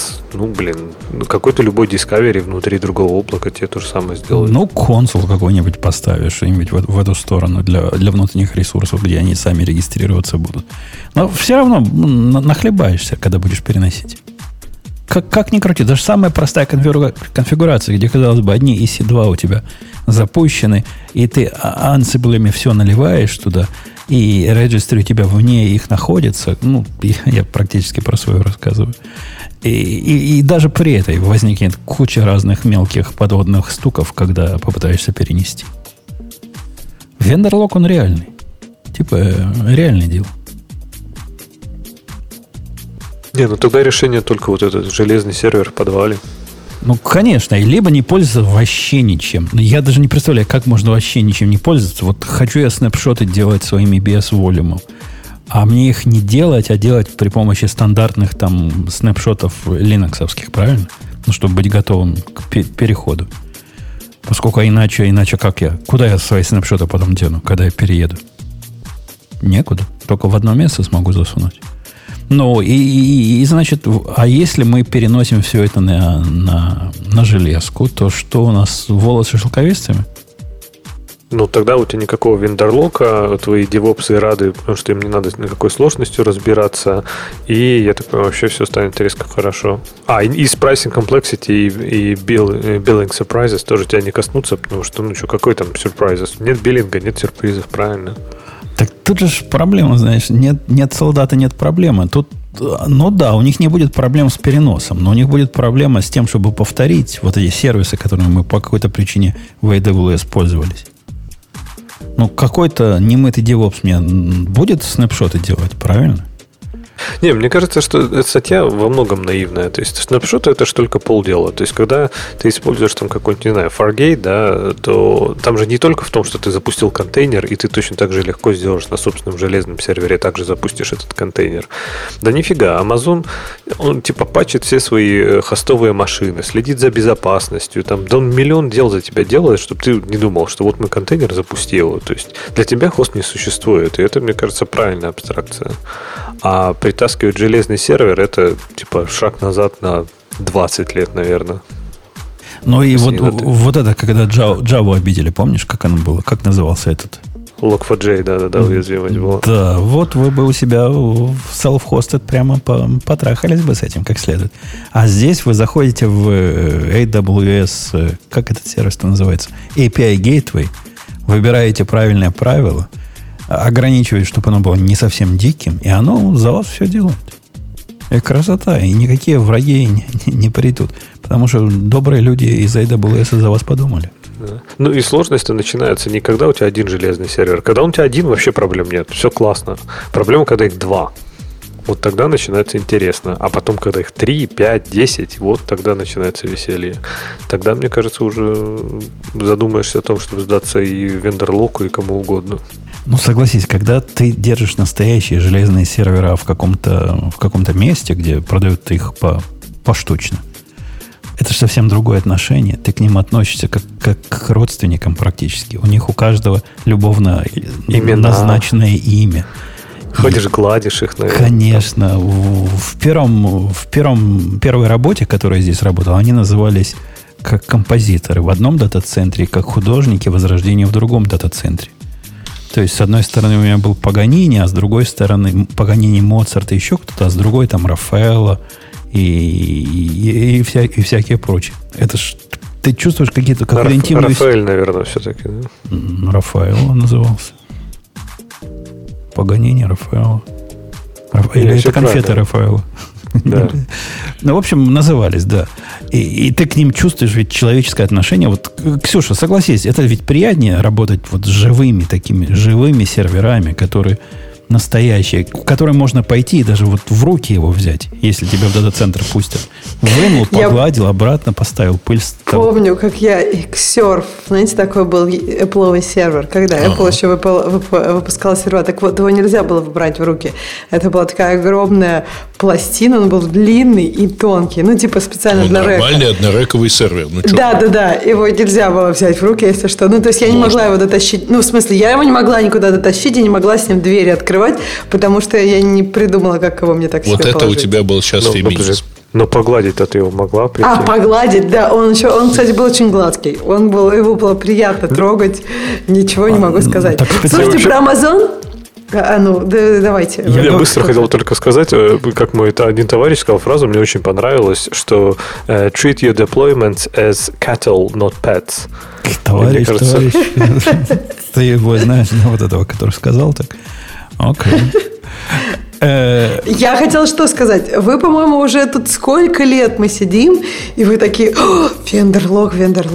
DNS, какой-то любой Discovery внутри другого облака тебе то же самое сделает. Ну, консул какой-нибудь поставишь, что-нибудь в эту сторону для внутренних ресурсов, где они сами регистрироваться будут. Но все равно нахлебаешься, когда будешь переносить. Как ни крути, даже самая простая конфигурация, где, казалось бы, одни EC2 у тебя запущены, и ты ансиблами все наливаешь туда, и регистры у тебя вне их находятся, я практически про свою рассказываю, и даже при этой возникнет куча разных мелких подводных стуков, когда попытаешься перенести. Вендор-лок, он реальный. Типа, реальное дело. Не, тогда решение только вот этот железный сервер в подвале. Ну, конечно, и либо не пользоваться вообще ничем. Я даже не представляю, как можно вообще ничем не пользоваться. Вот хочу я снапшоты делать своими BS-волюмом, а мне их не делать, а делать при помощи стандартных там снапшотов линоксовских, правильно? Ну, чтобы быть готовым к переходу. Поскольку иначе как я? Куда я свои снапшоты потом дену, когда я перееду? Некуда. Только в одно место смогу засунуть. Ну, и значит, а если мы переносим все это на железку, то что у нас, волосы шелковистыми? Ну, тогда у тебя никакого вендорлока, твои девопсы рады, потому что им не надо с никакой сложностью разбираться, и, я так понимаю, вообще все станет резко хорошо. И с pricing complexity и billing surprises тоже тебя не коснутся, потому что, какой там сюрприз? Нет биллинга, нет сюрпризов, правильно? Так тут же проблема, знаешь, нет солдата, нет проблемы. Тут, да, у них не будет проблем с переносом, но у них будет проблема с тем, чтобы повторить вот эти сервисы, которыми мы по какой-то причине в AWS пользовались. Какой-то немытый DevOps мне будет снапшоты делать, правильно? Не, мне кажется, что эта статья во многом наивная. То есть, снапшот это же только полдела. То есть, когда ты используешь там какой-нибудь, не знаю, Fargate, да, то там же не только в том, что ты запустил контейнер, и ты точно так же легко сделаешь на собственном железном сервере, также запустишь этот контейнер. Да нифига. Amazon, он типа патчит все свои хостовые машины, следит за безопасностью. Там, да он миллион дел за тебя делает, чтобы ты не думал, что вот мы контейнер запустил. То есть, для тебя хост не существует. И это, мне кажется, правильная абстракция. А притаскивать железный сервер — это типа шаг назад на 20 лет, наверное. Ну и вот это, когда Java обидели, помнишь, как оно было? Как назывался этот? Log4j, да, уязвимость была. Да, вот вы бы у себя в self-hosted прямо потрахались бы с этим как следует. А здесь вы заходите в AWS, как этот сервис называется? API Gateway, выбираете правильное правило, ограничиваете, чтобы оно было не совсем диким, и оно за вас все делает. И красота, и никакие враги не придут. Потому что добрые люди из AWS за вас подумали. Да. Ну и сложность-то начинается не когда у тебя один железный сервер. Когда у тебя один, вообще проблем нет. Все классно. Проблема, когда их два. Вот тогда начинается интересно. А потом, когда их 3, 5, 10, вот тогда начинается веселье. Тогда, мне кажется, уже задумаешься о том, чтобы сдаться и вендор-локу, и кому угодно. Ну, согласись, когда ты держишь настоящие железные сервера в каком-то месте, где продают их поштучно, это же совсем другое отношение. Ты к ним относишься как к родственникам практически. У них у каждого любовно назначенное имя. Ходишь, гладишь их, наверное. Конечно. В первой работе, которая здесь работала, они назывались как композиторы в одном дата-центре, как художники Возрождения в другом дата-центре. То есть, с одной стороны, у меня был Паганини, а с другой стороны, Паганини, Моцарт и еще кто-то, а с другой там Рафаэлло и всякие прочие. Это ж ты чувствуешь какую-то интимную... Рафаэль, наверное, все-таки. Да? Рафаэлло назывался. Паганини, Рафаэлло. Или это конфеты Рафаэлло. Да. Ну, в общем, назывались, да. И ты к ним чувствуешь ведь человеческое отношение. Вот, Ксюша, согласись, это ведь приятнее работать вот с живыми серверами, которые настоящие, в которые можно пойти и даже вот в руки его взять, если тебя в дата-центр пустят. Вынул, погладил, обратно поставил, пыль стал. Помню, как я Xsurf, знаете, такой был Apple сервер, когда Apple еще выпускал сервера, так вот, его нельзя было брать в руки. Это была такая огромная пластина, он был длинный и тонкий, ну, типа специально для река. Нормальный однорековый сервер. Ну, да, его нельзя было взять в руки, если что. Ну, то есть я не могла его дотащить, ну, в смысле, я его не могла никуда дотащить и не могла с ним двери открывать, потому что я не придумала, как его мне так себе положить. Вот это у тебя был сейчас феминизм. Но погладить-то ты его могла прийти? Погладить, да. Он, кстати, был очень гладкий. Его было приятно трогать. Ничего не могу сказать. Слушайте, про Amazon... давайте. Я быстро хотел только сказать, как мой один товарищ сказал фразу, мне очень понравилось, что treat your deployments as cattle, not pets. Товарищ. Ты его знаешь, вот этого, который сказал так? Окей. Я хотела что сказать. Вы, по-моему, уже тут сколько лет мы сидим, и вы такие: вендор-лог.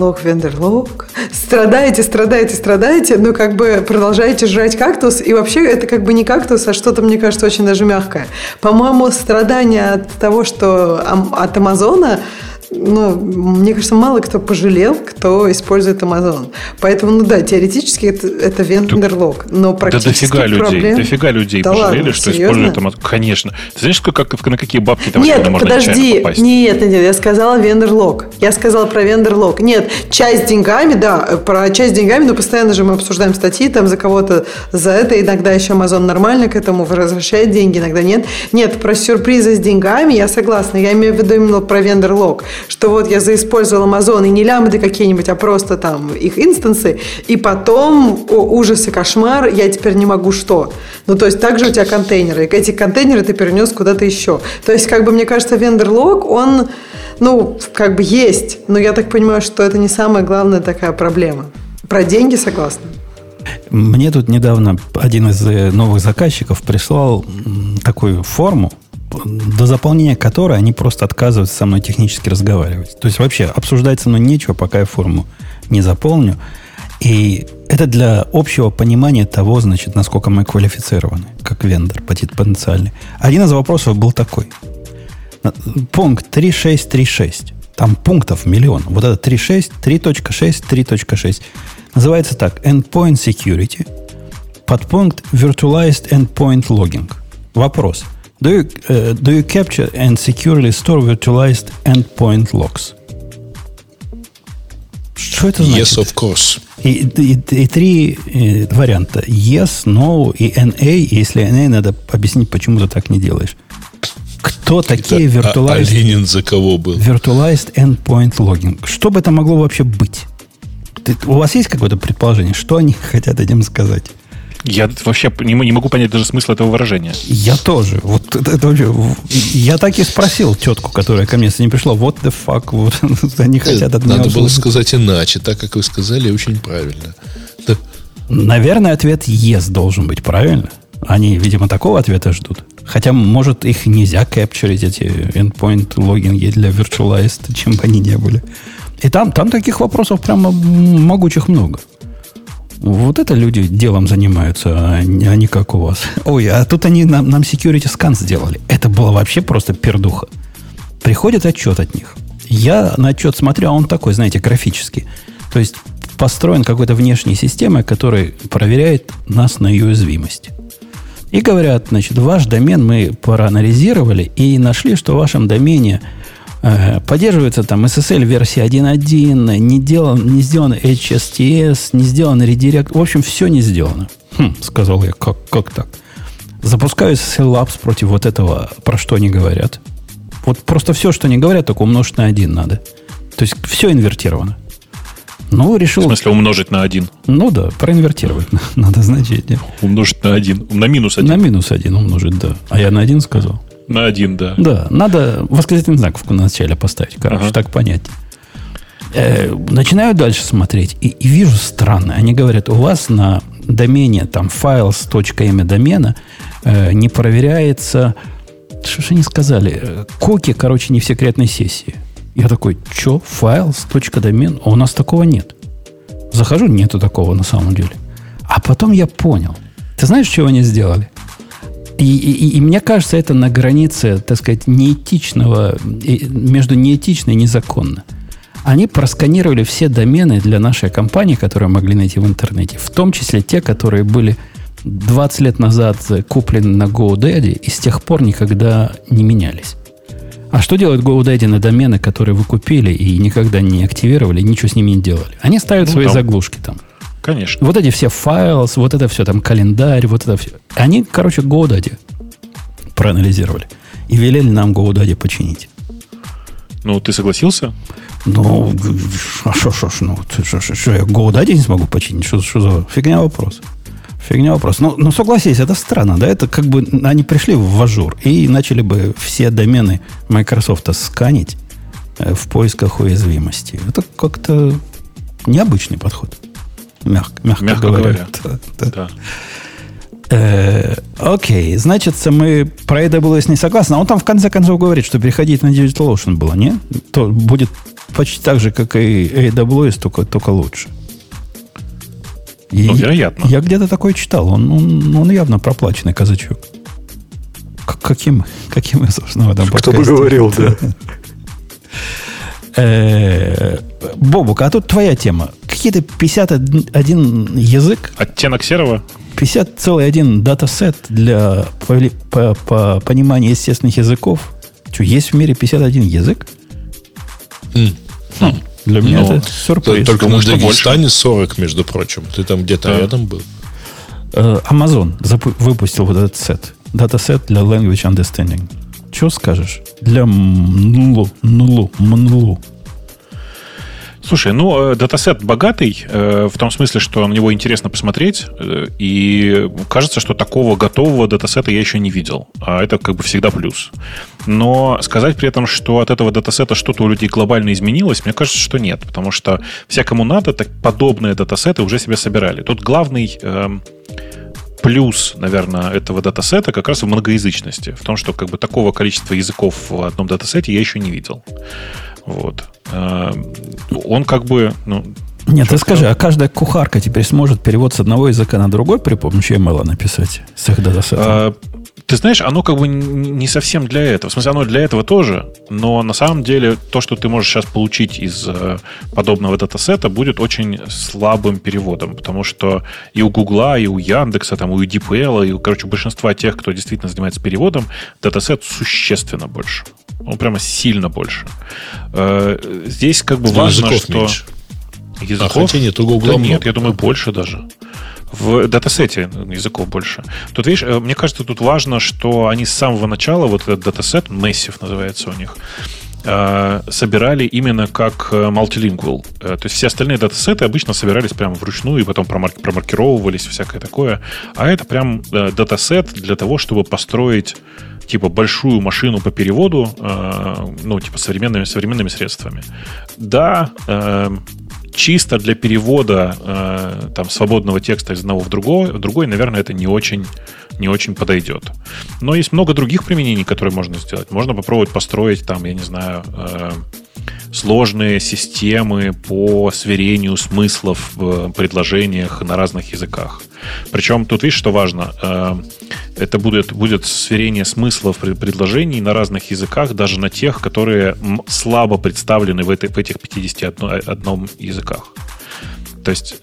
Страдаете, но как бы продолжаете жрать кактус, и вообще это как бы не кактус, а что-то, мне кажется, очень даже мягкое. По-моему, страдания от того, что от Амазона, ну, мне кажется, мало кто пожалел, кто использует Amazon. Поэтому, теоретически это вендор-лог. Но практически дофига людей пожалели, что используют Amazon. Конечно. Ты знаешь, на какие бабки там можно нечаянно попасть? Нет, я сказала вендор-лог. Я сказала про вендор-лог. Нет, часть деньгами, про часть деньгами, но постоянно же мы обсуждаем статьи, там за кого-то за это. Иногда еще Amazon нормально к этому возвращает деньги, иногда нет. Нет, про сюрпризы с деньгами я согласна. Я имею в виду именно про вендор-лог. Что вот я заиспользовал Amazon, и не лямбды какие-нибудь, а просто там их инстансы, и потом, ужас и кошмар, я теперь не могу что. Ну, то есть, также у тебя контейнеры, и эти контейнеры ты перенес куда-то еще. То есть, как бы, мне кажется, вендор-лог, он, как бы есть, но я так понимаю, что это не самая главная такая проблема. Про деньги согласна. Мне тут недавно один из новых заказчиков прислал такую форму, до заполнения которой они просто отказываются со мной технически разговаривать. То есть вообще обсуждать со мной нечего, пока я форму не заполню. И это для общего понимания того, значит, насколько мы квалифицированы, как вендор потенциальный. Один из вопросов был такой. Пункт 3.6.3.6. Там пунктов миллион. Вот это 3.6, 3.6, 3.6. Называется так. Endpoint Security. Подпункт Virtualized Endpoint Logging. Вопрос. Do you capture and securely store virtualized endpoint logs? Что это значит? Yes, of course. И три варианта. Yes, no и NA. Если NA, надо объяснить, почему ты так не делаешь. Кто такие virtualized... Ленин за кого был? Virtualized endpoint logging. Что бы это могло вообще быть? У вас есть какое-то предположение, что они хотят этим сказать? Я вообще не могу понять даже смысл этого выражения. Я тоже. Вот это вообще, я так и спросил тетку, которая ко мне с ним пришла. What the fuck? Вот, они хотят от меня... Надо было сказать иначе. Так, как вы сказали, очень правильно. Да. Наверное, ответ yes должен быть, правильно? Они, видимо, такого ответа ждут. Хотя, может, их нельзя кэпчурить, эти endpoint логинги для virtualized, чем бы они ни были. И там таких вопросов прямо могучих много. Вот это люди делом занимаются, а не как у вас. Ой, а тут они нам security scan сделали. Это было вообще просто пердуха. Приходит отчет от них. Я на отчет смотрю, а он такой, знаете, графический. То есть построен какой-то внешней системой, которая проверяет нас на уязвимость. И говорят, значит, ваш домен мы проанализировали и нашли, что в вашем домене поддерживается там SSL версия 1.1, не сделан HSTS, не сделан редирект. В общем, все не сделано. Сказал я, как так? Запускаю SSL Labs против вот этого, про что они говорят. Вот просто все, что они говорят, только умножить на 1 надо. То есть все инвертировано. Ну, решил... В смысле умножить на 1? Ну да, проинвертировать надо значение. Умножить на 1. На минус 1. На минус 1 умножить, да. А я на 1 сказал. На 1, да. Да, надо восклицательный знак в начале поставить. Короче, так понять. Начинаю дальше смотреть и вижу странно. Они говорят, у вас на домене там files.imя домена не проверяется... Что же они сказали? Куки, короче, не в секретной сессии. Я такой, что? Files.domain? А у нас такого нет. Захожу, нету такого на самом деле. А потом я понял. Ты знаешь, что они сделали? И мне кажется, это на границе, так сказать, неэтичного, между неэтично и незаконно. Они просканировали все домены для нашей компании, которые могли найти в интернете, в том числе те, которые были 20 лет назад куплены на GoDaddy и с тех пор никогда не менялись. А что делают GoDaddy на домены, которые вы купили и никогда не активировали, ничего с ними не делали? Они ставят свои заглушки там. Конечно. Вот эти все файлы, вот это все там календарь, вот это все. Они, короче, GoDaddy проанализировали и велели нам GoDaddy починить. Ну, ты согласился? Ну, а что я GoDaddy не смогу починить? Что за фигня вопрос? Фигня вопрос. Ну, согласись, это странно, да? Это как бы они пришли в ажур и начали бы все домены Microsoft сканить в поисках уязвимости. Это как-то необычный подход. Мягко говоря. Да. Окей, значит, мы про AWS не согласны. А он там в конце концов говорит, что переходить на DigitalOcean было, не? То будет почти так же, как и AWS, только лучше. Вероятно. Я где-то такое читал. Он явно проплаченный казачок. Каким я, собственно, в этом подкасте? Кто бы говорил, да. Бобук, а тут твоя тема. Какие-то 51 язык. Оттенок серого? 50,1 датасет для понимания естественных языков. Что, есть в мире 51 язык? Для меня это сюрприз. Только на Дагестане 40, между прочим. Ты там где-то рядом был? Amazon выпустил вот этот сет. Датасет для Language Understanding. Что скажешь? Для МНЛУ. Слушай, датасет богатый, в том смысле, что на него интересно посмотреть, и кажется, что такого готового датасета я еще не видел, а это как бы всегда плюс. Но сказать при этом, что от этого датасета что-то у людей глобально изменилось, мне кажется, что нет, потому что всякому надо, так подобные датасеты уже себе собирали. Тут главный плюс, наверное, этого датасета как раз в многоязычности, в том, что как бы такого количества языков в одном датасете я еще не видел. Вот. Он как бы, Нет, ты скажи, а каждая кухарка теперь сможет перевод с одного языка на другой при помощи ML написать с их датасетом? Ты знаешь, оно как бы не совсем для этого. В смысле, оно для этого тоже, но на самом деле то, что ты можешь сейчас получить из подобного датасета, будет очень слабым переводом, потому что и у Гугла, и у Яндекса, там, и у DeepL, и у, короче, большинства тех, кто действительно занимается переводом, датасет существенно больше. Он прямо сильно больше. Здесь как бы важно, языков что... меньше. Языков? Хотя нет, у Гугла да нет, много. я думаю, больше даже. В датасете языков больше. Тут, видишь, мне кажется, тут важно, что они с самого начала, вот этот датасет, Massive называется у них, собирали именно как multilingual. То есть все остальные датасеты обычно собирались прямо вручную и потом промаркировывались, всякое такое. А это прям датасет для того, чтобы построить типа большую машину по переводу, ну, типа современными средствами. Да, чисто для перевода там, свободного текста из одного в другой, наверное, это не очень подойдет. Но есть много других применений, которые можно сделать. Можно попробовать построить там, я не знаю, сложные системы по сверению смыслов в предложениях на разных языках. Причем тут, видишь, что важно? Это будет сверение смыслов предложений на разных языках, даже на тех, которые слабо представлены в этих 51 языках. То есть...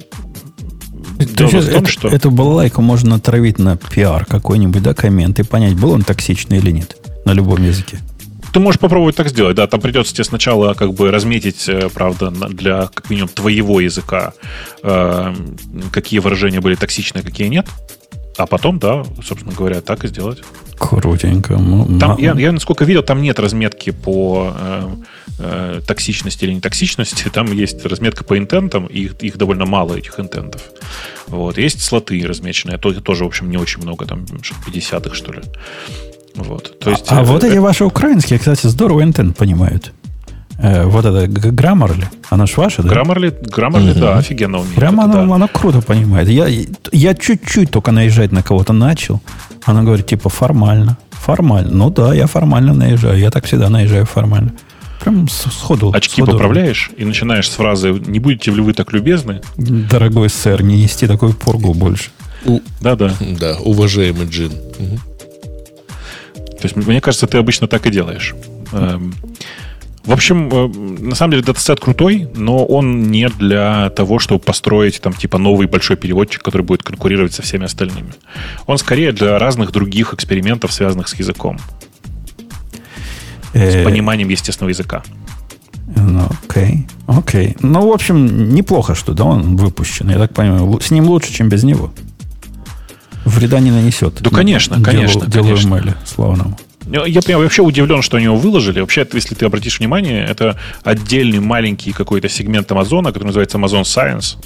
Дело в том, что... Эту балалайку можно натравить на PR какой-нибудь, да, коммент и понять, был он токсичный или нет на любом языке. Ты можешь попробовать так сделать, да, там придется тебе сначала как бы разметить, правда, для как минимум твоего языка, какие выражения были токсичны, какие нет, а потом, да, собственно говоря, так и сделать. Крутенько. Там, я насколько видел, там нет разметки по токсичности или нетоксичности, там есть разметка по интентам, и их довольно мало, этих интентов. Вот. Есть слоты размеченные, тоже, в общем, не очень много, там 50 их, что ли. Вот. То есть, вот эти ваши украинские, кстати, здорово интент понимают. Вот это Grammarly, она ж ваша, да? Grammarly, да, офигенно умеет. Прямо она круто понимает. Я чуть-чуть только наезжать на кого-то начал. Она говорит, типа, формально. Ну да, я формально наезжаю. Я так всегда наезжаю формально. Прям сходу. Очки поправляешь и начинаешь с фразы «Не будете ли вы так любезны?» Дорогой сэр, не нести такую поргу больше. Да-да. Да, уважаемый Джин. То есть, мне кажется, ты обычно так и делаешь. В общем, на самом деле датасет крутой, но он не для того, чтобы построить там типа новый большой переводчик, который будет конкурировать со всеми остальными. Он скорее для разных других экспериментов, связанных с языком. С пониманием естественного языка. Окей. Ну, в общем, неплохо, что да, он выпущен. Я так понимаю, с ним лучше, чем без него. Вреда не нанесет. Да, конечно. Делаю ML, слава нам. Я вообще удивлен, что они его выложили. Вообще, если ты обратишь внимание, это отдельный маленький какой-то сегмент Амазона, который называется Amazon Science.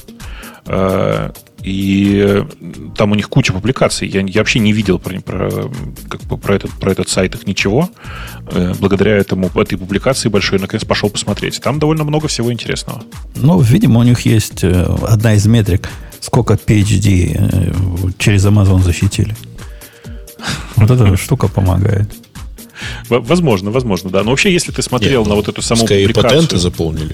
И там у них куча публикаций. Я вообще не видел про этот сайт их ничего. Благодаря этой публикации большой я наконец пошел посмотреть. Там довольно много всего интересного. Ну, видимо, у них есть одна из метрик, сколько PhD через Amazon защитили. Вот эта штука помогает. Возможно, да. Но вообще, если ты смотрел на вот эту саму публикацию... патенты заполнили.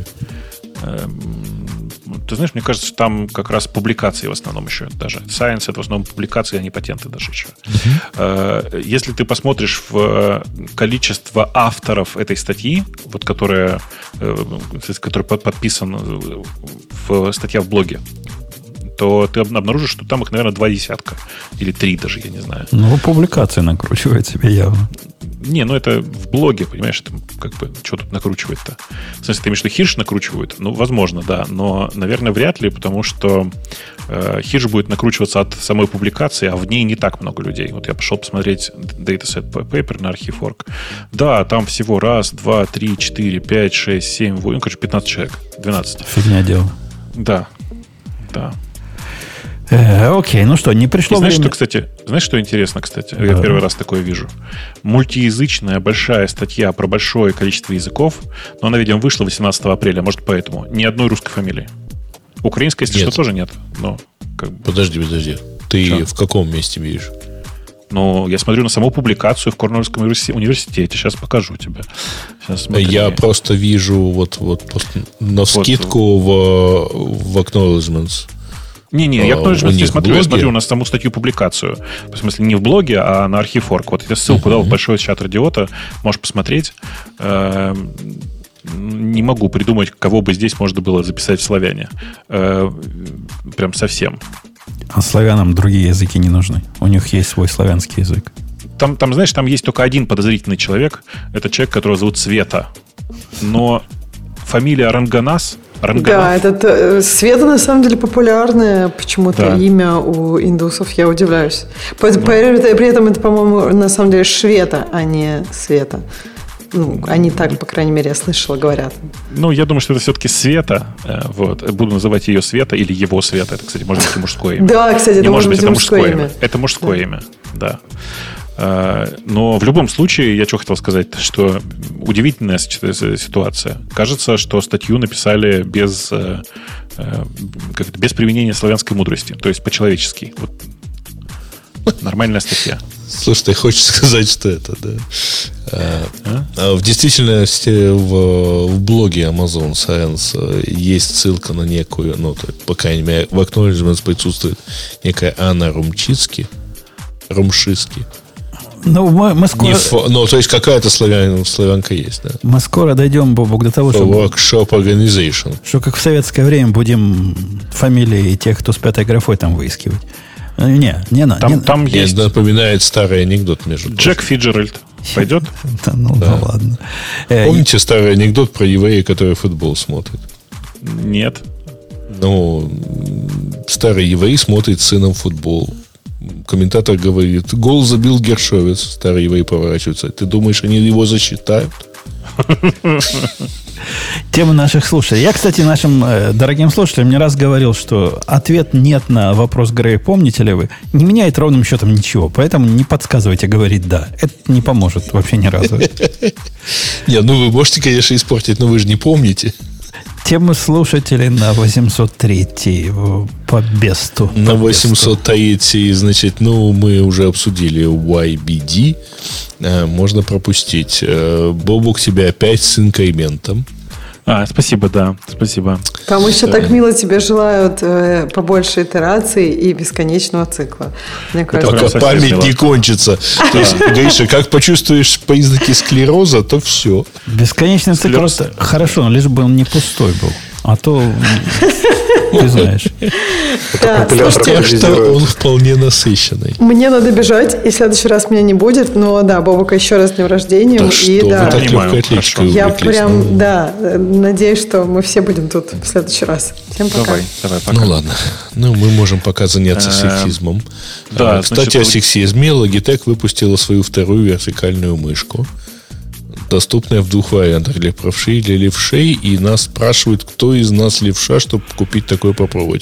Ты знаешь, мне кажется, что там как раз публикации в основном еще даже. Science — это в основном публикации, а не патенты даже еще. Если ты посмотришь в количество авторов этой статьи, вот которая подписана статья в блоге, то ты обнаружишь, что там их, наверное, 20 или 3 даже, я не знаю. Ну, публикации накручивает себе явно. Не, ну это в блоге, понимаешь, это как бы, что тут накручивает-то? В смысле, ты имеешь в виду, Хирш накручивает? Ну, возможно, да, но, наверное, вряд ли, потому что Хирш будет накручиваться от самой публикации, а в ней не так много людей. Вот я пошел посмотреть dataset paper на Archive.org. Да, там всего 1, 2, 3, 4, 5, 6, 7, 8, ну, короче, 15 человек, 12. Фигня дело. Да. Окей, ну что, не пришло время... Знаешь, что интересно, кстати? Я первый раз такое вижу. Мультиязычная большая статья про большое количество языков, но она, видимо, вышла 18 апреля, может, поэтому. Ни одной русской фамилии. Украинской, если что, тоже нет. Но, как бы... Подожди. Ты в каком месте видишь? Но я смотрю на саму публикацию в Корнельском университете. Сейчас покажу тебе. Я просто вижу вот навскидку в acknowledgements. Не, я не смотрю. Я смотрю на саму статью-публикацию. В смысле, не в блоге, а на Archive.org. Вот я ссылку дал в большой чат Радиота. Можешь посмотреть. Не могу придумать, кого бы здесь можно было записать в славяне. Прям совсем. А славянам другие языки не нужны. У них есть свой славянский язык. Там, знаешь, там есть только один подозрительный человек. Это человек, которого зовут Света. Но фамилия Ранганас. Да, этот Света на самом деле популярное почему-то имя у индусов. Я удивляюсь. При этом это, по-моему, на самом деле Швета, а не Света. Ну, они так, по крайней мере, я слышала, говорят. Ну, я думаю, что это все-таки Света. Вот. Буду называть ее Света или его Света. Это, кстати, может быть и мужское имя. Да, кстати, это может быть и мужское имя. Это мужское имя, да. Но в любом случае, я что хотел сказать, что удивительная ситуация. Кажется, что статью написали без применения славянской мудрости. То есть по-человечески. Вот. Нормальная статья. Слушай, ты хочешь сказать, что это, да? В действительности в блоге Amazon Science есть ссылка на некую, по крайней мере, в acknowledgements присутствует некая Анна Румчицки. Ну, мы скоро... то есть какая-то славянка есть, да? Мы скоро дойдем, Бобок, до того, что... Workshop Organization. Что как в советское время будем фамилии тех, кто с пятой графой там выискивать. Не надо. Там есть... напоминает старый анекдот, между прочим. Джек Фиджеральд. Пойдет? Да ладно. Помните старый анекдот про еврея, который футбол смотрит? Нет. Старый еврей смотрит с сыном футбол. Комментатор говорит: гол забил Гершовец. Старый еврей поворачивается. Ты думаешь, они его засчитают? Тема наших слушателей. Я, кстати, нашим дорогим слушателям не раз говорил, что ответ нет на вопрос Грея, помните ли вы, не меняет ровным счетом ничего. Поэтому не подсказывайте говорить «да». Это не поможет вообще ни разу. Вы можете, конечно, испортить, но вы же не помните. Тему слушателей на 803 по бесту. На 803, значит, мы уже обсудили YBD. Можно пропустить. Бобук, тебя опять с инкрементом. Спасибо, да, спасибо. Там еще так мило тебе желают побольше итераций и бесконечного цикла. Мне кажется, пока память не кончится. То есть, Гриша, как почувствуешь признаки склероза, то все. Бесконечный цикл это хорошо, но лишь бы он не пустой был. А то, ты знаешь. Пока что он вполне насыщенный. Мне надо бежать, и в следующий раз меня не будет. Но да, Бобука, еще раз с днем рождения. Да что, вы так легкой атлетикой я прям, надеюсь, что мы все будем тут в следующий раз. Всем пока. Давай, пока. Ладно. Мы можем пока заняться сексизмом. Да, кстати, о сексизме. Logitech выпустила свою вторую вертикальную мышку, доступная в двух вариантах: для правшей и для левшей. И нас спрашивают, кто из нас левша, чтобы купить такое попробовать.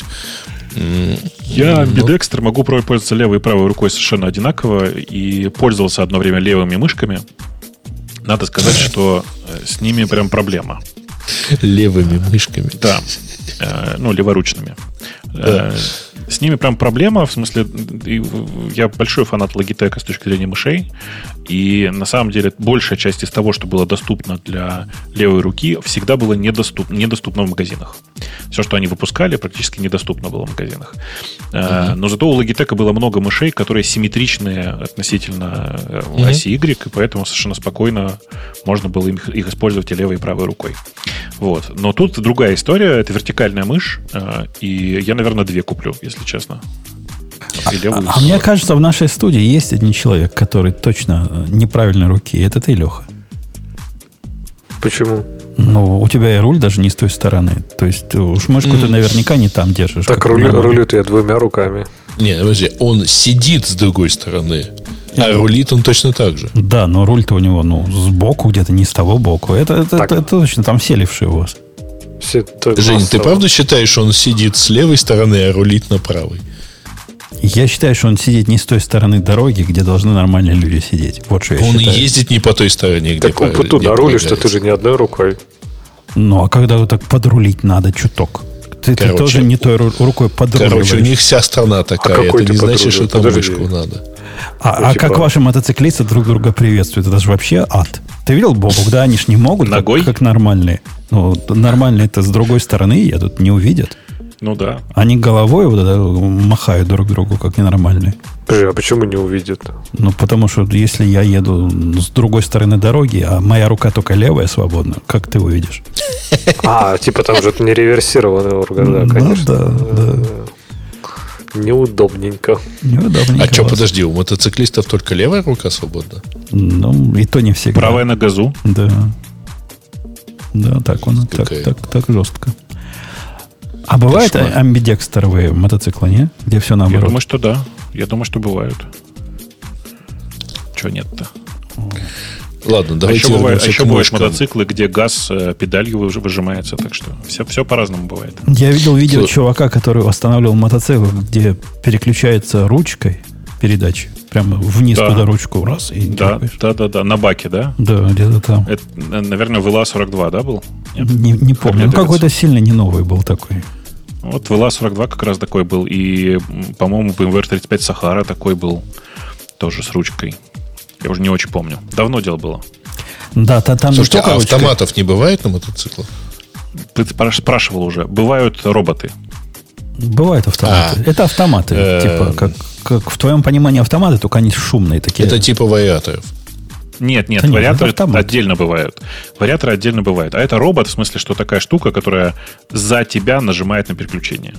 Я амбидекстер, могу пользоваться левой и правой рукой совершенно одинаково. И пользовался одно время левыми мышками. Надо сказать, что с ними прям проблема. Левыми мышками? Да. Леворучными. Да. С ними прям проблема, в смысле, я большой фанат Logitech с точки зрения мышей, и на самом деле большая часть из того, что было доступно для левой руки, всегда было недоступно в магазинах. Все, что они выпускали, практически недоступно было в магазинах. Но зато у Logitech было много мышей, которые симметричные относительно оси Y, и поэтому совершенно спокойно можно было их использовать и левой, и правой рукой. Вот. Но тут другая история, это вертикальная мышь, и я, наверное, две куплю, если честно. А мне кажется, в нашей студии есть один человек, который точно неправильной руки. Это ты, Леха. Почему? У тебя и руль даже не с той стороны. То есть уж мышку ты наверняка не там держишь. Так рулит я двумя руками. Не, подожди, он сидит с другой стороны, а рулит он точно так же. Да, но руль-то у него сбоку где-то, не с того боку. Это точно там все левши у вас. Жень, ты правда считаешь, что он сидит с левой стороны, а рулит на правой? Я считаю, что он сидит не с той стороны дороги, где должны нормальные люди сидеть. Вот что я считаю. Он ездит не по той стороне, где так он туда рулишь, что ты же не одной рукой. А когда вот так подрулить надо чуток? Ты тоже не той рукой подруливаешь. У них вся страна такая. Это не значит, что там мышку надо. А как ваши мотоциклисты друг друга приветствуют? Это же вообще ад. Ты видел, Бобук, да, они ж не могут, ногой? Как нормальные. Ну, нормальные-то с другой стороны едут, не увидят. Ну да. Они головой вот это махают друг другу, как ненормальные. А почему не увидят? Ну, потому что если я еду с другой стороны дороги, а моя рука только левая свободна, как ты увидишь? Типа там же это не реверсированный орган, да, конечно. Да. Неудобненько. А что, подожди, у мотоциклистов только левая рука свободна? Ну, и то не всегда. Правая на газу. Да. Да, так он, так жестко. А бывают амбидекстеровые мотоциклы, не? Где все наоборот? Я думаю, что да. Я думаю, что бывают. Чего нет-то? Ладно, давайте еще бывают мотоциклы, где газ педалью выжимается. Так что все по-разному бывает. Я видел видео чувака, который останавливал мотоцикл, где переключается ручкой передачи. Прямо вниз туда ручку раз и да, на баке, да? Да, где-то там. Это, наверное, VLA-42, да, был? Не помню. Какой-то сильно не новый был такой. Вот VLA-42 как раз такой был. И, по-моему, BMW 35 Sahara такой был. Тоже с ручкой. Я уже не очень помню. Давно дело было. Да, там слушайте, а автоматов не бывает на мотоциклах? Ты спрашивал уже. Бывают роботы. Бывают автоматы. Это автоматы. Типа, как в твоем понимании автоматы, только они шумные такие. Это типа вариаторов. Нет, вариаторы отдельно бывают. Вариаторы отдельно бывают. А это робот, в смысле, что такая штука, которая за тебя нажимает на переключение.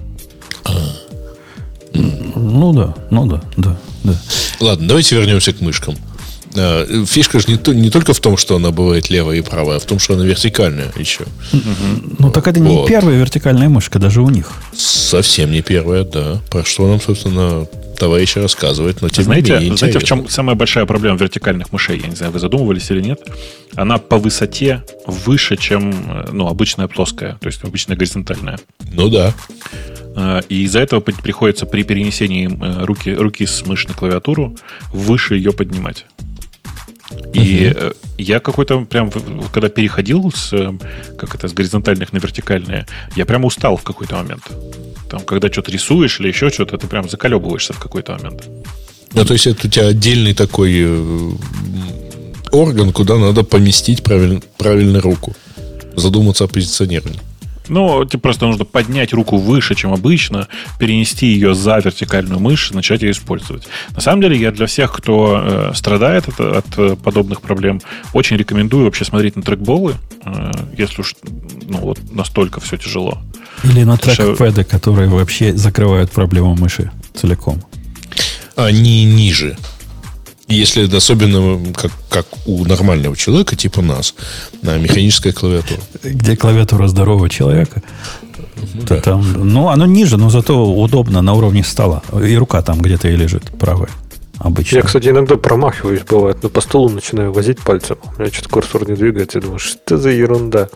Ну да. Ладно, давайте вернемся к мышкам. Фишка же не только в том, что она бывает левая и правая, а в том, что она вертикальная еще. Ну, так это не первая вертикальная мышка, даже у них. Совсем не первая, да. Про что нам, собственно, товарищ рассказывает. Но тем не менее интересно. Знаете, в чем самая большая проблема вертикальных мышей? Я не знаю, вы задумывались или нет. Она по высоте выше, чем обычная плоская, то есть обычная горизонтальная. Ну да. И из-за этого приходится при перенесении руки с мыши на клавиатуру выше ее поднимать. И я какой-то прям, когда переходил с горизонтальных на вертикальные, я прям устал в какой-то момент. Там, когда что-то рисуешь или еще что-то, ты прям заколебываешься в какой-то момент. Ну, то есть это у тебя отдельный такой орган, куда надо поместить правильно руку. Задуматься о позиционировании. Ну, тебе просто нужно поднять руку выше, чем обычно, перенести ее за вертикальную мышь, начать ее использовать. На самом деле, я для всех, кто страдает от подобных проблем, очень рекомендую вообще смотреть на трекболы, если уж настолько все тяжело. Или на трекпэды, которые вообще закрывают проблему мыши целиком. Они ниже. Если особенно как у нормального человека, типа нас, на механическая клавиатура. Где клавиатура здорового человека, то там, оно ниже, но зато удобно на уровне стола. И рука там где-то и лежит, правая. Обычно. Я, кстати, иногда промахиваюсь, бывает, но по столу начинаю возить пальцем. У меня что-то курсор не двигается. Я думаю, что за ерунда.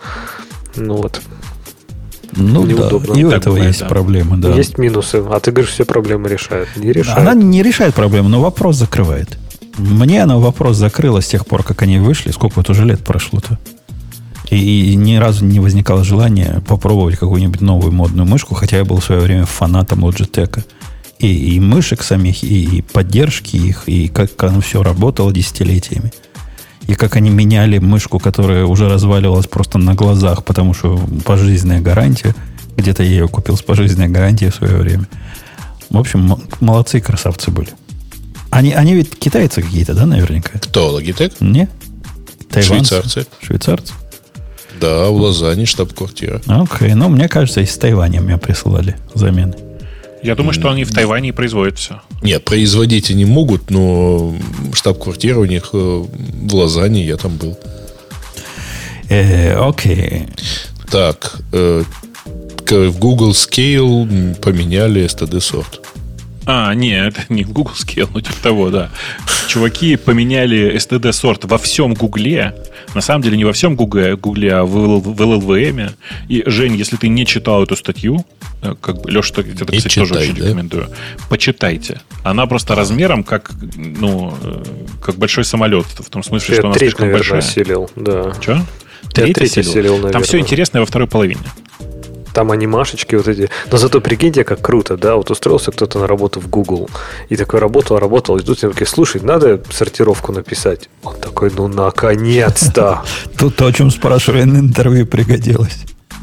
Неудобно. И у этого есть проблемы, да. Есть минусы. А ты говоришь, все проблемы решает. Не решает. Она не решает проблемы, но вопрос закрывает. Мне она вопрос закрыла с тех пор, как они вышли. Сколько вот уже лет прошло-то. И ни разу не возникало желания попробовать какую-нибудь новую модную мышку, хотя я был в свое время фанатом Logitech. И мышек самих, и поддержки их, и как оно все работало десятилетиями. И как они меняли мышку, которая уже разваливалась просто на глазах, потому что пожизненная гарантия. Где-то я ее купил с пожизненной гарантией в свое время. В общем, молодцы и красавцы были. Они ведь китайцы какие-то, да, наверняка? Кто, Logitech? Не? Тайванцы? Швейцарцы? Да, в Лозанне штаб-квартира. Окей, мне кажется, из Тайваня мне присылали замены. Я думаю, что они в Тайване и производят все. Нет, производить они могут, но штаб-квартира у них в Лозанне, я там был. Окей. Так, в Google Scale поменяли STD-сорт. Нет, это не в Google Scale, но типа того, да. Чуваки поменяли STD-сорт во всем Гугле. На самом деле не во всем Гугле, а в LLVM. И, Жень, если ты не читал эту статью, Леша, это, кстати, тоже очень рекомендую. Почитайте. Она просто размером как большой самолет. В том смысле, что она слишком большая. Осилил, да. Что? Треть осилил? Там все интересное во второй половине. там анимашечки вот эти. Но зато прикиньте, как круто, да, вот устроился кто-то на работу в Google, и такой работал, и тут я такой, слушай, надо сортировку написать. Он такой, ну, наконец-то. Тут то, о чем спрашивали на интервью, пригодилось.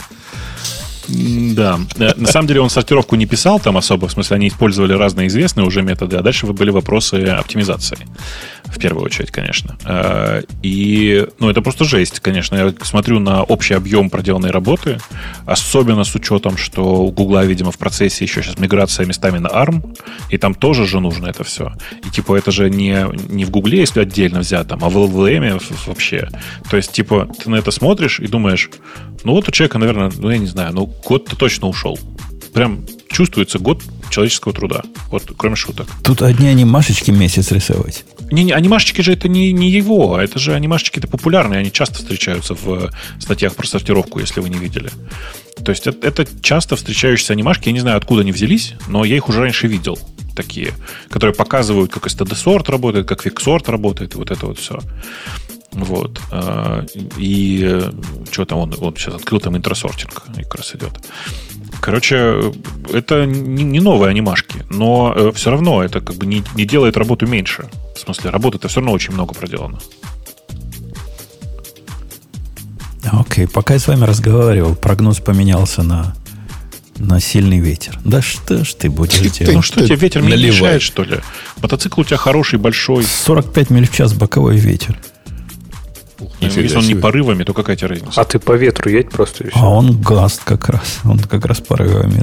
Да. На самом деле он сортировку не писал там особо, в смысле они использовали разные известные уже методы, а дальше были вопросы оптимизации. В первую очередь, конечно. И, это просто жесть, конечно. Я смотрю на общий объем проделанной работы, особенно с учетом, что у Гугла, видимо, в процессе еще сейчас миграция местами на ARM, и там тоже же нужно это все. И, типа, это же не в Гугле, если отдельно взять, там, а в LLVM вообще. То есть, типа, ты на это смотришь и думаешь, вот у человека, наверное, я не знаю, год-то точно ушел. Прям чувствуется год человеческого труда. Вот, кроме шуток. Тут одни анимашечки месяц рисовать. Не, анимашечки же это не его, это же анимашечки-то популярные, они часто встречаются в статьях про сортировку, если вы не видели. То есть это часто встречающиеся анимашки, я не знаю, откуда они взялись, но я их уже раньше видел, такие, которые показывают, как std-сорт работает, как quicksort работает, и вот это вот все. Вот. И что там он сейчас открыл там интросортинг, и как раз идет. Короче, это не новые анимашки, но все равно это как бы не делает работу меньше. В смысле, работы-то все равно очень много проделано. Окей, пока я с вами разговаривал, прогноз поменялся на сильный ветер. Да что ж ты будешь делать? Что тебе ветер не мешает, что ли? Мотоцикл у тебя хороший, большой. 45 миль в час боковой ветер. Если он не порывами, то какая тебе разница? А ты по ветру едь просто еще. А он гаст как раз. Он как раз порывами.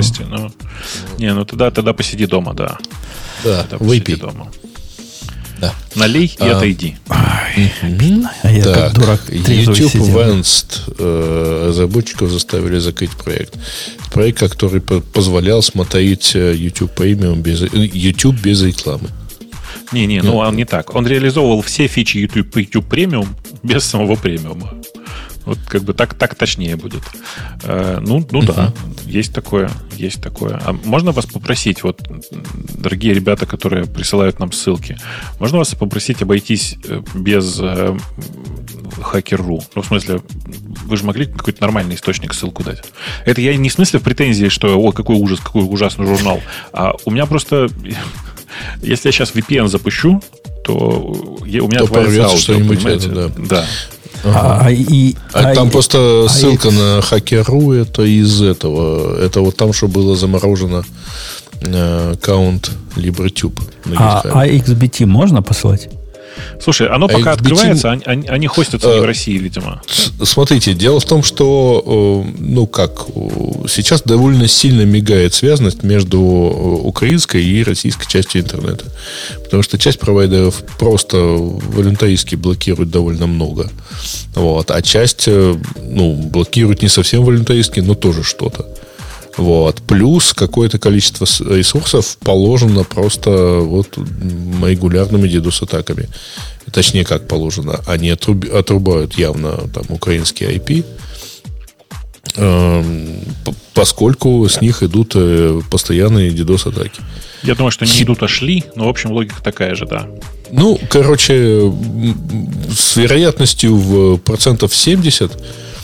Тогда посиди дома, да. Да, выпей. Дома. Да. Налей и отойди. А я как дурак трезвый YouTube сидел. Vanced разработчиков заставили закрыть проект. Проект, который позволял смотреть YouTube Premium YouTube без рекламы. Он не так. Он реализовывал все фичи YouTube Premium без самого премиума. Вот как бы так точнее будет. Да, есть такое. А можно вас попросить, вот, дорогие ребята, которые присылают нам ссылки, можно вас попросить обойтись без Hacker.ru? В смысле, вы же могли какой-то нормальный источник ссылку дать. Это я не в смысле в претензии, что какой ужас, какой ужасный журнал. А у меня просто... Если я сейчас VPN запущу, то у меня отвалится аудио, что-нибудь, понимаете? Да. Там просто ссылка на Hacker.ru, это из этого. Это вот там, что было заморожено аккаунт LibreTube. А XBT можно посылать? Слушай, оно пока открывается, они хостятся не в России, видимо. Смотрите, дело в том, что сейчас довольно сильно мигает связность между украинской и российской частью интернета. Потому что часть провайдеров просто волюнтаристски блокирует довольно много. Вот, а часть блокирует не совсем волюнтаристски, но тоже что-то. Вот. Плюс какое-то количество ресурсов положено просто регулярными DDoS-атаками. Точнее, как положено. Они отрубают явно там украинский IP, поскольку с них идут постоянные DDoS-атаки. Я думаю, что не идут, а шли, но, в общем, логика такая же, да. С вероятностью в 70%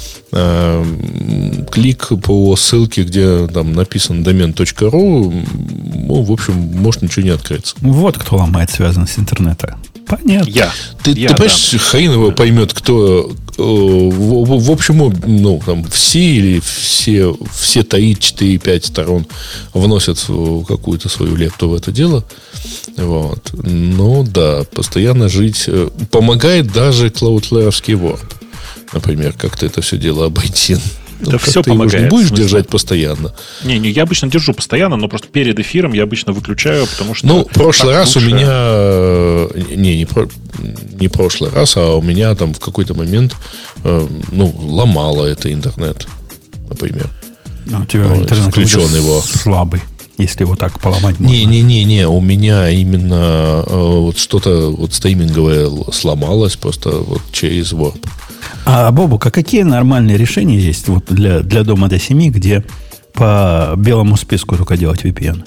клик по ссылке, где там написан domain.ru, в общем, может ничего не открыться. Вот кто ломает связанность с интернета. Понятно. Ты понимаешь, хрен его поймет, кто. В общем, там все 3, 4, 5 сторон вносят какую-то свою лепту в это дело. Вот. Постоянно жить помогает даже Cloudflare-овский Word. Например, как-то это все дело обойти. Да все ты помогает. Его не будешь держать постоянно. Не, я обычно держу постоянно, но просто перед эфиром я обычно выключаю, потому что... в прошлый раз лучше. У меня... Не прошлый раз, а у меня там в какой-то момент ломало это интернет, например. У тебя интернет включен его. Слабый, если его так поломать можно. Не, у меня именно что-то стриминговое сломалось просто через Warp. А, Бобук, какие нормальные решения есть для дома до 7, где по белому списку только делать VPN?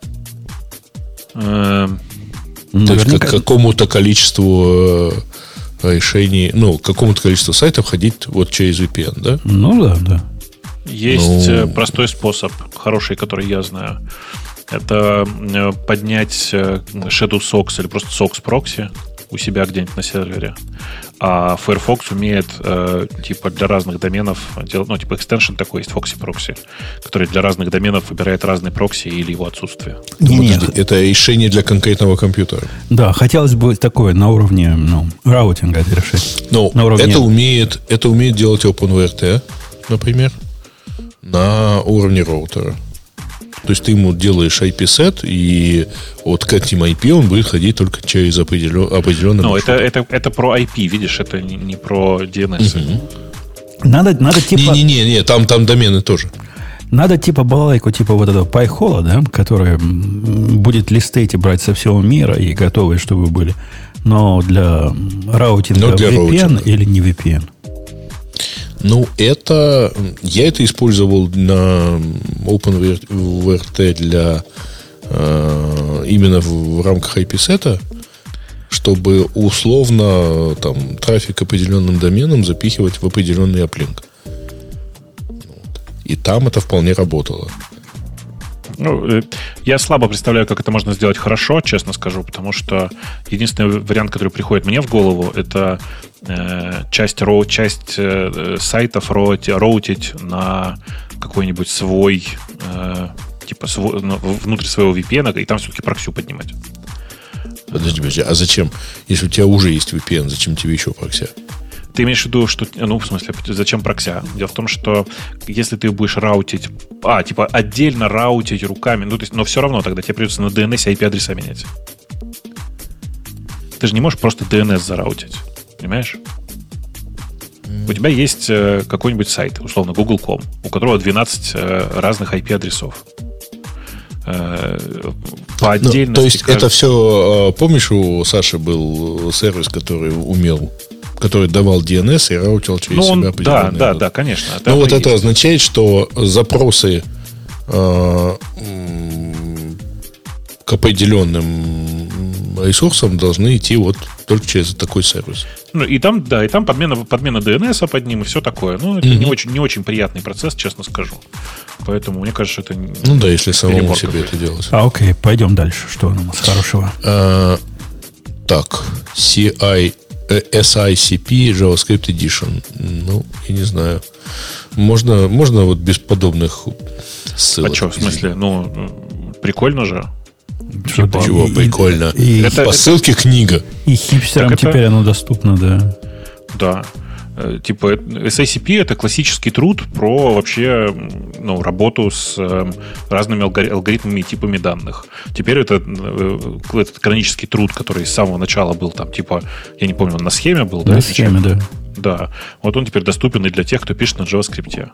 Наверняка... То есть, к какому-то количеству решений, какому-то количеству сайтов ходить через VPN, да? Да. Есть простой способ, хороший, который я знаю. Это поднять Shadow Socks или просто Socks Proxy у себя где-нибудь на сервере. А Firefox умеет типа для разных доменов делать, типа экстеншн такой есть, Foxy Proxy, который для разных доменов выбирает разные прокси или его отсутствие. Подожди, это решение для конкретного компьютера. Да, хотелось бы такое на уровне раутинга это решить. Это умеет делать OpenWrt, например, на уровне роутера. То есть ты ему делаешь IP-сет, и вот к этим IP он будет ходить только через определенный маршрут. Это про IP, видишь, это не про DNS. Угу. Надо типа... Не, там домены тоже. Надо типа балалайку, типа вот этого PyHole, да, который будет листы эти брать со всего мира и готовые, чтобы были. Но для раутинга VPN или не VPN? Я это использовал на OpenWrt для именно в рамках IP-сета, чтобы условно там трафик определенным доменам запихивать в определенный аплинк. И там это вполне работало. Я слабо представляю, как это можно сделать хорошо, честно скажу, потому что единственный вариант, который приходит мне в голову, это часть сайтов роутить на какой-нибудь свой, внутрь своего VPN, и там все-таки проксю поднимать. Подожди, а зачем? Если у тебя уже есть VPN, зачем тебе еще прокся? Ты имеешь в виду, что... в смысле, зачем прокся? Дело в том, что если ты будешь раутить... отдельно раутить руками, но все равно тогда тебе придется на DNS IP-адреса менять. Ты же не можешь просто DNS зараутить. Понимаешь? У тебя есть какой-нибудь сайт, условно, Google.com, у которого 12 разных IP-адресов. По отдельности... то есть это все... Помнишь, у Саши был сервис, который давал DNS и раутил через себя определенные... Да, конечно. Это означает, что запросы к определенным ресурсам должны идти вот только через такой сервис. И там подмена DNS под ним и все такое. Это не очень приятный процесс, честно скажу. Поэтому мне кажется, что это... если самому себе это делать. Окей, пойдем дальше. Что у нас хорошего? Так, SICP JavaScript Edition. Я не знаю. Можно вот без подобных ссылок. А что, в смысле? Прикольно же. Чего прикольно? По ссылке книга. И хипстерам теперь оно доступно, да. Да. Типа SICP — это классический труд про вообще работу с разными алгоритмами и типами данных. Теперь это этот канонический труд, который с самого начала был там, типа, я не помню, он на схеме был, да? На схеме, да. Да. Вот он теперь доступен и для тех, кто пишет на JavaScript.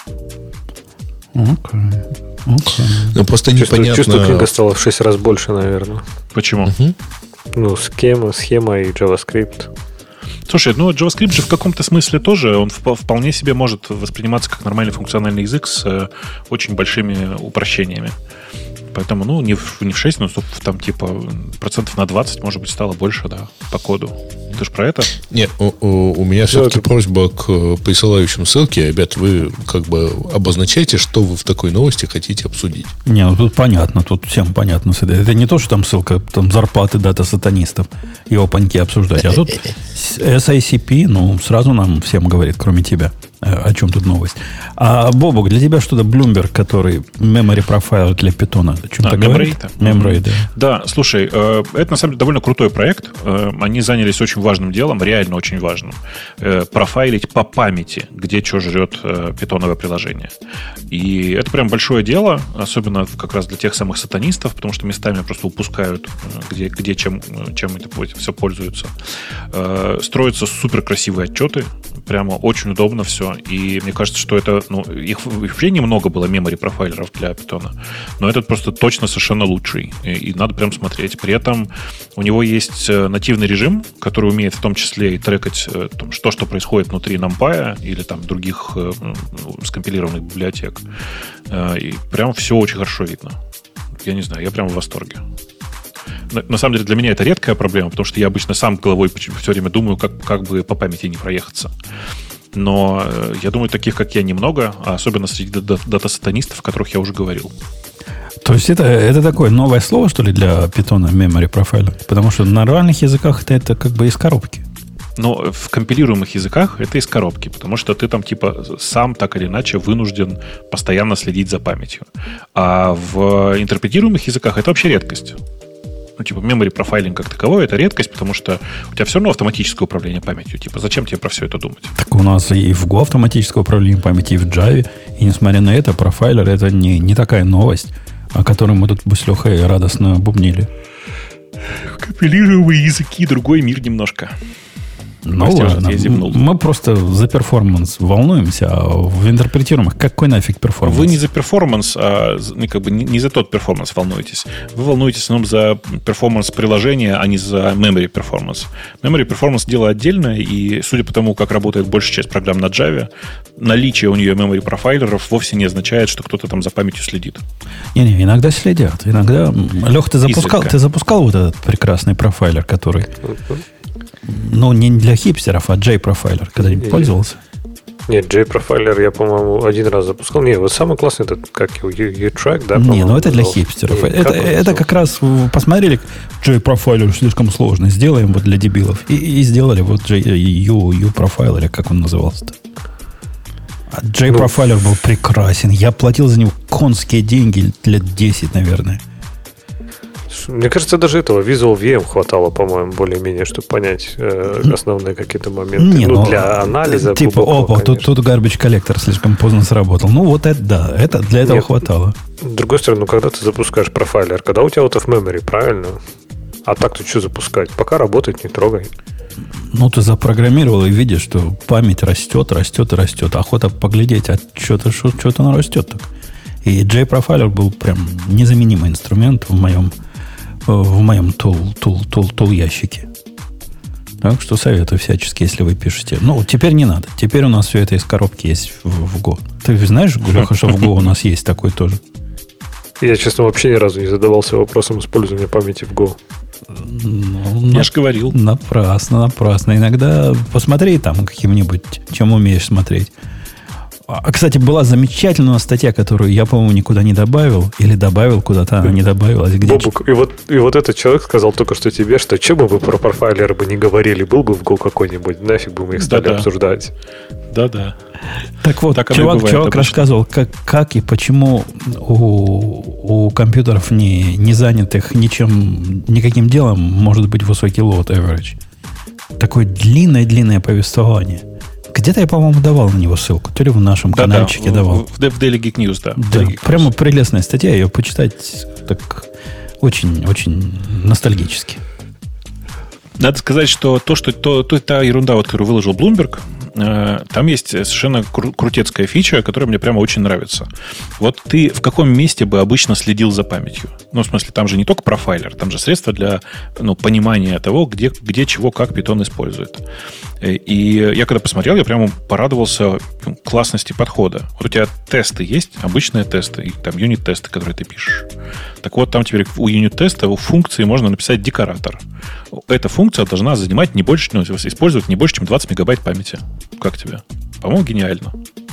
Окей. Просто непонятно. Чувствую, книга стала в 6 раз больше, наверное. Почему? Схема и JavaScript. Слушай, JavaScript же в каком-то смысле тоже, он вполне себе может восприниматься как нормальный функциональный язык с очень большими упрощениями. Поэтому, не в 6, но там типа процентов на 20, может быть, стало больше, да, по коду. Ты же про это? Нет, у меня все-таки просьба к присылающим ссылки. Ребят, вы как бы обозначайте, что вы в такой новости хотите обсудить. Тут понятно, тут всем понятно. Это не то, что там ссылка, там зарплаты дата-сатанистов и опаньки обсуждать. А тут SICP, сразу нам всем говорит, кроме тебя. О чем тут новость? А, Бобок, для тебя что-то Bloomberg, который memory profile для Python. О чем-то говорит? Memory, да. Да, слушай, это на самом деле довольно крутой проект. Они занялись очень важным делом, реально очень важным. Профайлить по памяти, где что жрет питоновое приложение. И это прям большое дело, особенно как раз для тех самых сатанистов, потому что местами просто упускают, где чем это все пользуются. Строятся супер красивые отчеты, прямо очень удобно все. И мне кажется, что это, их вообще немного было memory профайлеров для Python, но этот просто точно совершенно лучший. И надо прям смотреть. При этом у него есть нативный режим, который умеет в том числе и трекать что происходит внутри NumPy или там других скомпилированных библиотек. И прям все очень хорошо видно. Я не знаю, я прям в восторге. На самом деле для меня это редкая проблема, потому что я обычно сам головой все время думаю, как бы по памяти не проехаться. Но я думаю, таких, как я, немного, а особенно среди дата-сатанистов, о которых я уже говорил. То есть это такое новое слово, что ли, для Python Memory Profiler? Потому что в нормальных языках это как бы из коробки. Но в компилируемых языках это из коробки, потому что ты там типа сам так или иначе вынужден постоянно следить за памятью. А в интерпретируемых языках это вообще редкость. Ну, типа, memory profiling как таковой — это редкость, потому что у тебя все равно автоматическое управление памятью. Типа, зачем тебе про все это думать? Так у нас и в Go автоматическое управление памятью, и в Java. И несмотря на это, профайлер — это не такая новость, о которой мы тут с Лехой радостно бубнили. Компилируемые языки — другой мир немножко. Ну ладно, мы просто за перформанс волнуемся, а в интерпретируемых какой нафиг перформанс? Вы не за перформанс, а как бы не за тот перформанс волнуетесь. Вы волнуетесь в основном за перформанс приложения, а не за memory performance. Memory performance — дело отдельное, и судя по тому, как работает большая часть программ на Java, наличие у нее memory профайлеров вовсе не означает, что кто-то там за памятью следит. Не, иногда следят. Иногда... Лех, ты запускал вот этот прекрасный профайлер, который... Ну, не для хипстеров, а JProfiler. Когда-нибудь пользовался? Нет, JProfiler я, по-моему, один раз запускал. Не, вот самый классный этот, как его, U-Track, да? Не, ну это для хипстеров. Это как раз посмотрели, JProfiler слишком сложно. Сделаем вот для дебилов. И сделали вот U-Profiler, или как он назывался-то. А JProfiler был прекрасен. Я платил за него конские деньги лет 10, наверное. Мне кажется, даже этого Visual VM хватало, по-моему, более-менее, чтобы понять основные какие-то моменты. Не, для анализа. Типа, тут garbage коллектор слишком поздно сработал. Ну, вот это да, для этого хватало. С другой стороны, когда ты запускаешь профайлер, когда у тебя вот в memory, правильно? А так ты что запускать? Пока работает, не трогай. Ну, ты запрограммировал и видишь, что память растет. Охота поглядеть, а что-то оно растет так. И JProfiler был прям незаменимый инструмент в моем тул ящике. Так что советую всячески, если вы пишете. Ну, теперь не надо. Теперь у нас все это из коробки есть в Go. Ты знаешь, Леха, что в Go у нас есть такой тоже? Я, честно, вообще ни разу не задавался вопросом использования памяти в Go. Ну, я же говорил. Напрасно. Иногда посмотри там каким-нибудь, чем умеешь смотреть. А, кстати, была замечательная статья, которую я, по-моему, никуда не добавил. Или добавил куда-то, она не добавилась. Бобук, и вот этот человек сказал только что тебе, что чем бы вы про профайлеры бы не говорили, был бы в Go какой-нибудь, нафиг бы мы их стали обсуждать. Да-да. Так вот, так чувак рассказывал, как и почему у компьютеров, не занятых никаким делом, может быть высокий load average. Такое длинное повествование. Где-то я, по-моему, давал на него ссылку. То ли в нашем каналчике давал. В Daily Geek News, да. Прямо прелестная статья. Ее почитать так очень ностальгически. Надо сказать, что та ерунда, которую выложил Bloomberg, там есть совершенно крутецкая фича, которая мне прямо очень нравится. Вот ты в каком месте бы обычно следил за памятью? Ну, в смысле, там же не только профайлер, там же средства для понимания того, где чего, как Python использует. И я когда посмотрел, я прямо порадовался классности подхода. Вот у тебя тесты есть, обычные тесты, и там юнит-тесты, которые ты пишешь. Так вот, там теперь у юнит-теста, у функции можно написать декоратор. Эта функция должна занимать использовать не больше, чем 20 мегабайт памяти. Как тебе? По-моему, гениально.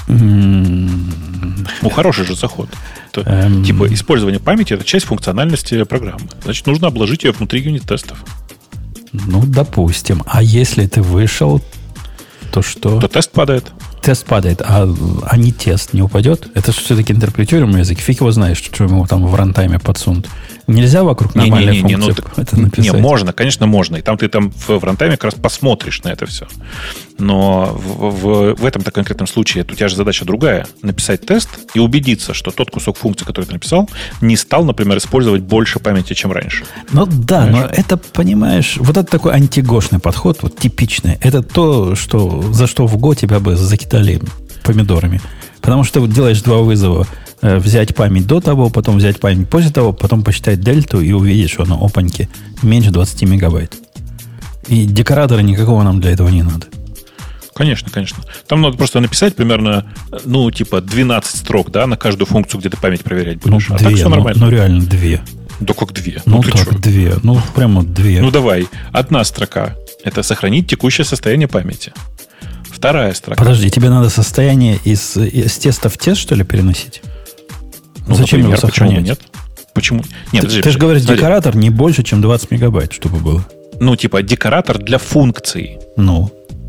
Ну, хороший же заход. Типа, использование памяти — это часть функциональности программы. Значит, нужно обложить ее внутри юнит-тестов. Ну, допустим. А если ты вышел, то что? То тест падает. Тест падает, а не тест не упадет? Это же все-таки интерпретируемый язык. Фиг его знаешь, что ему там в рантайме подсунут. Нельзя вокруг нормальной функции это написать? Не, можно, конечно, можно. И ты там в рантайме как раз посмотришь на это все. Но в этом-то конкретном случае у тебя же задача другая. Написать тест и убедиться, что тот кусок функции, который ты написал, не стал, например, использовать больше памяти, чем раньше. Ну да, понимаешь? Но это, понимаешь, вот это такой антигошный подход, вот типичный. Это то, за что в Go тебя бы закидали помидорами. Потому что ты делаешь два вызова. Взять память до того, потом взять память после того, потом посчитать дельту и увидеть, что она, опаньки, меньше 20 мегабайт. И декоратора никакого нам для этого не надо. Конечно. Там надо просто написать примерно, 12 строк, да, на каждую функцию, где ты память проверять будешь. Ну, 2, так все нормально. Ну, реально 2. Да как 2? Ну так, 2. Прямо 2. Ну, давай. Одна строка – это сохранить текущее состояние памяти. Вторая строка. Подожди, тебе надо состояние из теста в тест, что ли, переносить? Ну, зачем например, его сохранять? Нет. Почему? Нет, ты же говоришь, декоратор не больше, чем 20 мегабайт, чтобы было. Ну, типа декоратор для функций. Ну.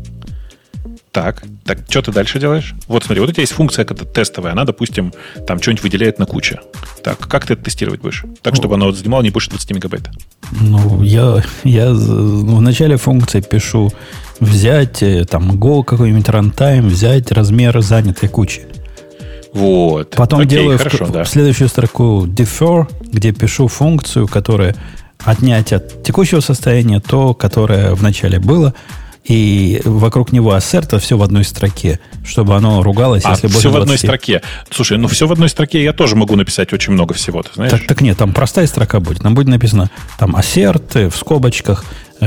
Так, что ты дальше делаешь? Вот смотри, вот у тебя есть функция тестовая, она, допустим, там что-нибудь выделяет на куче. Так, как ты это тестировать будешь? Так, чтобы она занимала не больше 20 мегабайт. Ну, я в начале функции пишу взять там Go какой-нибудь runtime, взять размер занятой кучи. Вот. Потом окей, делаю хорошо, в следующую строку defer, где пишу функцию, которая отнять от текущего состояния то, которое в начале было, и вокруг него assert, все в одной строке, чтобы оно ругалось, если больше 20. Все в одной строке. Слушай, ну все в одной строке я тоже могу написать очень много всего, ты знаешь? Так нет, там простая строка будет. Там будет написано там assert в скобочках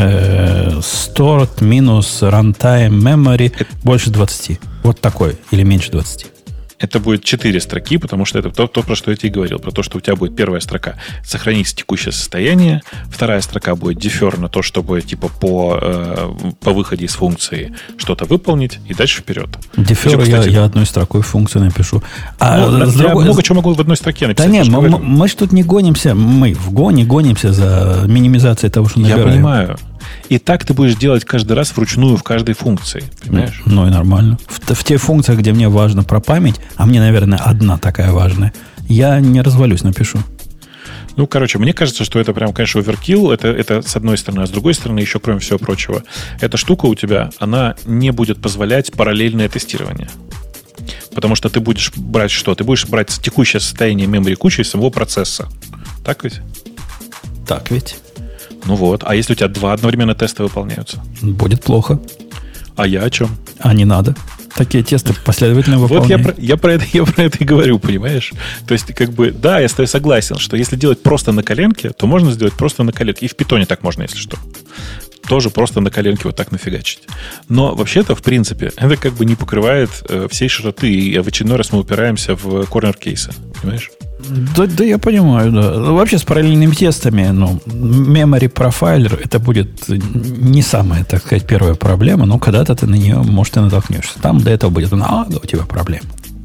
stored минус runtime memory больше 20. Вот такой. Или меньше 20. Это будет 4 строки, потому что это то, про что я тебе говорил. Про то, что у тебя будет первая строка сохранить текущее состояние, вторая строка будет defer на то, чтобы типа по выходе из функции что-то выполнить, и дальше вперед. Defer я одной строкой функцию напишу. Я много чего могу в одной строке написать. Да нет, мы же тут не гонимся, мы в Go не гонимся за минимизацией того, что набираем. Я понимаю. И так ты будешь делать каждый раз вручную в каждой функции. Понимаешь? Ну и нормально. В тех функциях, где мне важно про память, а мне, наверное, одна такая важная, я не развалюсь, напишу. Ну, короче, мне кажется, что это прям, конечно, оверкилл. Это с одной стороны. А с другой стороны, еще кроме всего прочего, эта штука у тебя, она не будет позволять параллельное тестирование. Потому что ты будешь брать что? Ты будешь брать текущее состояние memory кучи из самого процесса. Так ведь? Так ведь. Ну вот. А если у тебя два одновременно теста выполняются? Будет плохо. А я о чем? А не надо. Такие тесты последовательно выполняют. Вот я про это и говорю, понимаешь? То есть, как бы, да, я с тобой согласен, что если делать просто на коленке, то можно сделать просто на коленке. И в питоне так можно, если что. Тоже просто на коленке вот так нафигачить. Но вообще-то, в принципе, это как бы не покрывает всей широты. И в очередной раз мы упираемся в корнер-кейсы. Понимаешь? Да, я понимаю, да. Вообще с параллельными тестами, memory profiler, это будет не самая, так сказать, первая проблема, но когда-то ты на нее, может, и натолкнешься. Там до этого будет много у тебя проблем.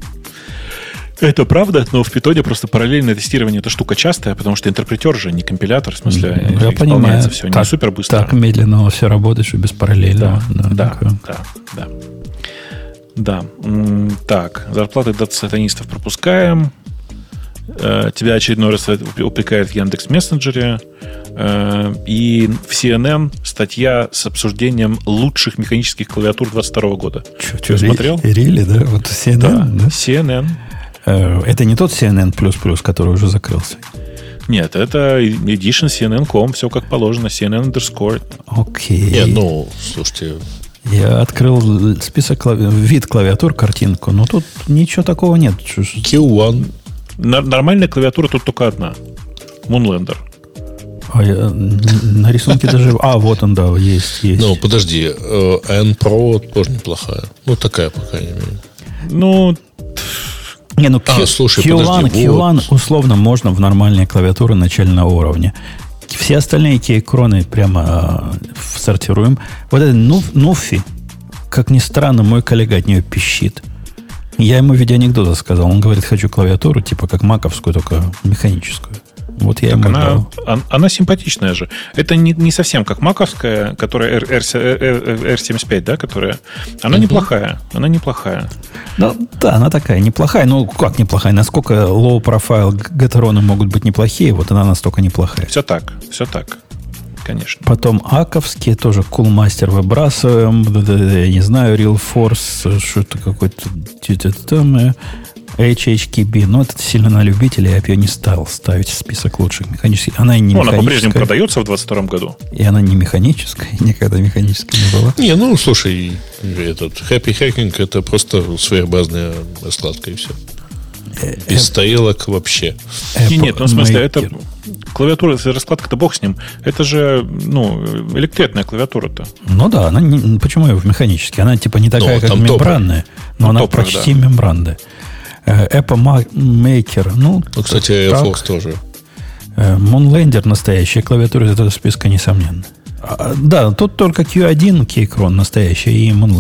Это правда, но в питоне просто параллельное тестирование эта штука частая, потому что интерпретер же не компилятор, в смысле, я понимаю, все не супер быстро. Так медленно все работает, что без параллельного. Да. Так, зарплаты дата-сатанистов пропускаем. Тебя очередной раз упрекают в Яндекс.Мессенджере. И в CNN статья с обсуждением лучших механических клавиатур 22 года. Ты смотрел? Really, да? Вот CNN, да? CNN. Это не тот CNN++, который уже закрылся. Нет, это Edition CNN.com, все как положено, CNN _. Окей. Слушайте... Я открыл список вид клавиатур, картинку, но тут ничего такого нет. Q1. Нормальная клавиатура тут только одна. Moonlander. На рисунке даже... вот он, да, есть. Ну, подожди. N Pro тоже неплохая. Ну, такая, по крайней мере. Слушай, Q1 условно можно в нормальные клавиатуры начального уровня. Все остальные кейкроны прямо сортируем. Вот это Нуфи, как ни странно, мой коллега от нее пищит. Я ему в виде анекдота сказал. Он говорит, хочу клавиатуру, типа как маковскую, только механическую. Вот я ему дал. Она симпатичная же. Это не совсем как маковская, которая R75, да, которая... Она неплохая. Она неплохая. Да, она такая неплохая. Ну, как неплохая? Насколько low-profile гетероны могут быть неплохие, вот она настолько неплохая. Все так. Конечно. Потом аковские, тоже Coolmaster выбрасываем. Я не знаю, Real Force, что-то какой-то... HHKB, но это сильно на любителей, я бы ее не стал ставить в список лучших механических. Она и не механическая. Она по-прежнему продается в 2022 году. И она не механическая, никогда механической не была. Слушай, этот Happy Hacking это просто своеобразная раскладка и все. Без стоилок вообще. Нет, в смысле, это клавиатура, раскладка-то бог с ним. Это же, электретная клавиатура-то. Ну да, она почему ее в механической? Она типа не такая, как мембранная, но она почти мембранная. Apple Maker. Кстати, Air Force тоже. Moonlander настоящая клавиатура из этого списка, несомненно. Да, тут только Q1 Keychron настоящая и Moonlander.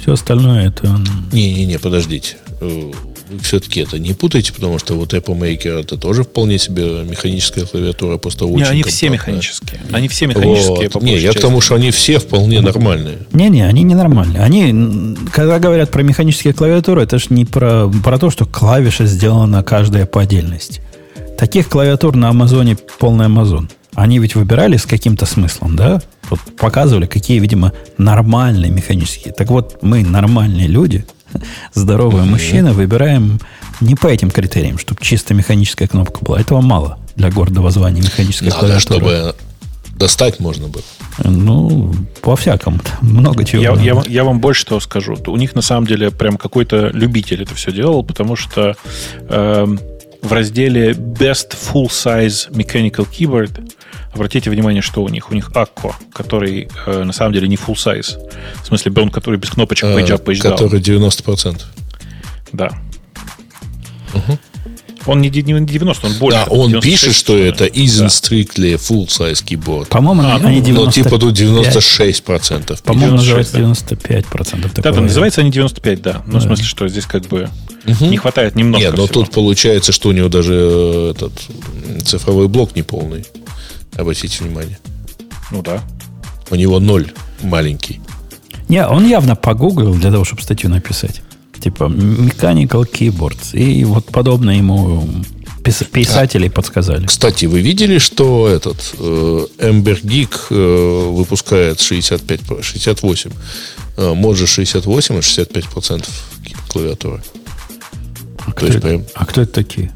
Все остальное это... Не, подождите. Вы все-таки это не путайте, потому что вот Apple Maker это тоже вполне себе механическая клавиатура, просто очень они все механические. Они все механические. Вот. Не, я к тому, что они все вполне нормальные. Не, они не нормальные. Они, когда говорят про механические клавиатуры, это же не про то, что клавиша сделана каждая по отдельности. Таких клавиатур на Амазоне полный Амазон. Они ведь выбирали с каким-то смыслом, да? Вот показывали, какие, видимо, нормальные механические. Так вот, мы, нормальные люди, здоровые мужчины, выбираем не по этим критериям, чтобы чисто механическая кнопка была. Этого мало для гордого звания механической клавиатуры. Чтобы достать можно было. Ну, по-всякому. Много чего. Я вам больше того скажу. У них, на самом деле, прям какой-то любитель это все делал, потому что в разделе Best Full Size Mechanical Keyboard обратите внимание, что у них. У них Aqua, который на самом деле не full size. В смысле, он, который без кнопочек page up, page down. Который 90%. Да. Угу. Он не 90, он больше. Да, он пишет, что это isn't strictly full size keyboard. По-моему, они 95%. Ну, типа тут 96%. По-моему, называется 95%. Да, называется они 95, да. Ну, в смысле, что здесь как бы не хватает немножко. Нет, но тут получается, что у него даже этот цифровой блок не полный. Обратите внимание. Ну да. У него 0 маленький. Не, он явно погуглил для того, чтобы статью написать. Типа Mechanical Keyboards. И вот подобно ему писатели подсказали. Кстати, вы видели, что этот Ember Geek выпускает 68? Может 68 и 65% клавиатуры. Кто это такие?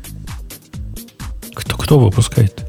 Кто выпускает?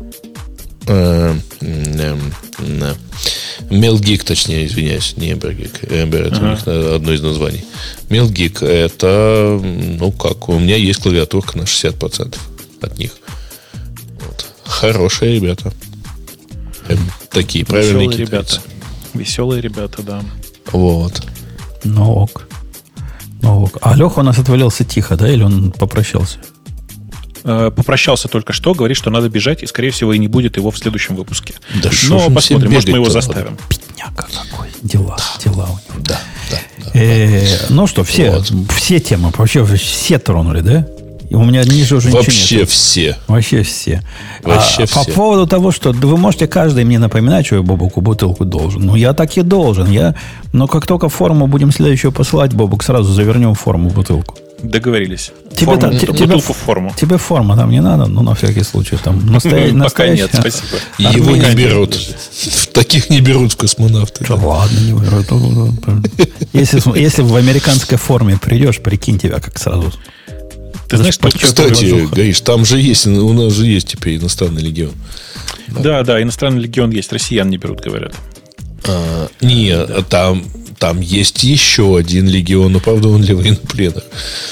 Melgeek, точнее, извиняюсь, не Ember Geek. Ember это у них одно из названий. Melgeek это, ну как, у меня есть клавиатурка на 60% от них. Вот. Хорошие ребята. Такие правильные ребята. Веселые ребята, да. Вот. Ну ок. А Леха у нас отвалился тихо, да? Или он попрощался? Попрощался только что, говорит, что надо бежать, и, скорее всего, и не будет его в следующем выпуске. Да. Но посмотрим, может, мы его заставим. Бедняка какой. Дела у него. Да. Ну что, все темы, вообще все тронули, да? И у меня ниже уже ничего нет. Вообще все. По поводу того, что вы можете каждый мне напоминать, что я Бобуку бутылку должен. Ну, я так и должен. Но как только форму будем следующую посылать, Бобук, сразу завернем форму бутылку. Договорились. Бутылку в форму. Тебе форма там не надо, но на всякий случай. Там пока нет, спасибо. Его не берут. Таких не берут в космонавты. Ладно, не берут. Если в американской форме придешь, прикинь тебя как сразу. Ты знаешь, кстати, Гаиш, там же есть, у нас же есть теперь иностранный легион. Да, иностранный легион есть, россиян не берут, говорят. Нет, там есть еще один легион, но, правда, он для военнопленных.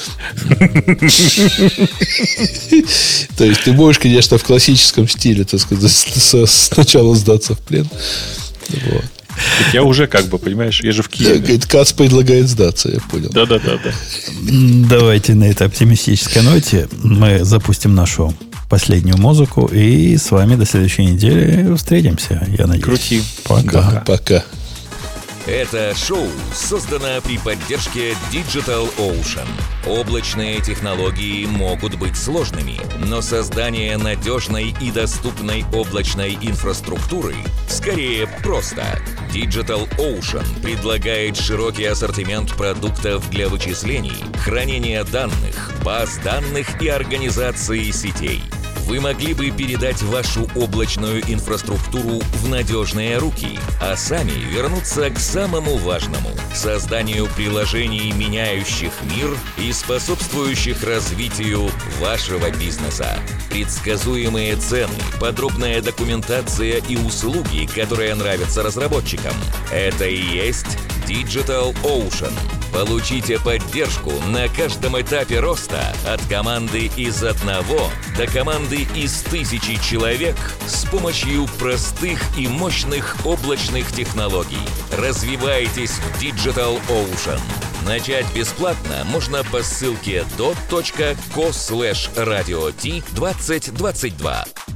То есть ты можешь, конечно, в классическом стиле, так сказать, сначала сдаться в плен. Я уже понимаешь, я же в Киеве. Говорит, Кац предлагает сдаться, я понял. Да. Давайте на этой оптимистической ноте мы запустим нашу последнюю музыку и с вами до следующей недели встретимся, я надеюсь. Крути. Пока. Это шоу создано при поддержке Digital Ocean. Облачные технологии могут быть сложными, но создание надежной и доступной облачной инфраструктуры скорее просто. Digital Ocean предлагает широкий ассортимент продуктов для вычислений, хранения данных, баз данных и организации сетей. Вы могли бы передать вашу облачную инфраструктуру в надежные руки, а сами вернуться к самому важному – созданию приложений, меняющих мир и способствующих развитию вашего бизнеса. Предсказуемые цены, подробная документация и услуги, которые нравятся разработчикам – это и есть Digital Ocean. Получите поддержку на каждом этапе роста от команды из 1 до команды из 1000 человек с помощью простых и мощных облачных технологий. Развивайтесь в Digital Ocean. Начать бесплатно можно по ссылке dot.co/radio-t2022.